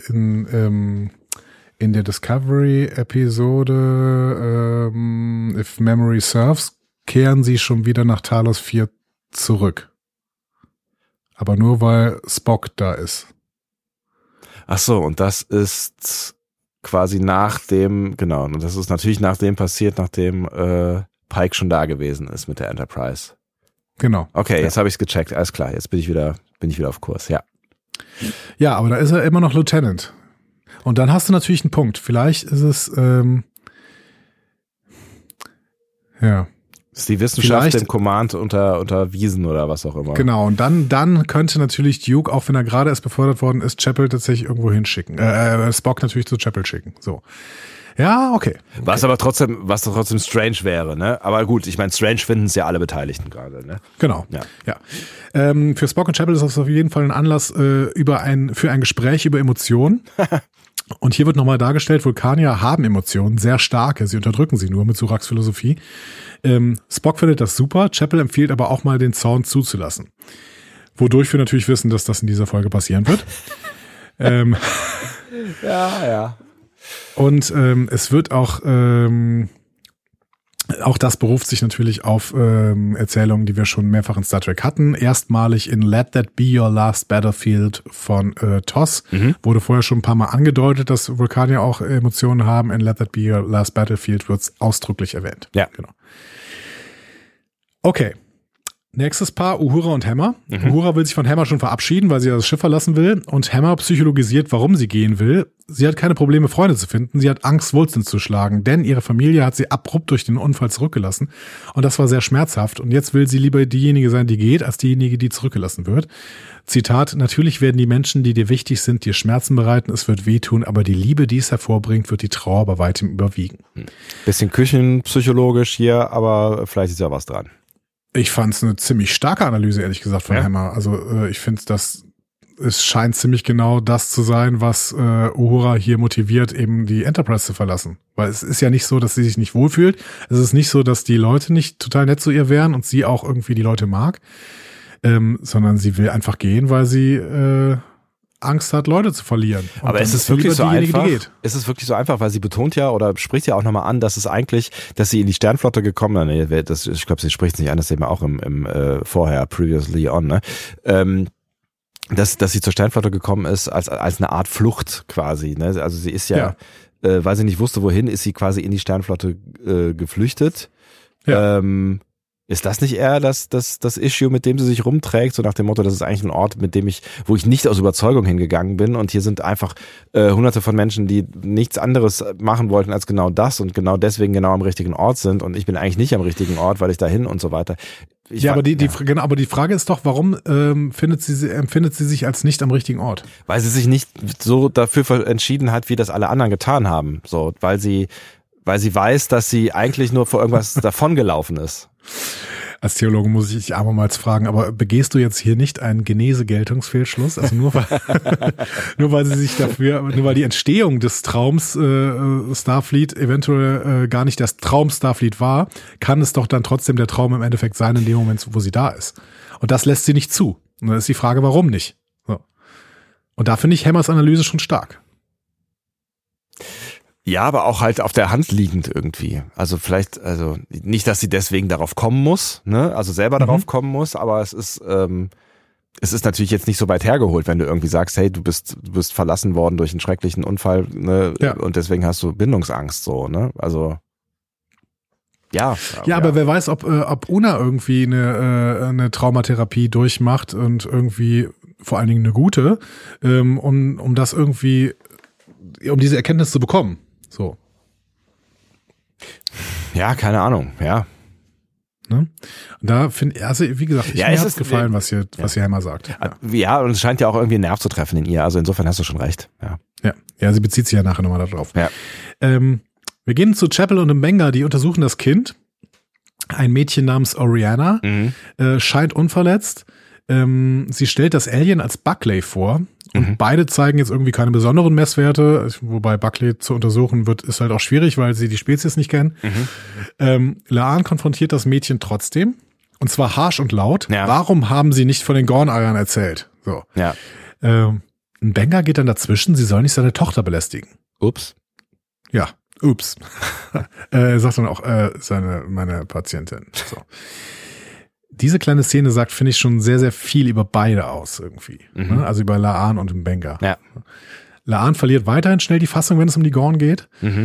in der Discovery-Episode If Memory Serves kehren sie schon wieder nach Talos 4 zurück. Aber nur weil Spock da ist. Ach so, und das ist quasi das ist natürlich nach dem passiert, nachdem Pike schon da gewesen ist mit der Enterprise. Genau. Okay, jetzt habe ich es gecheckt, alles klar, jetzt bin ich wieder auf Kurs, ja. Ja, aber da ist er immer noch Lieutenant. Und dann hast du natürlich einen Punkt. Vielleicht ist es, ist die Wissenschaft im Command unterwiesen oder was auch immer. Genau, und dann könnte natürlich Duke, auch wenn er gerade erst befördert worden ist, Chapel tatsächlich irgendwo hinschicken. Spock natürlich zu Chapel schicken. So. Ja, okay. Was trotzdem strange wäre, ne? Aber gut, ich meine, strange finden es ja alle Beteiligten gerade, ne? Genau. Ja. Für Spock und Chapel ist das auf jeden Fall ein Anlass für ein Gespräch über Emotionen. Und hier wird nochmal dargestellt, Vulkanier haben Emotionen, sehr starke, sie unterdrücken sie nur mit Suraks Philosophie. Spock findet das super, Chapel empfiehlt aber auch mal den Zorn zuzulassen. Wodurch wir natürlich wissen, dass das in dieser Folge passieren wird. Ja. Und es wird auch das beruft sich natürlich auf Erzählungen, die wir schon mehrfach in Star Trek hatten. Erstmalig in Let That Be Your Last Battlefield von TOS. Wurde vorher schon ein paar Mal angedeutet, dass Vulkanier auch Emotionen haben. In Let That Be Your Last Battlefield wird es ausdrücklich erwähnt. Ja. Genau. Okay. Nächstes Paar, Uhura und Hammer. Uhura will sich von Hammer schon verabschieden, weil sie das Schiff verlassen will. Und Hammer psychologisiert, warum sie gehen will. Sie hat keine Probleme, Freunde zu finden. Sie hat Angst, Wurzeln zu schlagen, denn ihre Familie hat sie abrupt durch den Unfall zurückgelassen. Und das war sehr schmerzhaft. Und jetzt will sie lieber diejenige sein, die geht, als diejenige, die zurückgelassen wird. Zitat, natürlich werden die Menschen, die dir wichtig sind, dir Schmerzen bereiten. Es wird wehtun, aber die Liebe, die es hervorbringt, wird die Trauer bei weitem überwiegen. Bisschen küchenpsychologisch hier, aber vielleicht ist ja was dran. Ich fand es eine ziemlich starke Analyse, ehrlich gesagt, von Hammer. Also ich finde, es scheint ziemlich genau das zu sein, was Uhura hier motiviert, eben die Enterprise zu verlassen. Weil es ist ja nicht so, dass sie sich nicht wohlfühlt. Es ist nicht so, dass die Leute nicht total nett zu ihr wären und sie auch irgendwie die Leute mag, sondern sie will einfach gehen, weil sie Angst hat, Leute zu verlieren. Und aber es ist wirklich so einfach. Es ist wirklich so einfach, weil sie betont ja oder spricht ja auch nochmal an, dass es eigentlich, dass sie in die Sternflotte gekommen, ich glaube, sie spricht es nicht an, das sehen wir auch im vorher, previously on, ne? Dass sie zur Sternflotte gekommen ist als eine Art Flucht quasi, ne? Also sie ist ja. Weil sie nicht wusste, wohin, ist sie quasi in die Sternflotte geflüchtet. Ja. Ist das nicht eher das Issue, mit dem sie sich rumträgt, so nach dem Motto, das ist eigentlich ein Ort, wo ich nicht aus Überzeugung hingegangen bin und hier sind einfach hunderte von Menschen, die nichts anderes machen wollten als genau das und genau deswegen genau am richtigen Ort sind und ich bin eigentlich nicht am richtigen Ort, weil ich dahin und so weiter. Aber die Frage ist doch, warum empfindet sie sich als nicht am richtigen Ort? Weil sie sich nicht so dafür entschieden hat, wie das alle anderen getan haben, so, weil sie weiß, dass sie eigentlich nur vor irgendwas davongelaufen ist. Als Theologe muss ich dich abermals fragen, aber begehst du jetzt hier nicht einen Genese-Geltungsfehlschluss? Also nur weil die Entstehung des Traums Starfleet eventuell gar nicht das Traum Starfleet war, kann es doch dann trotzdem der Traum im Endeffekt sein in dem Moment, wo sie da ist. Und das lässt sie nicht zu. Und dann ist die Frage, warum nicht? So. Und da finde ich Hammers Analyse schon stark. Ja, aber auch halt auf der Hand liegend irgendwie. Also vielleicht, also nicht, dass sie deswegen darauf kommen muss, ne? Also selber darauf kommen muss, aber es ist natürlich jetzt nicht so weit hergeholt, wenn du irgendwie sagst, hey, du bist verlassen worden durch einen schrecklichen Unfall, ne? Ja. Und deswegen hast du Bindungsangst, so, ne? Also ja. Ja, aber wer weiß, ob Una irgendwie eine Traumatherapie durchmacht und irgendwie vor allen Dingen eine gute, um das irgendwie, um diese Erkenntnis zu bekommen. So. Ja, keine Ahnung, ja. Ne? Und da also wie gesagt, mir hat es gefallen, was hier Hammer sagt. Ja, und es scheint ja auch irgendwie einen Nerv zu treffen in ihr, also insofern hast du schon recht. Ja, sie bezieht sich ja nachher nochmal darauf. Ja. Wir gehen zu Chapel und Mbenga, die untersuchen das Kind. Ein Mädchen namens Oriana scheint unverletzt. Sie stellt das Alien als Buckley vor. Und beide zeigen jetzt irgendwie keine besonderen Messwerte, wobei Buckley zu untersuchen ist halt auch schwierig, weil sie die Spezies nicht kennen. La'an konfrontiert das Mädchen trotzdem, und zwar harsch und laut. Ja. Warum haben sie nicht von den Gorn-Eiern erzählt? So. Ja. Mbenga geht dann dazwischen, sie soll nicht seine Tochter belästigen. Ups. Ja, ups. Er sagt dann auch, meine Patientin. So. Diese kleine Szene sagt, finde ich, schon sehr, sehr viel über beide aus irgendwie. Ne? Also über La'an und Mbenga. Ja. La'an verliert weiterhin schnell die Fassung, wenn es um die Gorn geht.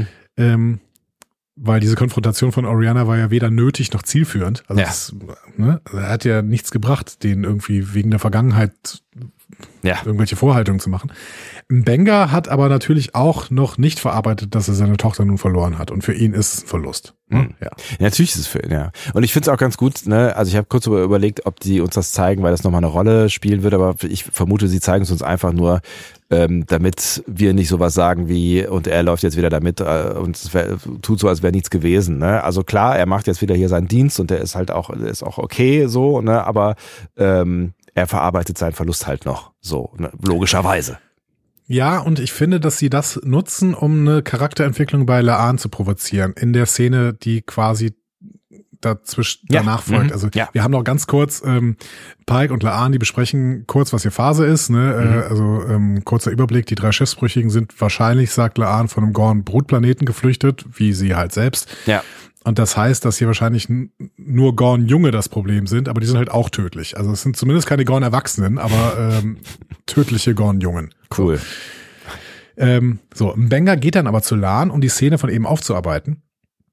Weil diese Konfrontation von Oriana war ja weder nötig noch zielführend. Also er hat ja nichts gebracht, den irgendwie wegen der Vergangenheit irgendwelche Vorhaltungen zu machen. Mbenga hat aber natürlich auch noch nicht verarbeitet, dass er seine Tochter nun verloren hat. Und für ihn ist es ein Verlust. Ja, natürlich ist es für ihn, ja. Und ich finde es auch ganz gut, ne? Also ich habe kurz überlegt, ob die uns das zeigen, weil das nochmal eine Rolle spielen wird, aber ich vermute, sie zeigen es uns einfach nur, damit wir nicht sowas sagen wie, und er läuft jetzt wieder damit und tut so, als wäre nichts gewesen. Ne? Also klar, er macht jetzt wieder hier seinen Dienst und der ist halt auch, okay so, ne? Aber er verarbeitet seinen Verlust halt noch so, ne? Logischerweise. Ja, und ich finde, dass sie das nutzen, um eine Charakterentwicklung bei La'an zu provozieren, in der Szene, die quasi danach folgt. Also wir haben noch ganz kurz Pike und La'an, die besprechen kurz, was hier Phase ist. Ne? Kurzer Überblick, die 3 Schiffsbrüchigen sind wahrscheinlich, sagt La'an, von einem Gorn-Brutplaneten geflüchtet, wie sie halt selbst. Ja. Und das heißt, dass hier wahrscheinlich nur Gorn-Junge das Problem sind, aber die sind halt auch tödlich. Also es sind zumindest keine Gorn-Erwachsenen, aber tödliche Gorn-Jungen. Cool. Mbenga geht dann aber zu La'an, um die Szene von eben aufzuarbeiten.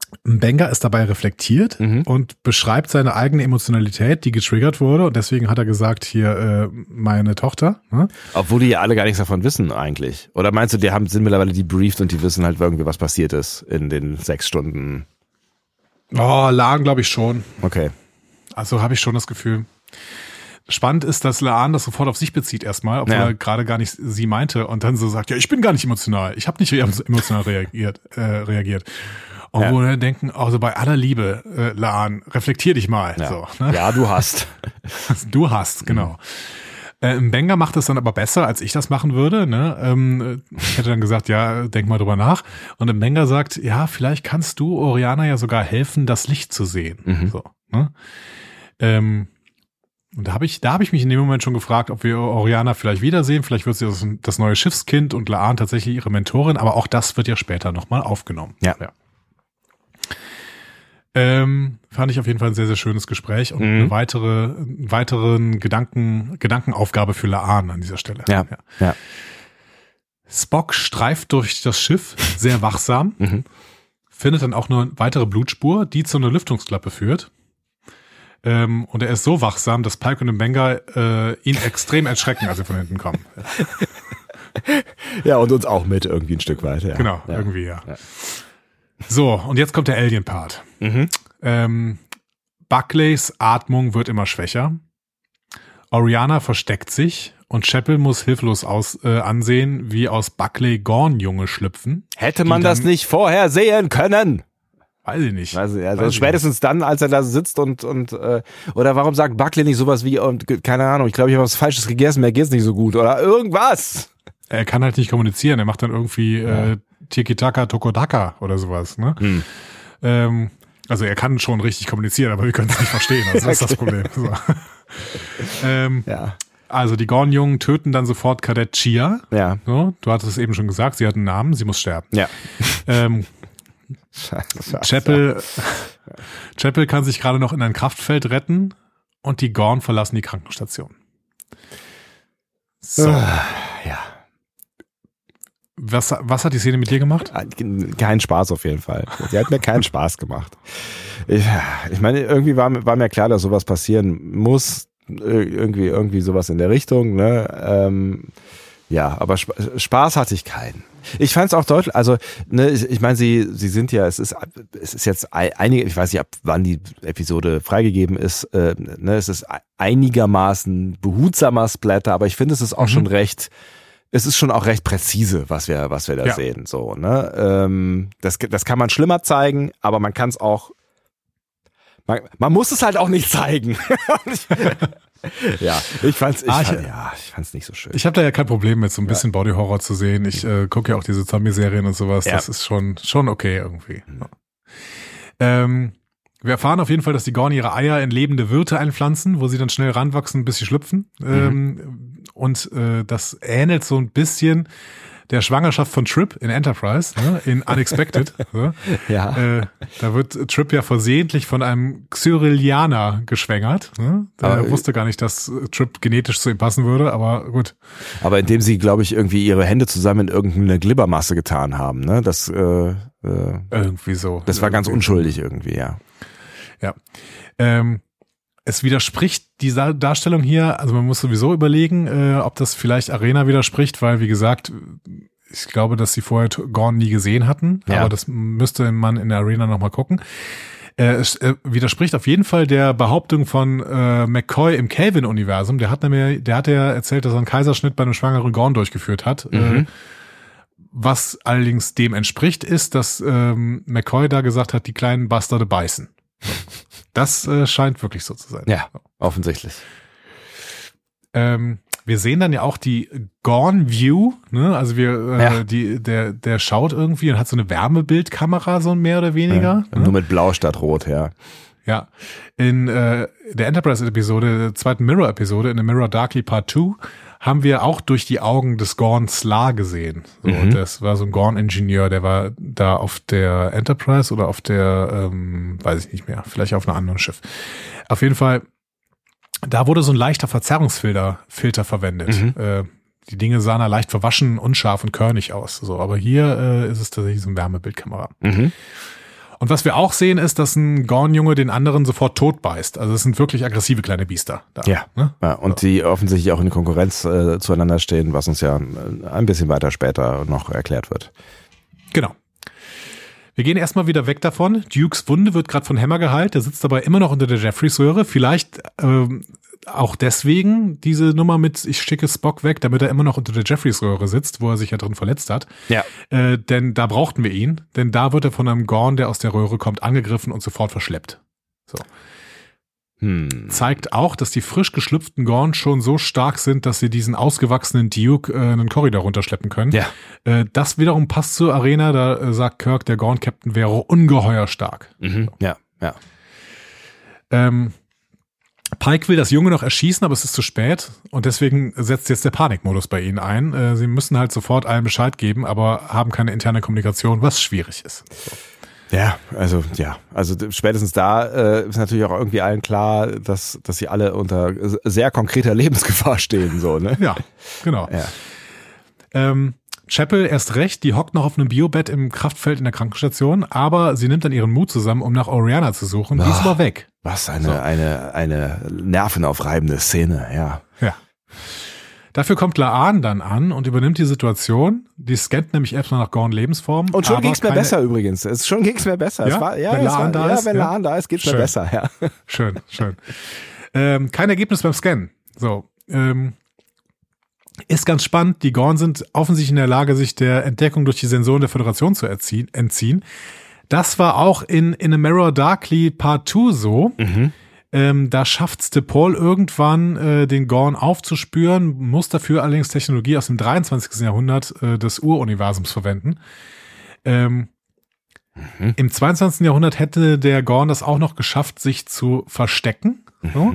Mbenga ist dabei reflektiert und beschreibt seine eigene Emotionalität, die getriggert wurde. Und deswegen hat er gesagt, hier, meine Tochter. Ne? Obwohl die ja alle gar nichts davon wissen eigentlich. Oder meinst du, sind mittlerweile debrieft und die wissen halt irgendwie, was passiert ist in den 6 Stunden? Oh, Laan glaube ich schon. Okay. Also habe ich schon das Gefühl. Spannend ist, dass Laan das sofort auf sich bezieht erstmal, obwohl er gerade gar nicht sie meinte und dann so sagt, ja, ich bin gar nicht emotional. Ich habe nicht emotional reagiert. Und wo wir denken, also bei aller Liebe, Laan, reflektier dich mal. Ja, so, ne? Ja, du hast. Du hast, genau. Mbenga macht es dann aber besser, als ich das machen würde. Ne? Ich hätte dann gesagt, ja, denk mal drüber nach. Und Mbenga sagt, ja, vielleicht kannst du Oriana ja sogar helfen, das Licht zu sehen. So, ne? Und da habe ich mich in dem Moment schon gefragt, ob wir Oriana vielleicht wiedersehen. Vielleicht wird sie das neue Schiffskind und Laan tatsächlich ihre Mentorin. Aber auch das wird ja später nochmal aufgenommen. Ja. Fand ich auf jeden Fall ein sehr, sehr schönes Gespräch und eine weiteren Gedankenaufgabe für Laan an dieser Stelle. Ja. Spock streift durch das Schiff, sehr wachsam, findet dann auch eine weitere Blutspur, die zu einer Lüftungsklappe führt. Und er ist so wachsam, dass Pike und Mbenga ihn extrem erschrecken, als sie von hinten kommen. Ja, und uns auch mit irgendwie ein Stück weit. Ja. Genau, irgendwie, ja. So, und jetzt kommt der Alien-Part. Buckleys Atmung wird immer schwächer. Oriana versteckt sich und Chapel muss hilflos ansehen, wie aus Buckley Gorn-Junge schlüpfen. Hätte man das nicht vorher sehen können? Weiß ich nicht. Also spätestens dann, als er da sitzt und oder warum sagt Buckley nicht sowas wie, und keine Ahnung, ich glaube, ich habe was Falsches gegessen, mir geht's nicht so gut oder irgendwas. Er kann halt nicht kommunizieren, er macht dann irgendwie Tiki-Taka, Tokodaka oder sowas, ne? Also er kann schon richtig kommunizieren, aber wir können es nicht verstehen, also das ist das Problem. So. Also die Gorn-Jungen töten dann sofort Kadett Chia. Ja. So, du hattest es eben schon gesagt, sie hat einen Namen, sie muss sterben. Ja. Chapel kann sich gerade noch in ein Kraftfeld retten und die Gorn verlassen die Krankenstation. So. Ja. Was hat die Szene mit dir gemacht? Kein Spaß auf jeden Fall. Die hat mir keinen Spaß gemacht. Ich meine, irgendwie war mir klar, dass sowas passieren muss. Irgendwie sowas in der Richtung, ne? Ja, aber Spaß hatte ich keinen. Ich fand es auch deutlich, also, ne, ich meine, sie sind ja, es ist jetzt einige, ich weiß nicht, ab wann die Episode freigegeben ist, ne, es ist einigermaßen behutsamer Splatter, aber ich finde, es ist auch schon recht, es ist schon auch recht präzise, was wir da sehen, so, ne, das kann man schlimmer zeigen, aber man kann es auch, man muss es halt auch nicht zeigen. Ja, ich fand's nicht so schön. Ich habe da ja kein Problem mit, so ein bisschen Body Horror zu sehen. Ich gucke ja auch diese Zombie-Serien und sowas. Ja. Das ist schon okay irgendwie. Wir erfahren auf jeden Fall, dass die Gorn ihre Eier in lebende Wirte einpflanzen, wo sie dann schnell ranwachsen, bis sie schlüpfen. Und das ähnelt so ein bisschen der Schwangerschaft von Trip in Enterprise, ne, in Unexpected. So. Ja. Da wird Trip ja versehentlich von einem Xyrillianer geschwängert. Ne? Der wusste gar nicht, dass Trip genetisch zu ihm passen würde, aber gut. Aber indem sie, glaube ich, irgendwie ihre Hände zusammen in irgendeine Glibbermasse getan haben, ne? Das irgendwie so. Das war ganz unschuldig irgendwie, ja. Ja. Es widerspricht die Darstellung hier, also man muss sowieso überlegen, ob das vielleicht Arena widerspricht, weil, wie gesagt, ich glaube, dass sie vorher Gorn nie gesehen hatten, aber das müsste man in der Arena nochmal gucken. Es widerspricht auf jeden Fall der Behauptung von McCoy im Kelvin-Universum. Der hat ja erzählt, dass er einen Kaiserschnitt bei einem schwangeren Gorn durchgeführt hat. Was allerdings dem entspricht, ist, dass McCoy da gesagt hat, die kleinen Bastarde beißen. Das scheint wirklich so zu sein. Ja, offensichtlich. Wir sehen dann ja auch die Gorn View, ne? Also der schaut irgendwie und hat so eine Wärmebildkamera, so mehr oder weniger. Ja, nur mit Blau statt Rot, ja. Ja. In der Enterprise-Episode, der zweiten Mirror-Episode, in der Mirror Darkly Part 2, haben wir auch durch die Augen des Gorn Slar gesehen. So, das war so ein Gorn-Ingenieur, der war da auf der Enterprise oder auf der, weiß ich nicht mehr, vielleicht auf einem anderen Schiff. Auf jeden Fall, da wurde so ein leichter Verzerrungsfilter verwendet. Die Dinge sahen da leicht verwaschen, unscharf und körnig aus. So, aber hier ist es tatsächlich so eine Wärmebildkamera. Und was wir auch sehen, ist, dass ein Gorn-Junge den anderen sofort tot beißt. Also es sind wirklich aggressive kleine Biester da. Ja, ne? Ja, und die offensichtlich auch in Konkurrenz zueinander stehen, was uns ja ein bisschen weiter später noch erklärt wird. Genau. Wir gehen erstmal wieder weg davon. Dukes Wunde wird gerade von Hammer geheilt. Der sitzt dabei immer noch unter der Jeffries-Röhre. Vielleicht auch deswegen diese Nummer mit ich schicke Spock weg, damit er immer noch unter der Jeffries-Röhre sitzt, wo er sich ja drin verletzt hat. Ja. Denn da brauchten wir ihn. Denn da wird er von einem Gorn, der aus der Röhre kommt, angegriffen und sofort verschleppt. So. Zeigt auch, dass die frisch geschlüpften Gorn schon so stark sind, dass sie diesen ausgewachsenen Duke einen Korridor runterschleppen können. Ja. Das wiederum passt zur Arena, da sagt Kirk, der Gorn-Captain wäre ungeheuer stark. Mhm. Ja, ja. Pike will das Junge noch erschießen, aber es ist zu spät und deswegen setzt jetzt der Panikmodus bei ihnen ein. Sie müssen halt sofort allen Bescheid geben, aber haben keine interne Kommunikation, was schwierig ist. So. Ja, also spätestens da ist natürlich auch irgendwie allen klar, dass sie alle unter sehr konkreter Lebensgefahr stehen, so, ne? Ja, genau. Ja. Chapel erst recht, die hockt noch auf einem Biobett im Kraftfeld in der Krankenstation, aber sie nimmt dann ihren Mut zusammen, um nach Oriana zu suchen. Die ist aber weg. Was eine nervenaufreibende Szene, ja. Ja. Dafür kommt La'an dann an und übernimmt die Situation. Die scannt nämlich erstmal nach Gorn Lebensform. Und schon ging's mir besser übrigens. Schon ging's mir besser. Ja? Wenn La'an da ist, geht's mir besser, ja. Schön. Kein Ergebnis beim Scannen. So, ist ganz spannend. Die Gorn sind offensichtlich in der Lage, sich der Entdeckung durch die Sensoren der Föderation zu entziehen. Das war auch in A Mirror Darkly Part 2 so. Mhm. Da schafft T'Pol irgendwann, den Gorn aufzuspüren, muss dafür allerdings Technologie aus dem 23. Jahrhundert des Uruniversums verwenden. Im 22. Jahrhundert hätte der Gorn das auch noch geschafft, sich zu verstecken. So.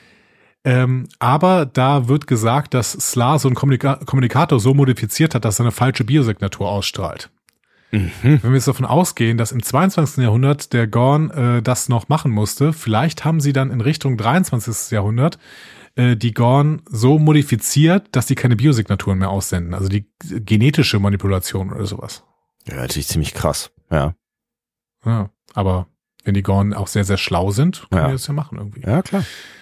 Aber da wird gesagt, dass Slar so einen Kommunikator so modifiziert hat, dass er eine falsche Biosignatur ausstrahlt. Wenn wir jetzt davon ausgehen, dass im 22. Jahrhundert der Gorn das noch machen musste, vielleicht haben sie dann in Richtung 23. Jahrhundert die Gorn so modifiziert, dass die keine Biosignaturen mehr aussenden. Also die genetische Manipulation oder sowas. Ja, natürlich ziemlich krass, ja. Ja, aber wenn die Gorn auch sehr, sehr schlau sind, können die das ja machen irgendwie. Ja, klar.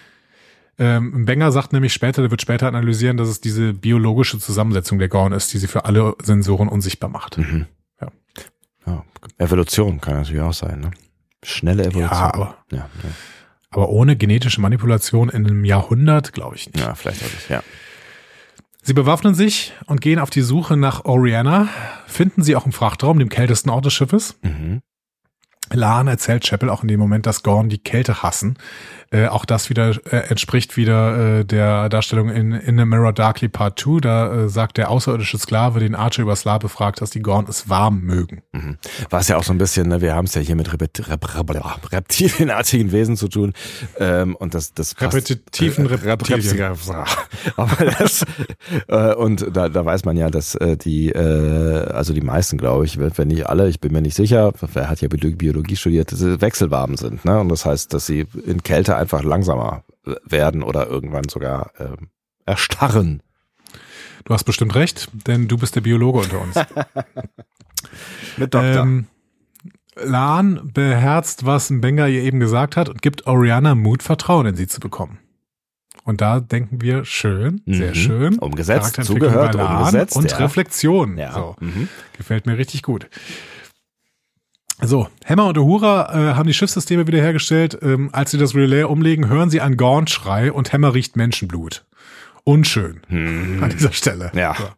Benger sagt nämlich später, der wird später analysieren, dass es diese biologische Zusammensetzung der Gorn ist, die sie für alle Sensoren unsichtbar macht. Mhm. Ja, Evolution kann natürlich auch sein, ne? Schnelle Evolution. Ja, aber ohne genetische Manipulation in einem Jahrhundert, glaube ich nicht. Ja, vielleicht auch nicht, ja. Sie bewaffnen sich und gehen auf die Suche nach Oriana, finden sie auch im Frachtraum, dem kältesten Ort des Schiffes. Mhm. La'an erzählt Chapel auch in dem Moment, dass Gorn die Kälte hassen. Auch das wieder entspricht wieder der Darstellung in A Mirror Darkly Part 2. Da sagt der außerirdische Sklave, den Archer über Slar befragt, dass die Gorn es warm mögen. Mhm. Was ja auch so ein bisschen, ne, wir haben es ja hier mit reptilienartigen Wesen zu tun. Und das repetitiven Reptilien. Aber das und da weiß man ja, dass also die meisten, glaube ich, wenn nicht alle, ich bin mir nicht sicher, wer hat ja Biologie studiert, wechselwarm sind, ne? Und das heißt, dass sie in Kälte einfach langsamer werden oder irgendwann sogar erstarren. Du hast bestimmt recht, denn du bist der Biologe unter uns. Mit Doktor. La'an beherzt, was Mbenga ihr eben gesagt hat und gibt Oriana Mut, Vertrauen in sie zu bekommen. Und da denken wir, schön, sehr schön. Umgesetzt, zugehört, umgesetzt. Und Reflexion. Ja. So. Gefällt mir richtig gut. So, Hammer und Uhura haben die Schiffssysteme wiederhergestellt. Als sie das Relais umlegen, hören sie einen Gorn-Schrei und Hammer riecht Menschenblut. Unschön an dieser Stelle. Ja. So.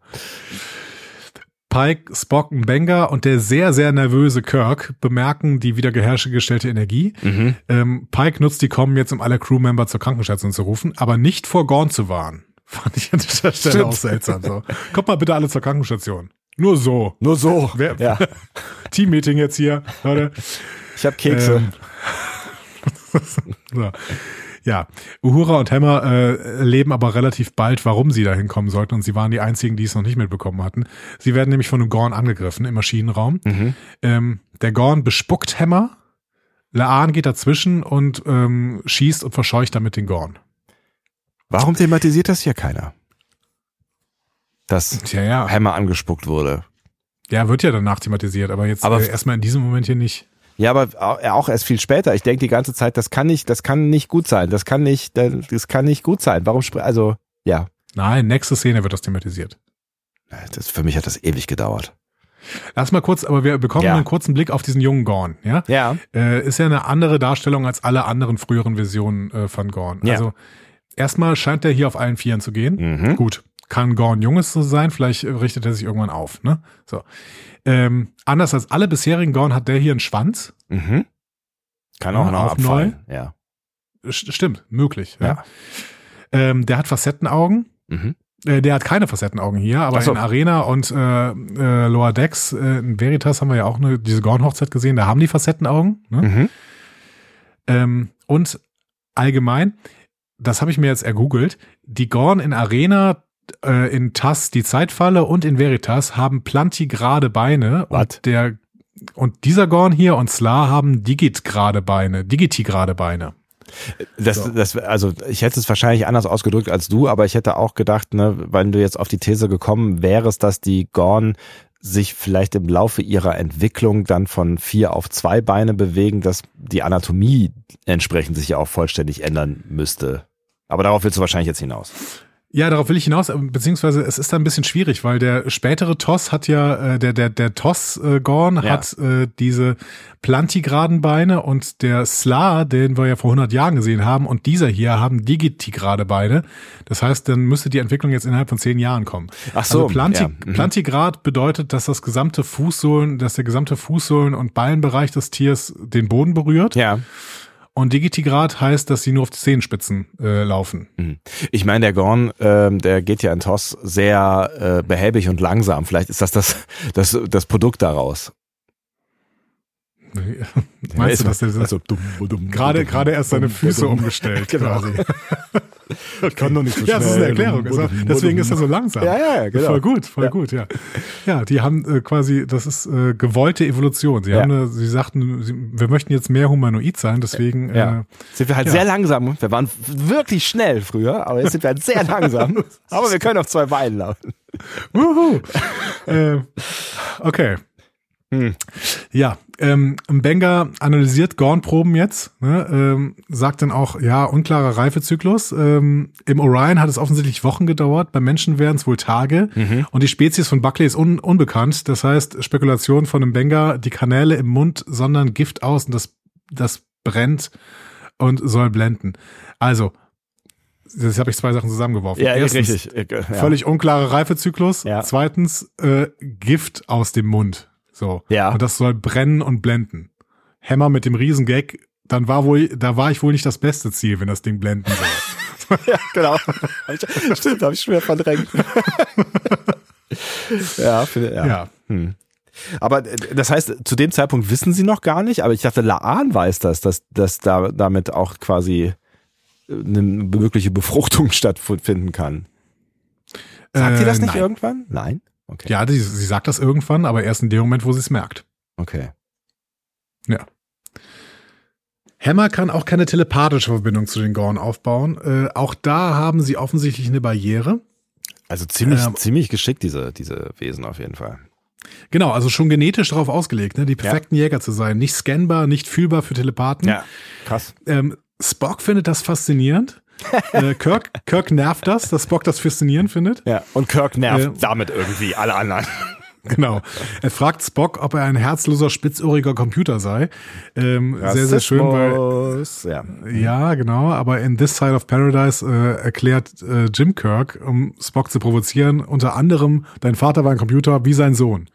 Pike, Spock, Mbenga und der sehr, sehr nervöse Kirk bemerken die wiederhergestellte Energie. Pike nutzt die Kommen jetzt, um alle Crewmember zur Krankenstation zu rufen, aber nicht vor Gorn zu warnen. Fand ich an dieser Stelle auch seltsam. So. Kommt mal bitte alle zur Krankenstation. Nur so. Ja. Teammeeting jetzt hier, Leute. Ich hab Kekse. So. Ja, Uhura und Hammer erleben aber relativ bald, warum sie da hinkommen sollten. Und sie waren die einzigen, die es noch nicht mitbekommen hatten. Sie werden nämlich von einem Gorn angegriffen im Maschinenraum. Der Gorn bespuckt Hammer. La'an geht dazwischen und schießt und verscheucht damit den Gorn. Warum thematisiert das hier keiner? Dass Hammer angespuckt wurde. Ja, wird ja danach thematisiert, aber jetzt erstmal in diesem Moment hier nicht. Ja, aber auch erst viel später. Ich denke die ganze Zeit, das kann nicht gut sein. Das kann nicht gut sein. Warum ja. Nein, nächste Szene wird das thematisiert. Für mich hat das ewig gedauert. Lass mal kurz, aber wir bekommen einen kurzen Blick auf diesen jungen Gorn, ja? Ja. Ist ja eine andere Darstellung als alle anderen früheren Versionen von Gorn. Ja. Also erstmal scheint er hier auf allen Vieren zu gehen. Mhm. Gut, kann Gorn Junges so sein, vielleicht richtet er sich irgendwann auf, ne? So. Anders als alle bisherigen Gorn hat der hier einen Schwanz. Mhm. Kann auch noch abfallen. Neu. Ja. Stimmt, möglich. Ja. Der hat Facettenaugen. Mhm. Der hat keine Facettenaugen hier, aber in Arena und Lower Decks, in Veritas haben wir ja auch diese Gorn-Hochzeit gesehen, da haben die Facettenaugen. Ne? Mhm. Und allgemein, das habe ich mir jetzt ergoogelt, die Gorn in Arena, in TAS die Zeitfalle und in Veritas haben plantigrade Beine. Und dieser Gorn hier und Slar haben digitigrade Beine. Also ich hätte es wahrscheinlich anders ausgedrückt als du, aber ich hätte auch gedacht, ne, wenn du jetzt auf die These gekommen wärst, dass die Gorn sich vielleicht im Laufe ihrer Entwicklung dann von 4 auf 2 Beine bewegen, dass die Anatomie entsprechend sich ja auch vollständig ändern müsste. Aber darauf willst du wahrscheinlich jetzt hinaus. Ja, darauf will ich hinaus, beziehungsweise es ist da ein bisschen schwierig, weil der spätere TOS hat ja, der TOS-Gorn hat diese plantigraden Beine und der Slar, den wir ja vor 100 Jahren gesehen haben, und dieser hier haben digitigrade Beine. Das heißt, dann müsste die Entwicklung jetzt innerhalb von 10 Jahren kommen. Ach so. Also Plantigrad bedeutet, dass der gesamte Fußsohlen- und Ballenbereich des Tiers den Boden berührt. Ja. Und Digitigrad heißt, dass sie nur auf die Zehenspitzen laufen. Ich meine, der Gorn, der geht ja in TOS sehr behäbig und langsam. Vielleicht ist das Produkt daraus. Meinst du, dass der gerade erst seine Füße umgestellt quasi? Ich kann doch nicht so schnell. Ja, das ist eine Erklärung. Deswegen ist er so langsam. Ja, genau. Voll gut, ja. Ja, die haben quasi, das ist gewollte Evolution. Sie sagten, wir möchten jetzt mehr humanoid sein, deswegen sind wir halt sehr langsam. Wir waren wirklich schnell früher, aber jetzt sind wir halt sehr langsam. Aber wir können auf 2 Beinen laufen. Wuhu. Okay. Ja, Mbenga analysiert Gorn-Proben jetzt, ne, sagt dann auch, unklarer Reifezyklus. Im Orion hat es offensichtlich Wochen gedauert, beim Menschen wären es wohl Tage. Und die Spezies von Buckley ist unbekannt. Das heißt, Spekulation von Mbenga, die Kanäle im Mund sondern Gift aus und das brennt und soll blenden. Also, das habe ich 2 Sachen zusammengeworfen. Ja, Erstens, richtig. völlig unklarer Reifezyklus. Ja. Zweitens, Gift aus dem Mund. So. Ja. Und das soll brennen und blenden. Hammer mit dem Riesengag, da war ich wohl nicht das beste Ziel, wenn das Ding blenden soll. Ja, genau. Stimmt, habe ich schwer verdrängt. Ja. Aber das heißt, zu dem Zeitpunkt wissen sie noch gar nicht, aber ich dachte, Laan weiß dass da damit auch quasi eine mögliche Befruchtung stattfinden kann. Sagt sie das nicht irgendwann? Nein? Okay. Ja, sie sagt das irgendwann, aber erst in dem Moment, wo sie es merkt. Okay. Ja. Hammer kann auch keine telepathische Verbindung zu den Gorn aufbauen. Auch da haben sie offensichtlich eine Barriere. Also ziemlich geschickt, diese Wesen auf jeden Fall. Genau, also schon genetisch darauf ausgelegt, ne, die perfekten Jäger zu sein. Nicht scannbar, nicht fühlbar für Telepathen. Ja, krass. Spock findet das faszinierend. Kirk nervt dass Spock das faszinierend findet. Ja, und Kirk nervt damit irgendwie alle anderen. Genau. Er fragt Spock, ob er ein herzloser, spitzohriger Computer sei. Sehr, sehr schön, weil ja, genau, aber in This Side of Paradise erklärt Jim Kirk, um Spock zu provozieren, unter anderem, dein Vater war ein Computer wie sein Sohn.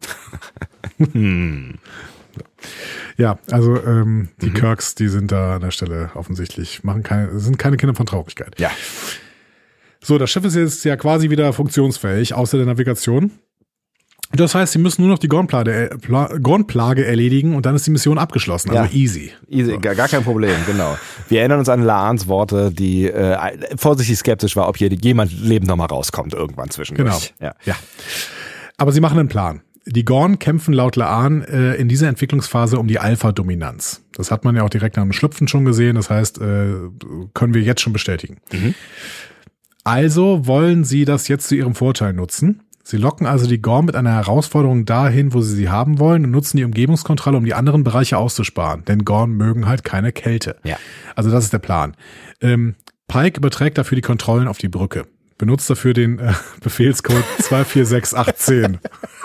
Ja, also die Kirks, die sind da an der Stelle offensichtlich, sind keine Kinder von Traurigkeit. Ja. So, das Schiff ist jetzt ja quasi wieder funktionsfähig, außer der Navigation. Das heißt, sie müssen nur noch die Gorn-Plage erledigen und dann ist die Mission abgeschlossen. Also easy. So. Gar kein Problem, genau. Wir erinnern uns an Laans Worte, die vorsichtig skeptisch war, ob hier jemand lebend nochmal rauskommt irgendwann zwischendurch. Genau. Ja. Aber sie machen einen Plan. Die Gorn kämpfen laut Laan in dieser Entwicklungsphase um die Alpha-Dominanz. Das hat man ja auch direkt nach dem Schlüpfen schon gesehen. Das heißt, können wir jetzt schon bestätigen. Also wollen sie das jetzt zu ihrem Vorteil nutzen. Sie locken also die Gorn mit einer Herausforderung dahin, wo sie haben wollen und nutzen die Umgebungskontrolle, um die anderen Bereiche auszusparen. Denn Gorn mögen halt keine Kälte. Ja. Also das ist der Plan. Pike überträgt dafür die Kontrollen auf die Brücke. Benutzt dafür den Befehlscode 246810.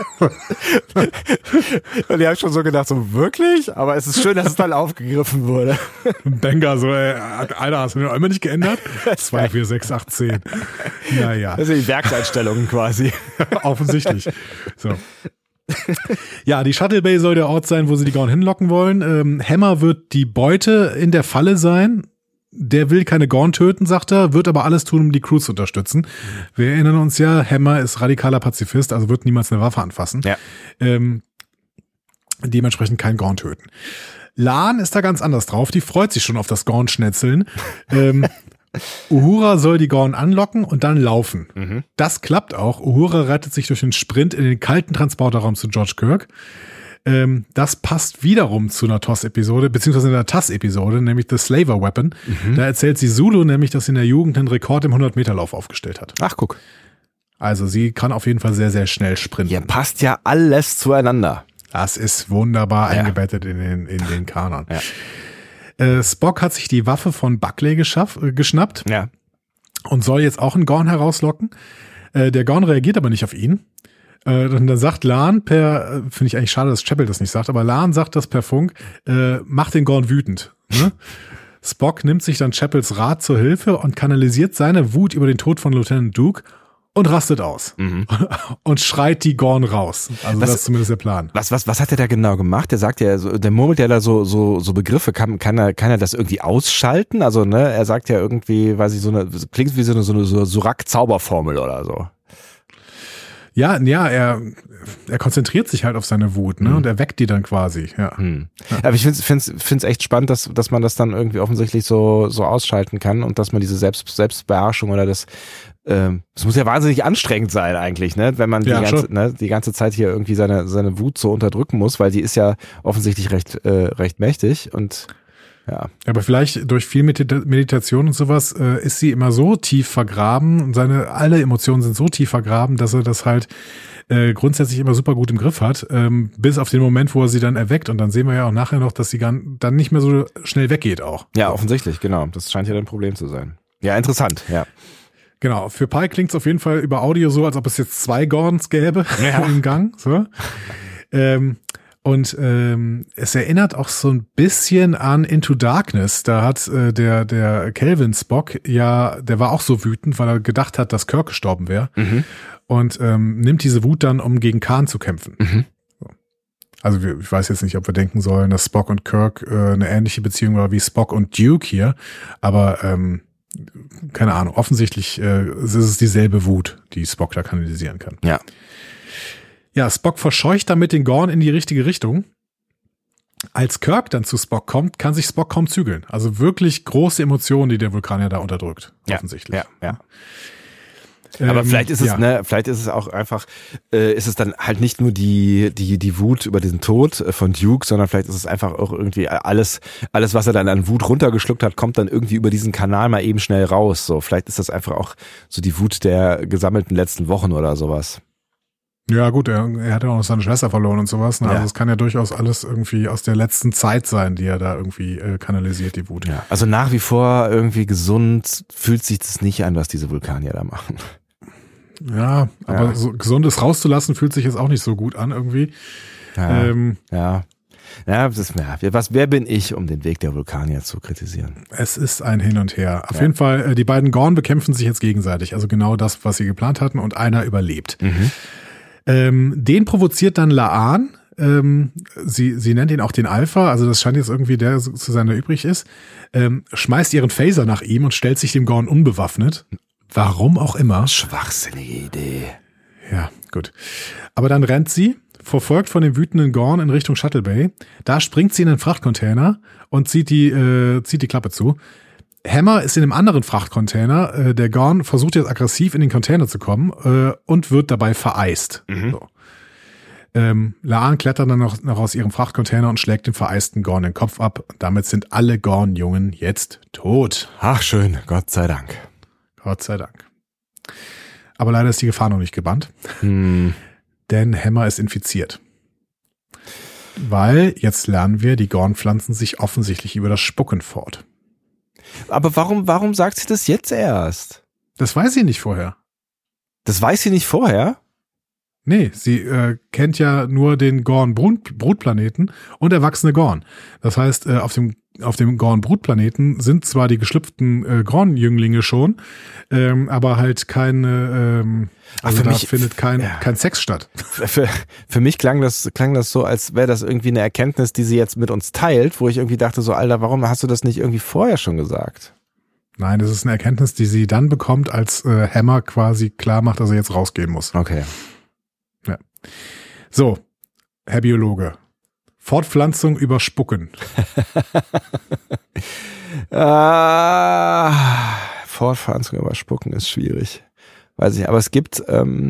Und ich habe schon so gedacht, so wirklich? Aber es ist schön, dass es dann aufgegriffen wurde. Benga so, Alter, hast du den immer nicht geändert? 246810. Naja. Das sind die Werkseinstellungen quasi. Offensichtlich. So. Ja, die Shuttle Bay soll der Ort sein, wo sie die Gorn hinlocken wollen. Hammer wird die Beute in der Falle sein. Der will keine Gorn töten, sagt er, wird aber alles tun, um die Crew zu unterstützen. Wir erinnern uns ja, Hammer ist radikaler Pazifist, also wird niemals eine Waffe anfassen. Ja. Dementsprechend kein Gorn töten. La'an ist da ganz anders drauf, die freut sich schon auf das Gorn-Schnetzeln. Uhura soll die Gorn anlocken und dann laufen. Mhm. Das klappt auch. Uhura rettet sich durch den Sprint in den kalten Transporterraum zu George Kirk. Das passt wiederum zu einer TOS-Episode, beziehungsweise einer TAS-Episode, nämlich The Slaver Weapon. Mhm. Da erzählt sie Zulu nämlich, dass sie in der Jugend einen Rekord im 100-Meter-Lauf aufgestellt hat. Ach, guck. Also sie kann auf jeden Fall sehr, sehr schnell sprinten. Hier passt ja alles zueinander. Das ist wunderbar eingebettet in den Kanon. Ja. Spock hat sich die Waffe von Buckley geschnappt und soll jetzt auch einen Gorn herauslocken. Der Gorn reagiert aber nicht auf ihn. Und dann sagt La'an finde ich eigentlich schade, dass Chapel das nicht sagt, aber La'an sagt das per Funk, macht den Gorn wütend. Ne? Spock nimmt sich dann Chapels Rat zur Hilfe und kanalisiert seine Wut über den Tod von Lieutenant Duke und rastet aus. Mhm. Und schreit die Gorn raus. Also das ist zumindest der Plan. Was hat er da genau gemacht? Der sagt ja, der murmelt ja da so Begriffe. Kann er das irgendwie ausschalten? Also, ne, er sagt ja irgendwie, weiß ich, klingt wie so eine Surak-Zauberformel oder so. Ja, er konzentriert sich halt auf seine Wut, ne, und er weckt die dann quasi, ja. Aber ich find's echt spannend, dass man das dann irgendwie offensichtlich so ausschalten kann und dass man diese Selbstbeherrschung oder das muss ja wahnsinnig anstrengend sein eigentlich, ne, wenn man die ganze Zeit hier irgendwie seine Wut so unterdrücken muss, weil die ist ja offensichtlich recht mächtig und ja. Aber vielleicht durch viel Meditation und sowas ist sie immer so tief vergraben und alle Emotionen sind so tief vergraben, dass er das halt grundsätzlich immer super gut im Griff hat, bis auf den Moment, wo er sie dann erweckt und dann sehen wir ja auch nachher noch, dass sie dann nicht mehr so schnell weggeht auch. Ja, offensichtlich, genau. Das scheint ja ein Problem zu sein. Ja, interessant, ja. Genau, für Pike klingt es auf jeden Fall über Audio so, als ob es jetzt 2 Gorns gäbe im Gang. So. Und es erinnert auch so ein bisschen an Into Darkness. Da hat der Kelvin Spock der war auch so wütend, weil er gedacht hat, dass Kirk gestorben wäre. Mhm. Und nimmt diese Wut dann, um gegen Khan zu kämpfen. Mhm. Also ich weiß jetzt nicht, ob wir denken sollen, dass Spock und Kirk eine ähnliche Beziehung war wie Spock und Duke hier. Aber keine Ahnung, offensichtlich ist es dieselbe Wut, die Spock da kanalisieren kann. Ja. Ja, Spock verscheucht damit den Gorn in die richtige Richtung. Als Kirk dann zu Spock kommt, kann sich Spock kaum zügeln. Also wirklich große Emotionen, die der Vulkanier da unterdrückt, offensichtlich. Ja. Aber vielleicht ist es, vielleicht ist es auch einfach, ist es dann halt nicht nur die Wut über diesen Tod von Duke, sondern vielleicht ist es einfach auch irgendwie alles, was er dann an Wut runtergeschluckt hat, kommt dann irgendwie über diesen Kanal mal eben schnell raus. So, vielleicht ist das einfach auch so die Wut der gesammelten letzten Wochen oder sowas. Ja gut, er hat ja auch noch seine Schwester verloren und sowas. Ne? Ja. Also es kann ja durchaus alles irgendwie aus der letzten Zeit sein, die er da irgendwie kanalisiert, die Wut. Ja. Also nach wie vor irgendwie gesund fühlt sich das nicht an, was diese Vulkanier da machen. Ja, aber so Gesundes rauszulassen fühlt sich jetzt auch nicht so gut an irgendwie. Ja, wer bin ich, um den Weg der Vulkanier zu kritisieren? Es ist ein Hin und Her. Auf jeden Fall, die beiden Gorn bekämpfen sich jetzt gegenseitig. Also genau das, was sie geplant hatten und einer überlebt. Mhm. Den provoziert dann La'an. Sie nennt ihn auch den Alpha, also das scheint jetzt irgendwie der zu sein, der übrig ist. Schmeißt ihren Phaser nach ihm und stellt sich dem Gorn unbewaffnet. Warum auch immer. Schwachsinnige Idee. Ja, gut. Aber dann rennt sie, verfolgt von dem wütenden Gorn in Richtung Shuttle Bay. Da springt sie in einen Frachtcontainer und zieht die Klappe zu. Hammer ist in einem anderen Frachtcontainer. Der Gorn versucht jetzt aggressiv in den Container zu kommen und wird dabei vereist. Mhm. So. La'an klettert dann noch aus ihrem Frachtcontainer und schlägt den vereisten Gorn den Kopf ab. Damit sind alle Gorn-Jungen jetzt tot. Ach schön, Gott sei Dank. Gott sei Dank. Aber leider ist die Gefahr noch nicht gebannt. Denn Hammer ist infiziert. Weil, jetzt lernen wir, die Gorn pflanzen sich offensichtlich über das Spucken fort. Aber warum sagt sie das jetzt erst? Das weiß sie nicht vorher. Das weiß sie nicht vorher? Nee, sie kennt ja nur den Gorn-Brutplaneten und erwachsene Gorn. Das heißt, auf dem Gorn-Brutplaneten sind zwar die geschlüpften Gorn-Jünglinge schon, aber halt keine, also da findet kein Sex statt. Für mich klang das so, als wäre das irgendwie eine Erkenntnis, die sie jetzt mit uns teilt, wo ich irgendwie dachte so, Alter, warum hast du das nicht irgendwie vorher schon gesagt? Nein, das ist eine Erkenntnis, die sie dann bekommt, als Hammer quasi klar macht, dass er jetzt rausgehen muss. Okay. Ja. So, Herr Biologe. Fortpflanzung über Spucken. Fortpflanzung über Spucken ist schwierig. Weiß ich, aber es gibt,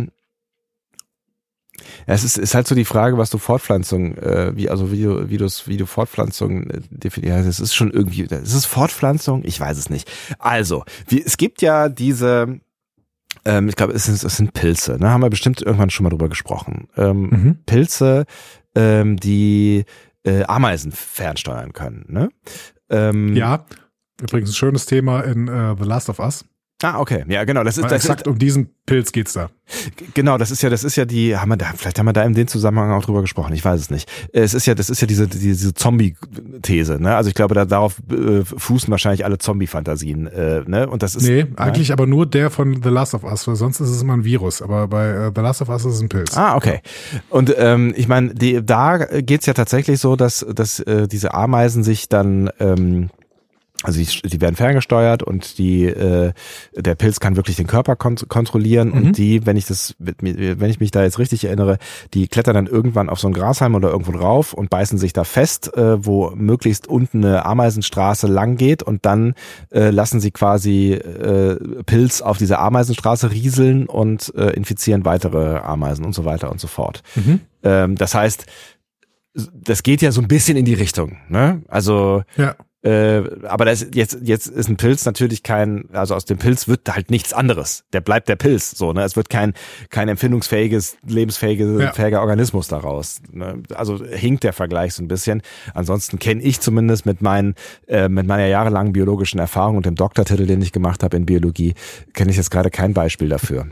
es ist halt so die Frage, was du Fortpflanzung, wie du Fortpflanzung definierst. Es ist schon irgendwie, ist es Fortpflanzung? Ich weiß es nicht. Also, es gibt ja diese, ich glaube, es sind Pilze, ne? Haben wir bestimmt irgendwann schon mal drüber gesprochen. Pilze, die Ameisen fernsteuern können, ne? Ja, übrigens ein schönes Thema in The Last of Us. Ah, okay. Ja, genau. Das ist exakt um diesen Pilz geht's da. Genau, das ist ja die, vielleicht haben wir da in dem Zusammenhang auch drüber gesprochen, ich weiß es nicht. Das ist ja diese Zombie-These, ne? Also ich glaube, darauf fußen wahrscheinlich alle Zombie-Fantasien, ne? Und das ist. Nee, eigentlich aber nur der von The Last of Us, weil sonst ist es immer ein Virus, aber bei The Last of Us ist es ein Pilz. Ah, okay. Und ich meine, da geht's ja tatsächlich so, dass diese Ameisen sich dann also die werden ferngesteuert und der Pilz kann wirklich den Körper kontrollieren und wenn ich mich da jetzt richtig erinnere, die klettern dann irgendwann auf so einen Grashalm oder irgendwo drauf und beißen sich da fest, wo möglichst unten eine Ameisenstraße lang geht und dann lassen sie quasi Pilz auf diese Ameisenstraße rieseln und infizieren weitere Ameisen und so weiter und so fort. Das heißt, das geht ja so ein bisschen in die Richtung, ne? Also ja. Aber jetzt ist ein Pilz natürlich also aus dem Pilz wird halt nichts anderes. Der bleibt der Pilz, so, ne? Es wird kein empfindungsfähiges, lebensfähiger Organismus daraus, ne? Also hinkt der Vergleich so ein bisschen. Ansonsten kenne ich zumindest mit meiner jahrelangen biologischen Erfahrung und dem Doktortitel, den ich gemacht habe in Biologie, kenne ich jetzt gerade kein Beispiel dafür.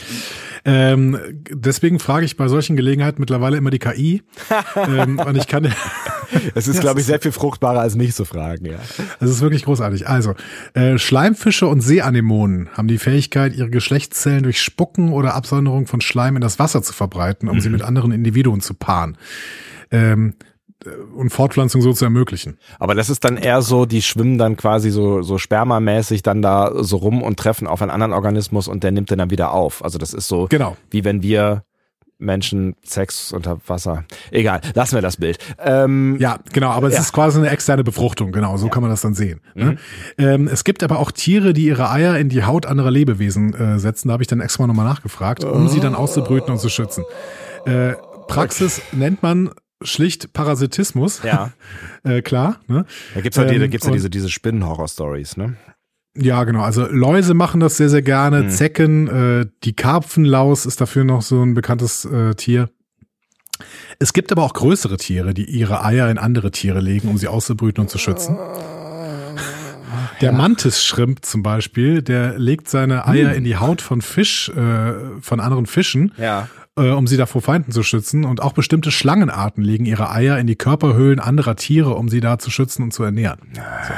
Deswegen frage ich bei solchen Gelegenheiten mittlerweile immer die KI. Und ich kann. Es ist, glaube ich, sehr viel fruchtbarer, als mich zu fragen, ja. Das ist wirklich großartig. Also, Schleimfische und Seeanemonen haben die Fähigkeit, ihre Geschlechtszellen durch Spucken oder Absonderung von Schleim in das Wasser zu verbreiten, um sie mit anderen Individuen zu paaren. Und Fortpflanzung so zu ermöglichen. Aber das ist dann eher so, die schwimmen dann quasi so spermamäßig dann da so rum und treffen auf einen anderen Organismus und der nimmt den dann wieder auf. Also das ist so, genau, wie wenn wir Menschen Sex unter Wasser. Egal, lassen wir das Bild. Ja, genau, aber es ist quasi eine externe Befruchtung, genau, so kann man das dann sehen. Ne? Es gibt aber auch Tiere, die ihre Eier in die Haut anderer Lebewesen setzen. Da habe ich dann extra nochmal nachgefragt, um sie dann auszubrüten und zu schützen. Praxis nennt man schlicht Parasitismus. Ja. Klar. Ne? Da gibt's ja diese Spinnen-Horror-Stories, ne? Ja, genau. Also Läuse machen das sehr, sehr gerne. Zecken, die Karpfenlaus ist dafür noch so ein bekanntes Tier. Es gibt aber auch größere Tiere, die ihre Eier in andere Tiere legen, um sie auszubrüten und zu schützen. Der Mantis-Shrimp zum Beispiel, der legt seine Eier in die Haut von von anderen Fischen, um sie davor Feinden zu schützen. Und auch bestimmte Schlangenarten legen ihre Eier in die Körperhöhlen anderer Tiere, um sie da zu schützen und zu ernähren. So.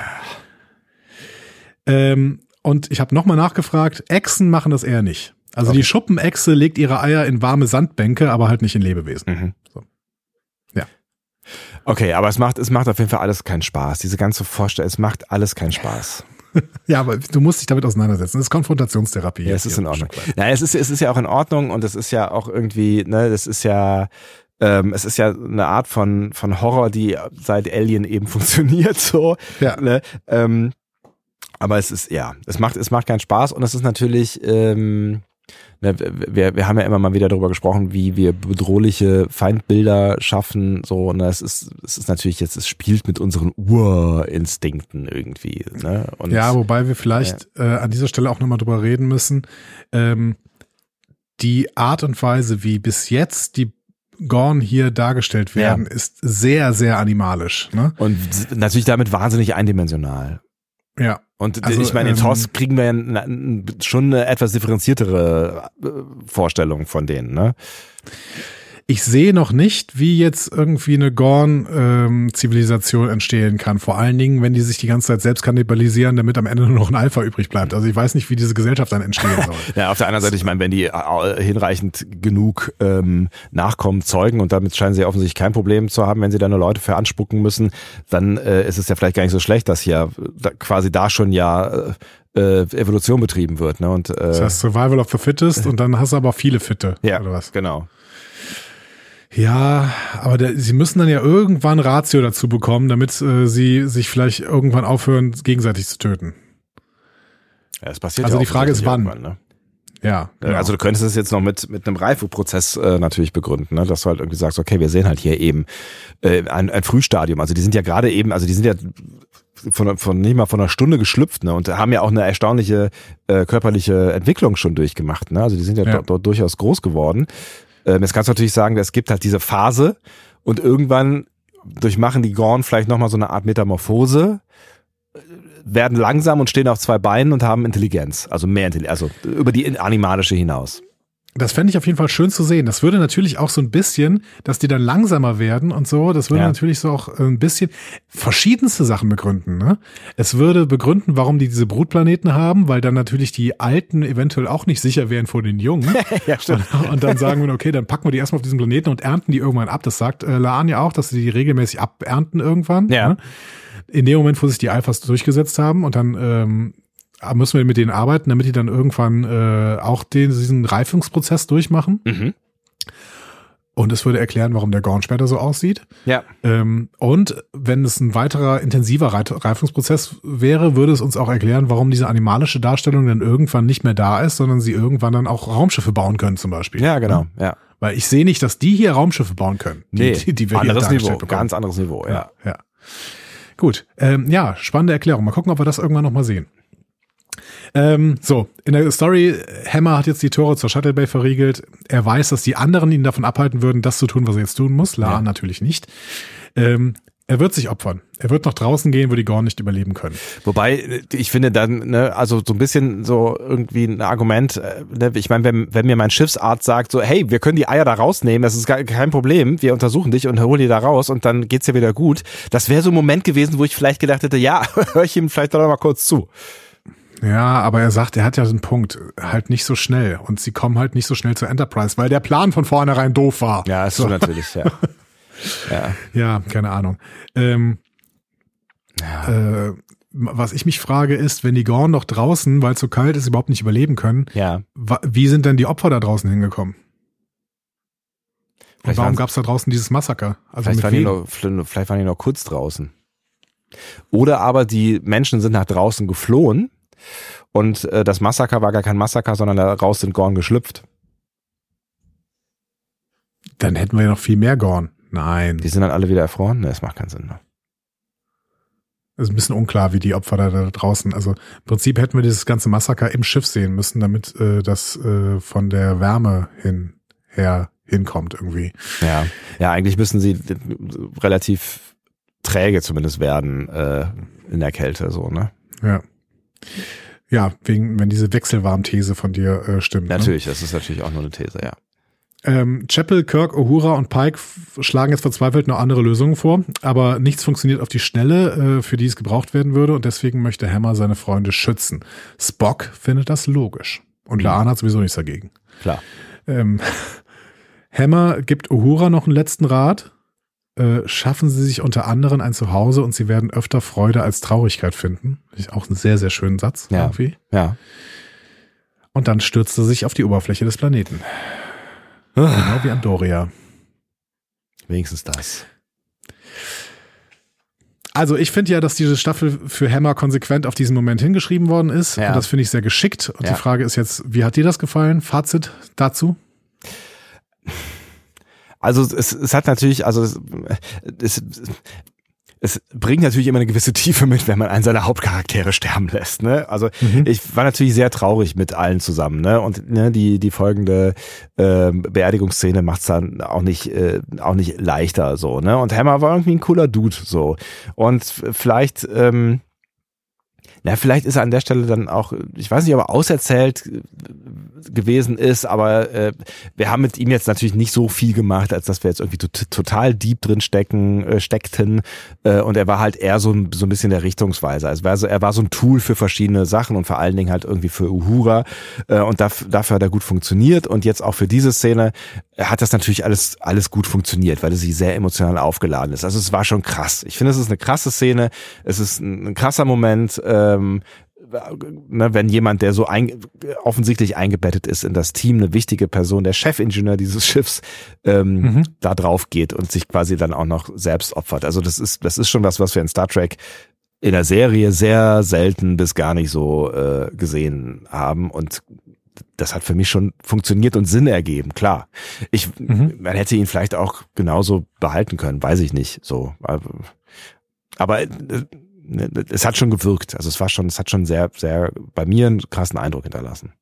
Und ich habe nochmal nachgefragt, Echsen machen das eher nicht. Also die Schuppenechse legt ihre Eier in warme Sandbänke, aber halt nicht in Lebewesen. So. Ja. Okay, aber es macht auf jeden Fall alles keinen Spaß. Diese ganze Vorstellung, es macht alles keinen Spaß. Ja, aber du musst dich damit auseinandersetzen. Das ist Konfrontationstherapie. Ja, es ist in Ordnung. Nein, es ist ja auch in Ordnung und es ist ja auch irgendwie, ne, es ist ja eine Art von Horror, die seit Alien eben funktioniert, so. Ja. Ne? Aber es macht keinen Spaß und es ist natürlich, wir haben ja immer mal wieder darüber gesprochen, wie wir bedrohliche Feindbilder schaffen, so, ne, es ist natürlich jetzt, es spielt mit unseren Urinstinkten irgendwie, ne? Und, ja, wobei wir vielleicht an dieser Stelle auch nochmal drüber reden müssen. die Art und Weise, wie bis jetzt die Gorn hier dargestellt werden, ist sehr, sehr animalisch. Ne? Und natürlich damit wahnsinnig eindimensional. Ja. Und also, ich meine, in TOS kriegen wir ja schon eine etwas differenziertere Vorstellung von denen, ne? Ich sehe noch nicht, wie jetzt irgendwie eine Gorn-Zivilisation entstehen kann. Vor allen Dingen, wenn die sich die ganze Zeit selbst kannibalisieren, damit am Ende nur noch ein Alpha übrig bleibt. Also ich weiß nicht, wie diese Gesellschaft dann entstehen soll. Ja, auf der anderen Seite, ich meine, wenn die hinreichend genug Nachkommen zeugen und damit scheinen sie offensichtlich kein Problem zu haben, wenn sie da nur Leute für anspucken müssen, dann ist es ja vielleicht gar nicht so schlecht, dass hier quasi da schon Evolution betrieben wird. Ne? Und, das heißt Survival of the Fittest und dann hast du aber viele Fitte. Ja, oder was? Genau. Ja, aber sie müssen dann ja irgendwann Ratio dazu bekommen, damit sie sich vielleicht irgendwann aufhören, gegenseitig zu töten. Ja, das passiert also ja die Frage ist, wann. Ne? Ja. Genau. Also du könntest es jetzt noch mit einem Reifeprozess natürlich begründen, ne? Dass du halt irgendwie sagst, okay, wir sehen halt hier eben ein Frühstadium. Also die sind ja gerade eben, also die sind ja von nicht mal von einer Stunde geschlüpft, ne? Und haben ja auch eine erstaunliche körperliche Entwicklung schon durchgemacht, ne? Also die sind ja dort durchaus groß geworden. Jetzt kannst du natürlich sagen, es gibt halt diese Phase und irgendwann durchmachen die Gorn vielleicht nochmal so eine Art Metamorphose, werden langsam und stehen auf zwei Beinen und haben Intelligenz, also mehr Intelligenz, also über die animalische hinaus. Das fände ich auf jeden Fall schön zu sehen. Das würde natürlich auch so ein bisschen, dass die dann langsamer werden und so, das würde natürlich so auch ein bisschen verschiedenste Sachen begründen. Ne? Es würde begründen, warum die diese Brutplaneten haben, weil dann natürlich die Alten eventuell auch nicht sicher wären vor den Jungen. Ja, stimmt. Und dann sagen wir, okay, dann packen wir die erstmal auf diesen Planeten und ernten die irgendwann ab. Das sagt Laan ja auch, dass sie die regelmäßig abernten irgendwann. Ja. Ne? In dem Moment, wo sich die Alphas durchgesetzt haben und dann müssen wir mit denen arbeiten, damit die dann irgendwann auch diesen Reifungsprozess durchmachen. Mhm. Und es würde erklären, warum der Gorn später so aussieht. Ja. Und wenn es ein weiterer intensiver Reifungsprozess wäre, würde es uns auch erklären, warum diese animalische Darstellung dann irgendwann nicht mehr da ist, sondern sie irgendwann dann auch Raumschiffe bauen können zum Beispiel. Ja, genau. Ja. Weil ich sehe nicht, dass die hier Raumschiffe bauen können. Die wir anderes hier Niveau, bekommen. ganz anderes Niveau, ja. Ja. Gut, ja, spannende Erklärung. Mal gucken, ob wir das irgendwann noch mal sehen. So, in der Story, Hammer hat jetzt die Tore zur Shuttle Bay verriegelt. Er weiß, dass die anderen ihn davon abhalten würden, das zu tun, was er jetzt tun muss. Laan natürlich nicht. Er wird sich opfern. Er wird nach draußen gehen, wo die Gorn nicht überleben können. Wobei, ich finde dann, ne, also so ein bisschen so irgendwie ein Argument, ne, ich meine, wenn mir mein Schiffsarzt sagt, so, hey, wir können die Eier da rausnehmen, das ist kein Problem, wir untersuchen dich und holen die da raus und dann geht's dir wieder gut. Das wäre so ein Moment gewesen, wo ich vielleicht gedacht hätte, ja, höre ich ihm vielleicht doch noch mal kurz zu. Ja, aber er sagt, er hat ja den Punkt, halt nicht so schnell. Und sie kommen halt nicht so schnell zur Enterprise, weil der Plan von vornherein doof war. Ja, ist so natürlich, ja. Ja, keine Ahnung. Was ich mich frage ist, wenn die Gorn noch draußen, weil es so kalt ist, überhaupt nicht überleben können, wie sind denn die Opfer da draußen hingekommen? Und warum gab es da draußen dieses Massaker? Also vielleicht waren die noch kurz draußen. Oder aber die Menschen sind nach draußen geflohen und das Massaker war gar kein Massaker, sondern daraus sind Gorn geschlüpft. Dann hätten wir ja noch viel mehr Gorn. Nein. Die sind dann alle wieder erfroren? Ne, das macht keinen Sinn mehr. Es ist ein bisschen unklar, wie die Opfer da draußen, also im Prinzip hätten wir dieses ganze Massaker im Schiff sehen müssen, damit das von der Wärme hinkommt irgendwie. Ja, eigentlich müssen sie relativ träge zumindest werden in der Kälte, so, ne? Ja, wenn diese Wechselwarmthese von dir stimmt. Natürlich, das ist natürlich auch nur eine These, ja. Chapel, Kirk, Uhura und Pike schlagen jetzt verzweifelt noch andere Lösungen vor, aber nichts funktioniert auf die Schnelle, für die es gebraucht werden würde und deswegen möchte Hammer seine Freunde schützen. Spock findet das logisch und Laan hat sowieso nichts dagegen. Klar. Hammer gibt Uhura noch einen letzten Rat. Schaffen Sie sich unter anderem ein Zuhause und Sie werden öfter Freude als Traurigkeit finden. Ist auch ein sehr, sehr schönen Satz irgendwie. Ja. Und dann stürzt er sich auf die Oberfläche des Planeten. Genau wie Andoria. Wenigstens das. Also ich finde ja, dass diese Staffel für Hammer konsequent auf diesen Moment hingeschrieben worden ist. Ja. Und das finde ich sehr geschickt. Und die Frage ist jetzt, wie hat dir das gefallen? Fazit dazu? Also es hat natürlich, also es bringt natürlich immer eine gewisse Tiefe mit, wenn man einen seiner Hauptcharaktere sterben lässt, ne? Also ich war natürlich sehr traurig mit allen zusammen, ne? Und ne, die folgende Beerdigungsszene macht's dann auch nicht leichter so, ne? Und Hammer war irgendwie ein cooler Dude so. Und vielleicht vielleicht ist er an der Stelle dann auch, ich weiß nicht, ob er auserzählt gewesen ist, aber wir haben mit ihm jetzt natürlich nicht so viel gemacht, als dass wir jetzt irgendwie total deep drin steckten und er war halt eher so ein bisschen der Richtungsweiser. Also er war so ein Tool für verschiedene Sachen und vor allen Dingen halt irgendwie für Uhura und dafür hat er gut funktioniert und jetzt auch für diese Szene hat das natürlich alles gut funktioniert, weil sie sehr emotional aufgeladen ist. Also es war schon krass. Ich finde, es ist eine krasse Szene, es ist ein krasser Moment, wenn jemand, der so offensichtlich eingebettet ist in das Team, eine wichtige Person, der Chefingenieur dieses Schiffs, da drauf geht und sich quasi dann auch noch selbst opfert. Also das ist schon was wir in Star Trek in der Serie sehr selten bis gar nicht so gesehen haben und das hat für mich schon funktioniert und Sinn ergeben, klar. Man hätte ihn vielleicht auch genauso behalten können, weiß ich nicht, so. Aber es hat schon gewirkt. Also es hat schon sehr, sehr bei mir einen krassen Eindruck hinterlassen.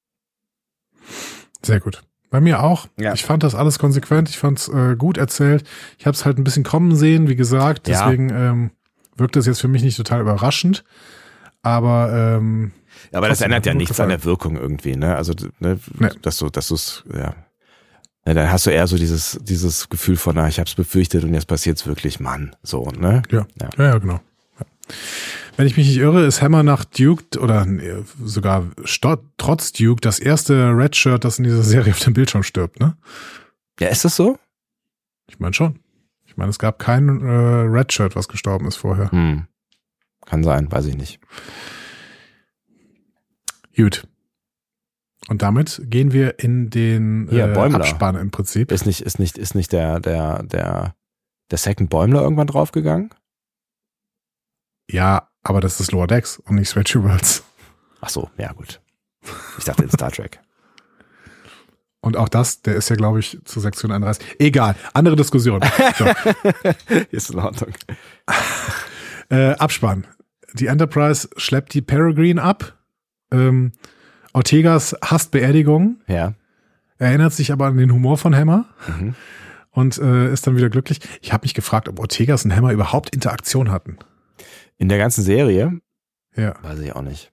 Sehr gut. Bei mir auch. Ja. Ich fand das alles konsequent. Ich fand es gut erzählt. Ich habe es halt ein bisschen kommen sehen, wie gesagt. Deswegen wirkt das jetzt für mich nicht total überraschend. Aber aber das ändert ja nichts an der Wirkung irgendwie, ne? Also dass du es ja, dann hast du eher so dieses Gefühl von, ich hab's befürchtet und jetzt passiert's wirklich, Mann, so, ne? Ja, genau. Ja. Wenn ich mich nicht irre, ist Hammer nach Duke oder sogar trotz Duke das erste Redshirt, das in dieser Serie auf dem Bildschirm stirbt, ne? Ja, ist das so? Ich meine schon. Ich meine, es gab kein Redshirt, was gestorben ist vorher. Kann sein, weiß ich nicht. Gut. Und damit gehen wir in den Abspann im Prinzip. Ist nicht der Second Bäumler irgendwann draufgegangen? Ja, aber das ist Lower Decks und nicht Strange Worlds. Ach so, ja gut. Ich dachte in Star Trek. Und auch der ist ja, glaube ich, zu Sektion 31. Egal, andere Diskussion. So. Ist in Ordnung. Abspann. Die Enterprise schleppt die Peregrine ab. Ortegas hasst Beerdigungen. Ja. Erinnert sich aber an den Humor von Hammer. Und ist dann wieder glücklich. Ich habe mich gefragt, ob Ortegas und Hammer überhaupt Interaktion hatten. In der ganzen Serie? Ja. Weiß ich auch nicht.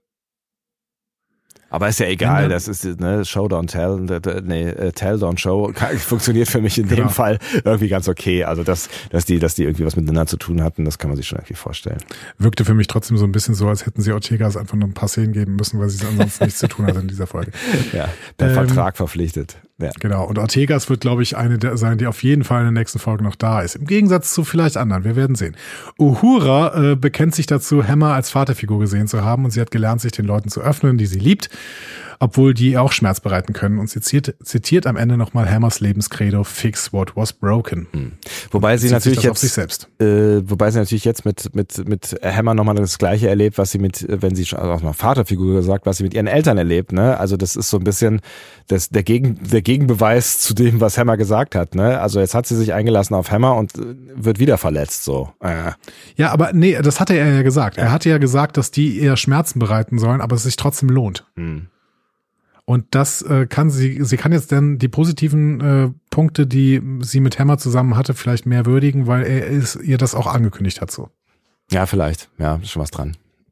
Aber ist ja egal, das ist Show Don't Tell, Tell Don't Show, funktioniert für mich in dem Fall irgendwie ganz okay. Also dass die irgendwie was miteinander zu tun hatten, das kann man sich schon irgendwie vorstellen. Wirkte für mich trotzdem so ein bisschen so, als hätten sie Ortegas einfach noch ein paar Szenen geben müssen, weil sie ansonsten nichts zu tun hatte in dieser Folge. Ja, per Vertrag verpflichtet. Ja. Genau, und Ortegas wird, glaube ich, eine sein, die auf jeden Fall in der nächsten Folge noch da ist. Im Gegensatz zu vielleicht anderen, wir werden sehen. Uhura bekennt sich dazu, Hammer als Vaterfigur gesehen zu haben und sie hat gelernt, sich den Leuten zu öffnen, die sie liebt, obwohl die auch Schmerz bereiten können. Und sie zitiert am Ende nochmal Hammers Lebenskredo, Fix what was broken. Wobei sie natürlich jetzt auf sich selbst. Wobei sie natürlich jetzt mit Hammer nochmal das Gleiche erlebt, was sie wenn sie schon auch noch Vaterfigur gesagt, was sie mit ihren Eltern erlebt, ne? Also das ist so ein bisschen der Gegenbeweis zu dem, was Hammer gesagt hat, ne? Also jetzt hat sie sich eingelassen auf Hammer und wird wieder verletzt, so. Ja, aber nee, das hatte er ja gesagt. Er hatte ja gesagt, dass die eher Schmerzen bereiten sollen, aber es sich trotzdem lohnt. Und das kann sie kann jetzt dann die positiven Punkte, die sie mit Hammer zusammen hatte, vielleicht mehr würdigen, weil ihr das auch angekündigt hat, so. Ja, vielleicht. Ja, ist schon was dran.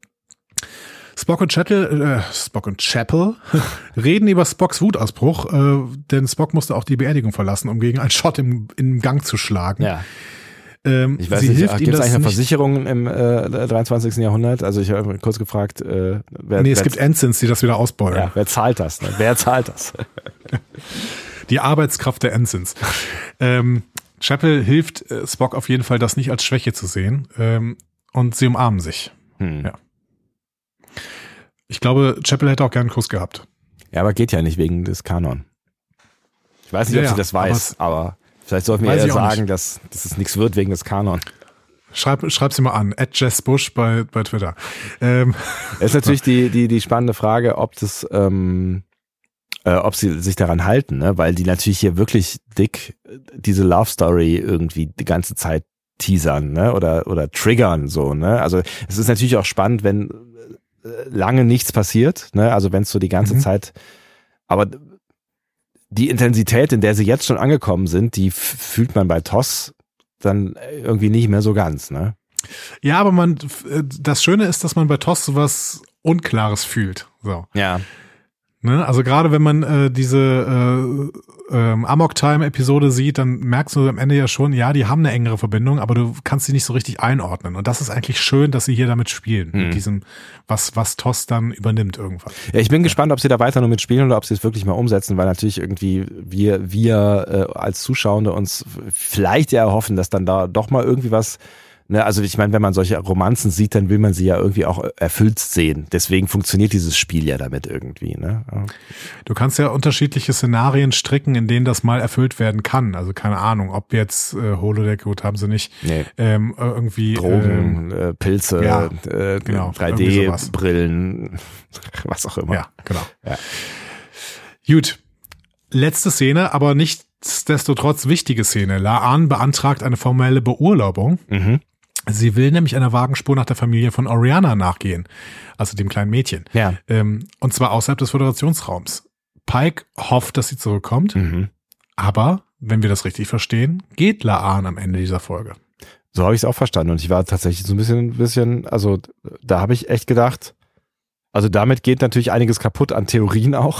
Spock und Chapel reden über Spocks Wutausbruch, denn Spock musste auch die Beerdigung verlassen, um gegen einen Shot im Gang zu schlagen. Ja. Ich weiß nicht, gibt es eigentlich eine Versicherung im 23. Jahrhundert? Also ich habe kurz gefragt, es gibt Ensigns, die das wieder ausbeulen. Ja, wer zahlt das? Ne? Wer zahlt das? Die Arbeitskraft der Ensigns. Chapel hilft Spock auf jeden Fall, das nicht als Schwäche zu sehen. Und sie umarmen sich. Ja. Ich glaube, Chapel hätte auch gern einen Kuss gehabt. Ja, aber geht ja nicht wegen des Kanon. Ich weiß nicht, ob sie das weiß, aber vielleicht sollten wir eher sagen, dass es nichts wird wegen des Kanon. Schreib sie mal an, @JessBush bei Twitter. Es ist natürlich die spannende Frage, ob sie sich daran halten, ne? Weil die natürlich hier wirklich dick diese Love Story irgendwie die ganze Zeit teasern, ne? Oder triggern so, ne? Also es ist natürlich auch spannend, wenn lange nichts passiert, ne? Also wenn es so die ganze Zeit, aber die Intensität, in der sie jetzt schon angekommen sind, die fühlt man bei TOS dann irgendwie nicht mehr so ganz, ne? Ja, aber das Schöne ist, dass man bei TOS sowas Unklares fühlt. So. Ja. Ne? Also gerade wenn man diese Amok-Time-Episode sieht, dann merkst du am Ende ja schon, ja, die haben eine engere Verbindung, aber du kannst sie nicht so richtig einordnen. Und das ist eigentlich schön, dass sie hier damit spielen, mit diesem, was TOS dann übernimmt irgendwann. Ja, ich bin gespannt, ob sie da weiter nur mitspielen oder ob sie es wirklich mal umsetzen, weil natürlich irgendwie wir als Zuschauende uns vielleicht ja erhoffen, dass dann da doch mal irgendwie was. Ne, also ich meine, wenn man solche Romanzen sieht, dann will man sie ja irgendwie auch erfüllt sehen. Deswegen funktioniert dieses Spiel ja damit irgendwie. Ne? Du kannst ja unterschiedliche Szenarien stricken, in denen das mal erfüllt werden kann. Also keine Ahnung, ob jetzt Holodeck, gut, haben sie nicht. Nee. Irgendwie Drogen, Pilze, ja, genau, 3D-Brillen, was auch immer. Ja, genau. Ja. Gut, letzte Szene, aber nichtsdestotrotz wichtige Szene. La'an beantragt eine formelle Beurlaubung. Sie will nämlich einer Wagenspur nach der Familie von Oriana nachgehen, also dem kleinen Mädchen. Ja. Und zwar außerhalb des Föderationsraums. Pike hofft, dass sie zurückkommt, aber, wenn wir das richtig verstehen, geht La'an am Ende dieser Folge. So habe ich es auch verstanden und ich war tatsächlich so ein bisschen, also da habe ich echt gedacht, also damit geht natürlich einiges kaputt an Theorien auch.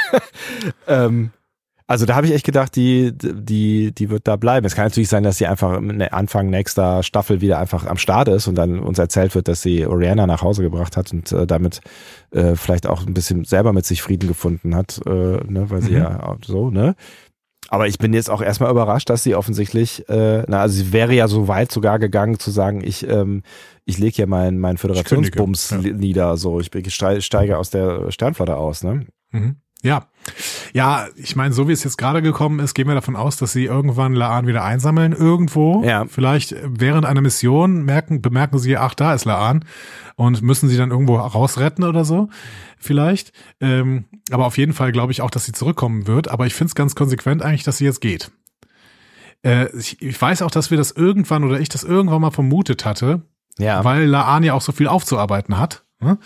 Also da habe ich echt gedacht, die wird da bleiben. Es kann natürlich sein, dass sie einfach Anfang nächster Staffel wieder einfach am Start ist und dann uns erzählt wird, dass sie Oriana nach Hause gebracht hat und damit vielleicht auch ein bisschen selber mit sich Frieden gefunden hat, ne, weil sie ja so, ne? Aber ich bin jetzt auch erstmal überrascht, dass sie offensichtlich, also sie wäre ja so weit sogar gegangen zu sagen, ich lege hier meinen Föderationsbums nieder, so ich steige aus der Sternflotte aus, ne? Ja, ich meine, so wie es jetzt gerade gekommen ist, gehen wir davon aus, dass sie irgendwann La'an wieder einsammeln irgendwo. Ja. Vielleicht während einer Mission bemerken sie, ach, da ist La'an und müssen sie dann irgendwo rausretten oder so. Vielleicht. Aber auf jeden Fall glaube ich auch, dass sie zurückkommen wird. Aber ich finde es ganz konsequent eigentlich, dass sie jetzt geht. Ich weiß auch, dass wir das irgendwann oder ich das irgendwann mal vermutet hatte. Ja. Weil La'an ja auch so viel aufzuarbeiten hat.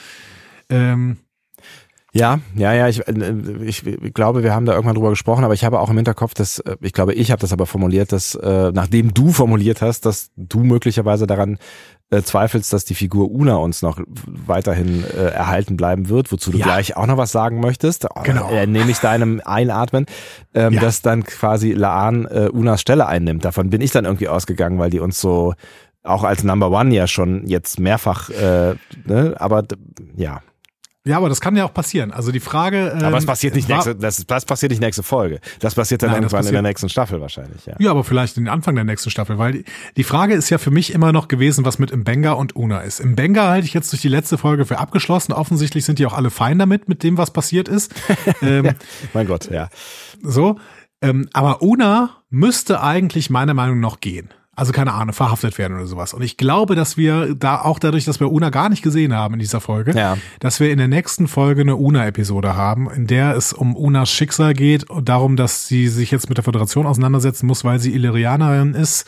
Ja, ich glaube, wir haben da irgendwann drüber gesprochen, aber ich habe auch im Hinterkopf, dass, ich glaube, ich habe das aber formuliert, dass, nachdem du formuliert hast, dass du möglicherweise daran zweifelst, dass die Figur Una uns noch weiterhin erhalten bleiben wird, wozu du gleich auch noch was sagen möchtest. Genau. Nehme ich deinem Einatmen, dass dann quasi La'an Unas Stelle einnimmt. Davon bin ich dann irgendwie ausgegangen, weil die uns so auch als Number One ja schon jetzt mehrfach, ne, aber ja. Ja, aber das kann ja auch passieren. Also die Frage. Aber es passiert nicht das passiert nicht nächste Folge. Das passiert dann irgendwann in der nächsten Staffel wahrscheinlich. Ja, aber vielleicht in den Anfang der nächsten Staffel, weil die Frage ist ja für mich immer noch gewesen, was mit Mbenga und Una ist. Mbenga halte ich jetzt durch die letzte Folge für abgeschlossen. Offensichtlich sind die auch alle fein damit dem, was passiert ist. Mein Gott, ja. So. Aber Una müsste eigentlich meiner Meinung nach noch gehen. Also keine Ahnung, verhaftet werden oder sowas. Und ich glaube, dass wir da auch dadurch, dass wir Una gar nicht gesehen haben in dieser Folge, dass wir in der nächsten Folge eine Una-Episode haben, in der es um Unas Schicksal geht und darum, dass sie sich jetzt mit der Föderation auseinandersetzen muss, weil sie Illyrianerin ist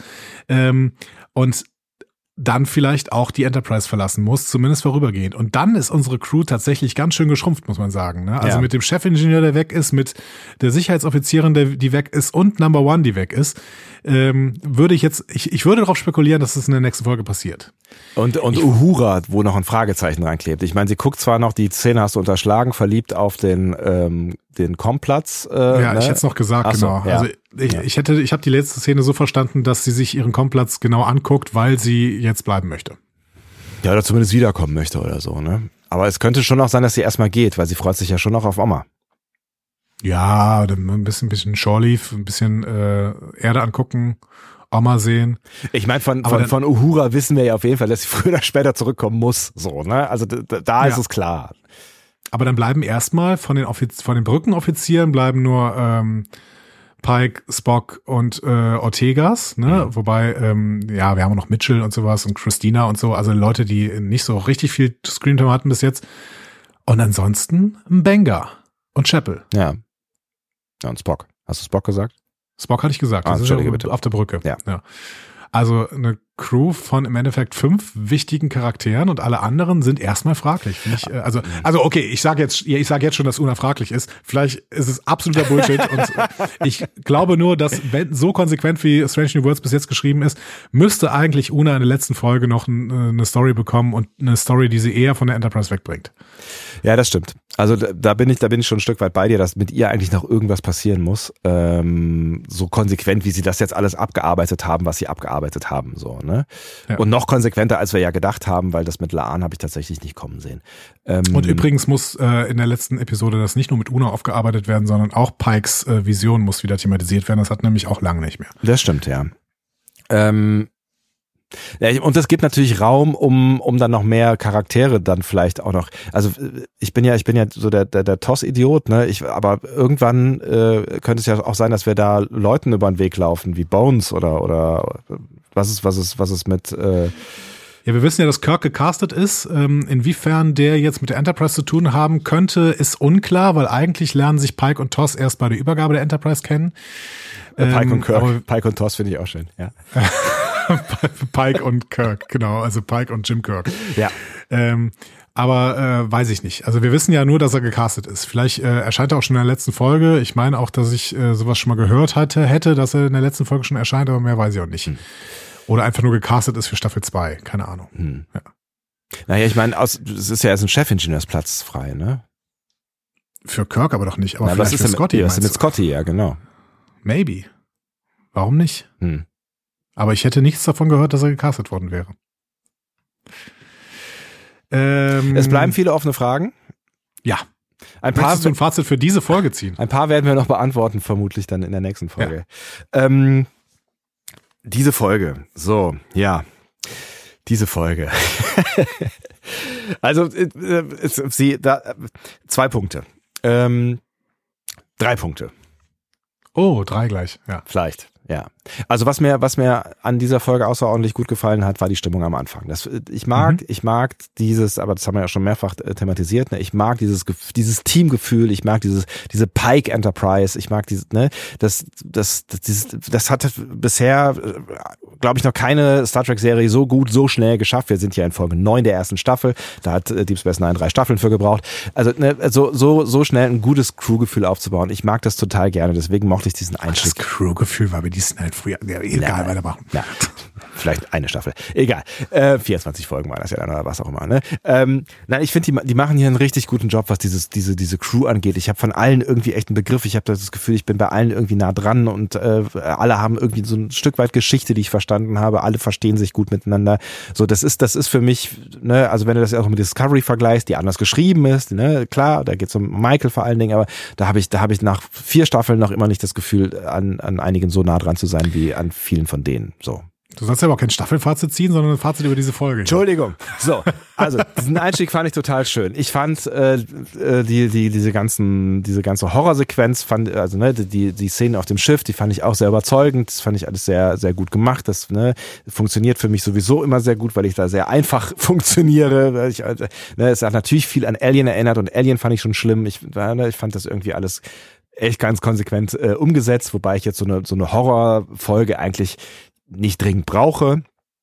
und dann vielleicht auch die Enterprise verlassen muss, zumindest vorübergehend. Und dann ist unsere Crew tatsächlich ganz schön geschrumpft, muss man sagen. Ne? Also mit dem Chefingenieur, der weg ist, mit der Sicherheitsoffizierin, die weg ist und Number One, die weg ist, würde ich würde darauf spekulieren, dass es in der nächsten Folge passiert. Und Uhura, wo noch ein Fragezeichen dran klebt. Ich meine, sie guckt zwar noch, die Szene hast du unterschlagen, verliebt auf den Komplatz. Ja, ich hätte es noch gesagt, genau. Ja. Also ich habe die letzte Szene so verstanden, dass sie sich ihren Komplatz genau anguckt, weil sie jetzt bleiben möchte. Ja, oder zumindest wiederkommen möchte oder so, ne? Aber es könnte schon auch sein, dass sie erstmal geht, weil sie freut sich ja schon noch auf Oma. Ja, ein bisschen Shore Leave, ein bisschen Erde angucken, Oma sehen. Ich meine, von Uhura wissen wir ja auf jeden Fall, dass sie früher oder später zurückkommen muss. So, ne? Also da ist es klar. Aber dann bleiben erstmal von den Brückenoffizieren bleiben nur Pike, Spock und Ortegas, ne? Wobei, wir haben auch noch Mitchell und sowas und Christina und so, also Leute, die nicht so richtig viel Screentime hatten bis jetzt. Und ansonsten Mbenga und Chapel. Ja, und Spock. Hast du Spock gesagt? Spock hatte ich gesagt. Das ist ja auf der Brücke. Ja. Also eine Crew von im Endeffekt 5 wichtigen Charakteren und alle anderen sind erstmal fraglich. Also okay, ich sage jetzt schon, dass Una fraglich ist. Vielleicht ist es absoluter Bullshit und ich glaube nur, dass wenn so konsequent wie Strange New Worlds bis jetzt geschrieben ist, müsste eigentlich Una in der letzten Folge noch eine Story bekommen und eine Story, die sie eher von der Enterprise wegbringt. Ja, das stimmt. Also da bin ich schon ein Stück weit bei dir, dass mit ihr eigentlich noch irgendwas passieren muss. So konsequent, wie sie das jetzt alles abgearbeitet haben, was sie abgearbeitet haben, so, ne? Ja. Und noch konsequenter, als wir ja gedacht haben, weil das mit Laan habe ich tatsächlich nicht kommen sehen. Und übrigens muss in der letzten Episode das nicht nur mit Una aufgearbeitet werden, sondern auch Pikes Vision muss wieder thematisiert werden. Das hat nämlich auch lange nicht mehr. Das stimmt, ja. Ja, und das gibt natürlich Raum, um dann noch mehr Charaktere dann vielleicht auch noch. Also ich bin ja so der TOS-Idiot, ne? Aber irgendwann könnte es ja auch sein, dass wir da Leuten über den Weg laufen, wie Bones oder was ist mit Ja, wir wissen ja, dass Kirk gecastet ist. Inwiefern der jetzt mit der Enterprise zu tun haben könnte, ist unklar, weil eigentlich lernen sich Pike und TOS erst bei der Übergabe der Enterprise kennen. Pike und Kirk, Pike und TOS finde ich auch schön, ja. Pike und Kirk, genau, also Pike und Jim Kirk. Ja. Aber weiß ich nicht. Also wir wissen ja nur, dass er gecastet ist. Vielleicht erscheint er auch schon in der letzten Folge. Ich meine auch, dass ich sowas schon mal gehört hätte, dass er in der letzten Folge schon erscheint, aber mehr weiß ich auch nicht. Oder einfach nur gecastet ist für Staffel 2, keine Ahnung. Ja. Naja, ich meine, es ist ja erst ein Chefingenieursplatz frei, ne? Für Kirk aber doch nicht, aber ja, vielleicht was ist für Scotty. Was ist mit Scotty, ja, genau. Maybe. Warum nicht? Aber ich hätte nichts davon gehört, dass er gecastet worden wäre. Es bleiben viele offene Fragen. Ja. Möchtest du ein Fazit für diese Folge ziehen? Ein paar werden wir noch beantworten, vermutlich dann in der nächsten Folge. Ja. Diese Folge. So, ja. Diese Folge. Also, 2 Punkte. 3 Punkte. Oh, 3 gleich, ja. Vielleicht, ja. Also was mir an dieser Folge außerordentlich gut gefallen hat, war die Stimmung am Anfang. Ich mag dieses, aber das haben wir ja schon mehrfach thematisiert, ne? Ich mag dieses Teamgefühl, ich mag diese Pike Enterprise, ich mag dieses, ne? Das hat bisher, glaube ich, noch keine Star Trek Serie so gut, so schnell geschafft. Wir sind ja in Folge 9 der ersten Staffel, da hat Deep Space Nine 3 Staffeln für gebraucht. Also, ne, so schnell ein gutes Crewgefühl aufzubauen. Ich mag das total gerne, deswegen mochte ich diesen Einstieg. Das Crewgefühl war bei diesen halt früher, egal, weitermachen. Ja, vielleicht eine Staffel. Egal. 24 Folgen war das ja dann oder was auch immer. Ne? Nein, ich finde, die machen hier einen richtig guten Job, was diese Crew angeht. Ich habe von allen irgendwie echt einen Begriff. Ich habe das Gefühl, ich bin bei allen irgendwie nah dran und alle haben irgendwie so ein Stück weit Geschichte, die ich verstanden habe. Alle verstehen sich gut miteinander. So, das ist für mich, ne, also wenn du das ja auch mit Discovery vergleichst, die anders geschrieben ist, ne, klar, da geht's um Michael vor allen Dingen, aber da habe ich nach 4 Staffeln noch immer nicht das Gefühl, an einigen so nah dran zu sein wie an vielen von denen. So. Du sollst ja aber auch kein Staffelfazit ziehen, sondern ein Fazit über diese Folge. Entschuldigung. So, also diesen Einstieg fand ich total schön. Ich fand diese ganze Horrorsequenz, also ne, die Szenen auf dem Schiff, die fand ich auch sehr überzeugend. Das fand ich alles sehr, sehr gut gemacht. Das funktioniert für mich sowieso immer sehr gut, weil ich da sehr einfach funktioniere. Es hat natürlich viel an Alien erinnert und Alien fand ich schon schlimm. Ich fand das irgendwie alles echt ganz konsequent umgesetzt, wobei ich jetzt so eine Horrorfolge eigentlich nicht dringend brauche.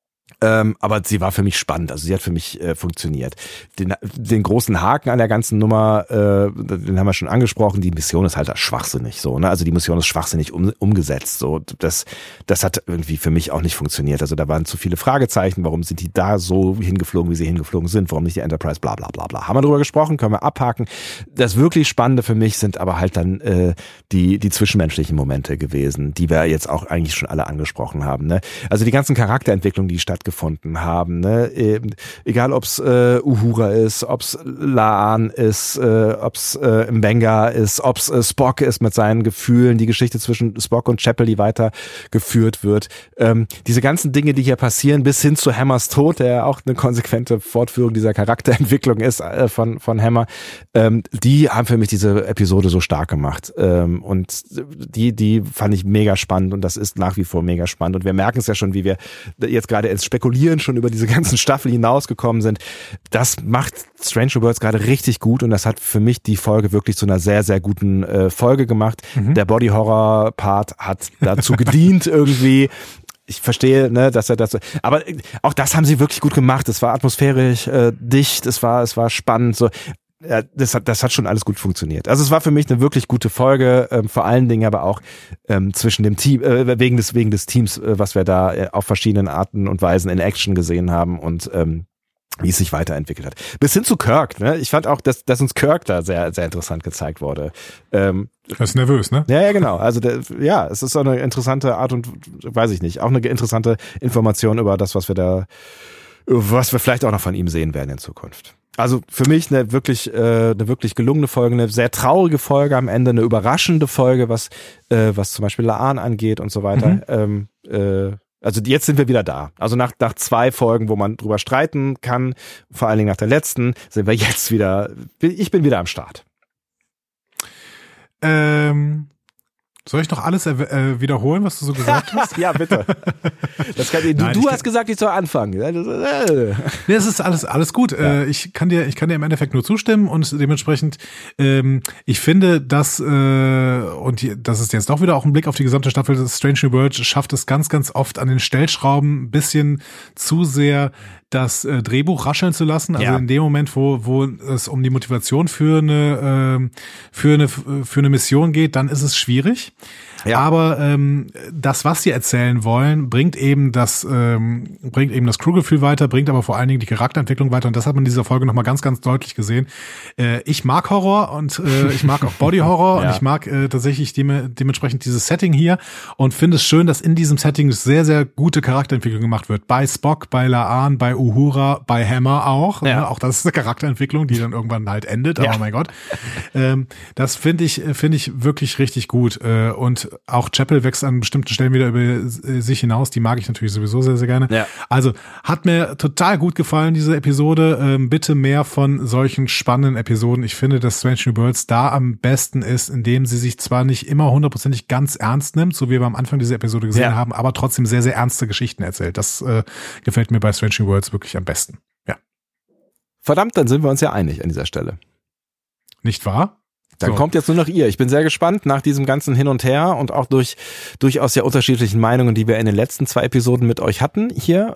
Aber sie war für mich spannend, also sie hat für mich funktioniert. Den großen Haken an der ganzen Nummer, den haben wir schon angesprochen, die Mission ist halt schwachsinnig so, ne? Also die Mission ist schwachsinnig umgesetzt. So, das hat irgendwie für mich auch nicht funktioniert. Also da waren zu viele Fragezeichen, warum sind die da so hingeflogen, wie sie hingeflogen sind, warum nicht die Enterprise, bla bla bla bla. Haben wir drüber gesprochen, können wir abhaken. Das wirklich Spannende für mich sind aber halt dann die zwischenmenschlichen Momente gewesen, die wir jetzt auch eigentlich schon alle angesprochen haben. Ne? Also die ganzen Charakterentwicklungen, die stattgefunden haben, ne? Egal ob's Uhura ist, ob's Laan ist, ob's Mbenga ist, ob's Spock ist mit seinen Gefühlen, die Geschichte zwischen Spock und Chapel, die weitergeführt wird. Diese ganzen Dinge, die hier passieren, bis hin zu Hammers Tod, der auch eine konsequente Fortführung dieser Charakterentwicklung ist von Hammer, die haben für mich diese Episode so stark gemacht. Und die fand ich mega spannend und das ist nach wie vor mega spannend. Und wir merken es ja schon, wie wir jetzt gerade ins Spekulieren schon über diese ganzen Staffel hinausgekommen sind. Das macht Strange New Worlds gerade richtig gut und das hat für mich die Folge wirklich zu einer sehr, sehr guten Folge gemacht. Der Body-Horror-Part hat dazu gedient irgendwie. ich verstehe, ne, dass er das, aber auch das haben sie wirklich gut gemacht. Es war atmosphärisch, dicht, es war spannend, so. Ja, das hat schon alles gut funktioniert. Also es war für mich eine wirklich gute Folge, vor allen Dingen aber auch zwischen dem Team, wegen des Teams, was wir da auf verschiedenen Arten und Weisen in Action gesehen haben und wie es sich weiterentwickelt hat. Bis hin zu Kirk, ne? Ich fand auch, dass uns Kirk da sehr, sehr interessant gezeigt wurde. Er ist nervös, ne? Ja, genau. Also es ist so eine interessante Art und, weiß ich nicht, auch eine interessante Information über das, was wir vielleicht auch noch von ihm sehen werden in Zukunft. Also für mich eine wirklich gelungene Folge, eine sehr traurige Folge am Ende, eine überraschende Folge, was zum Beispiel Laan angeht und so weiter. Also jetzt sind wir wieder da. Also nach 2 Folgen, wo man drüber streiten kann, vor allen Dingen nach der letzten, sind wir jetzt wieder, ich bin wieder am Start. Soll ich noch alles wiederholen, was du so gesagt hast? Ja, bitte. Du hast gesagt, ich soll anfangen. Nee, es ist alles gut. Ja. Ich kann dir im Endeffekt nur zustimmen und dementsprechend, ich finde, dass, und das ist jetzt doch wieder auch ein Blick auf die gesamte Staffel, Strange New Worlds schafft es ganz, ganz oft an den Stellschrauben ein bisschen zu sehr das Drehbuch rascheln zu lassen. Also in dem Moment, wo es um die Motivation für eine Mission geht, dann ist es schwierig. Ja. Aber das, was sie erzählen wollen, bringt eben das Crewgefühl weiter, bringt aber vor allen Dingen die Charakterentwicklung weiter. Und das hat man in dieser Folge nochmal ganz, ganz deutlich gesehen. Ich mag Horror und ich mag auch Body Horror und ich mag tatsächlich dementsprechend dieses Setting hier und finde es schön, dass in diesem Setting sehr, sehr gute Charakterentwicklung gemacht wird. Bei Spock, bei Laan, bei Uhura, bei Hammer auch. Ja. Ne? Auch das ist eine Charakterentwicklung, die dann irgendwann halt endet. Aber mein Gott. Das finde ich wirklich richtig gut. Und auch Chapel wächst an bestimmten Stellen wieder über sich hinaus. Die mag ich natürlich sowieso sehr, sehr gerne. Ja. Also hat mir total gut gefallen, diese Episode. Bitte mehr von solchen spannenden Episoden. Ich finde, dass Strange New Worlds da am besten ist, indem sie sich zwar nicht immer hundertprozentig ganz ernst nimmt, so wie wir am Anfang dieser Episode gesehen haben, aber trotzdem sehr, sehr ernste Geschichten erzählt. Das gefällt mir bei Strange New Worlds wirklich am besten. Ja. Verdammt, dann sind wir uns ja einig an dieser Stelle. Nicht wahr? Dann kommt jetzt nur noch ihr. Ich bin sehr gespannt nach diesem ganzen Hin und Her und auch durch durchaus sehr unterschiedlichen Meinungen, die wir in den letzten 2 Episoden mit euch hatten. Hier,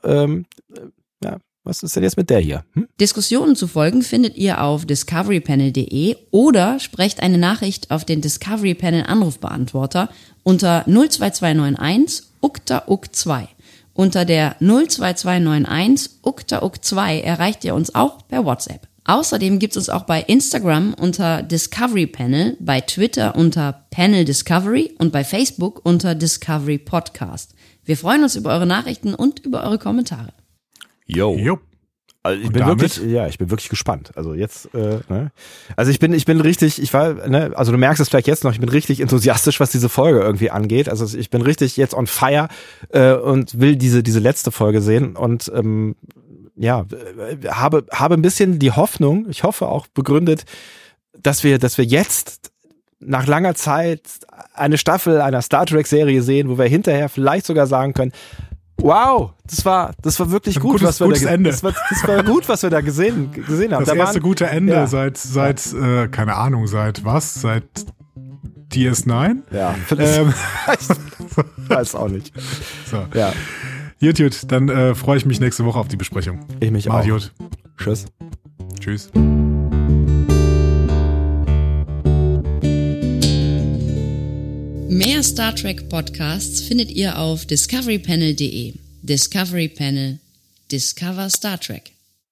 was ist denn jetzt mit der hier? Diskussionen zu folgen findet ihr auf discoverypanel.de oder sprecht eine Nachricht auf den Discovery Panel Anrufbeantworter unter 02291 UKTA-UK2. Unter der 02291 UKTA-UK2 erreicht ihr uns auch per WhatsApp. Außerdem gibt's uns auch bei Instagram unter Discovery Panel, bei Twitter unter Panel Discovery und bei Facebook unter Discovery Podcast. Wir freuen uns über eure Nachrichten und über eure Kommentare. Jo. Also ich bin wirklich gespannt. Also jetzt, ne? Also ich bin richtig, also du merkst es vielleicht jetzt noch, ich bin richtig enthusiastisch, was diese Folge irgendwie angeht. Also ich bin richtig jetzt on fire und will diese letzte Folge sehen und habe ein bisschen die Hoffnung, ich hoffe auch begründet, dass wir jetzt nach langer Zeit eine Staffel einer Star Trek Serie sehen, wo wir hinterher vielleicht sogar sagen können, wow, das war wirklich gut, was wir da Ende. Das war gut, was wir da gesehen haben. Das erste gute Ende seit keine Ahnung, seit DS9? Ja, weiß auch nicht. So. Ja. Gut, dann freue ich mich nächste Woche auf die Besprechung. Ich mich auch. Gut. Tschüss. Mehr Star Trek Podcasts findet ihr auf discoverypanel.de. Discovery Panel. Discover Star Trek.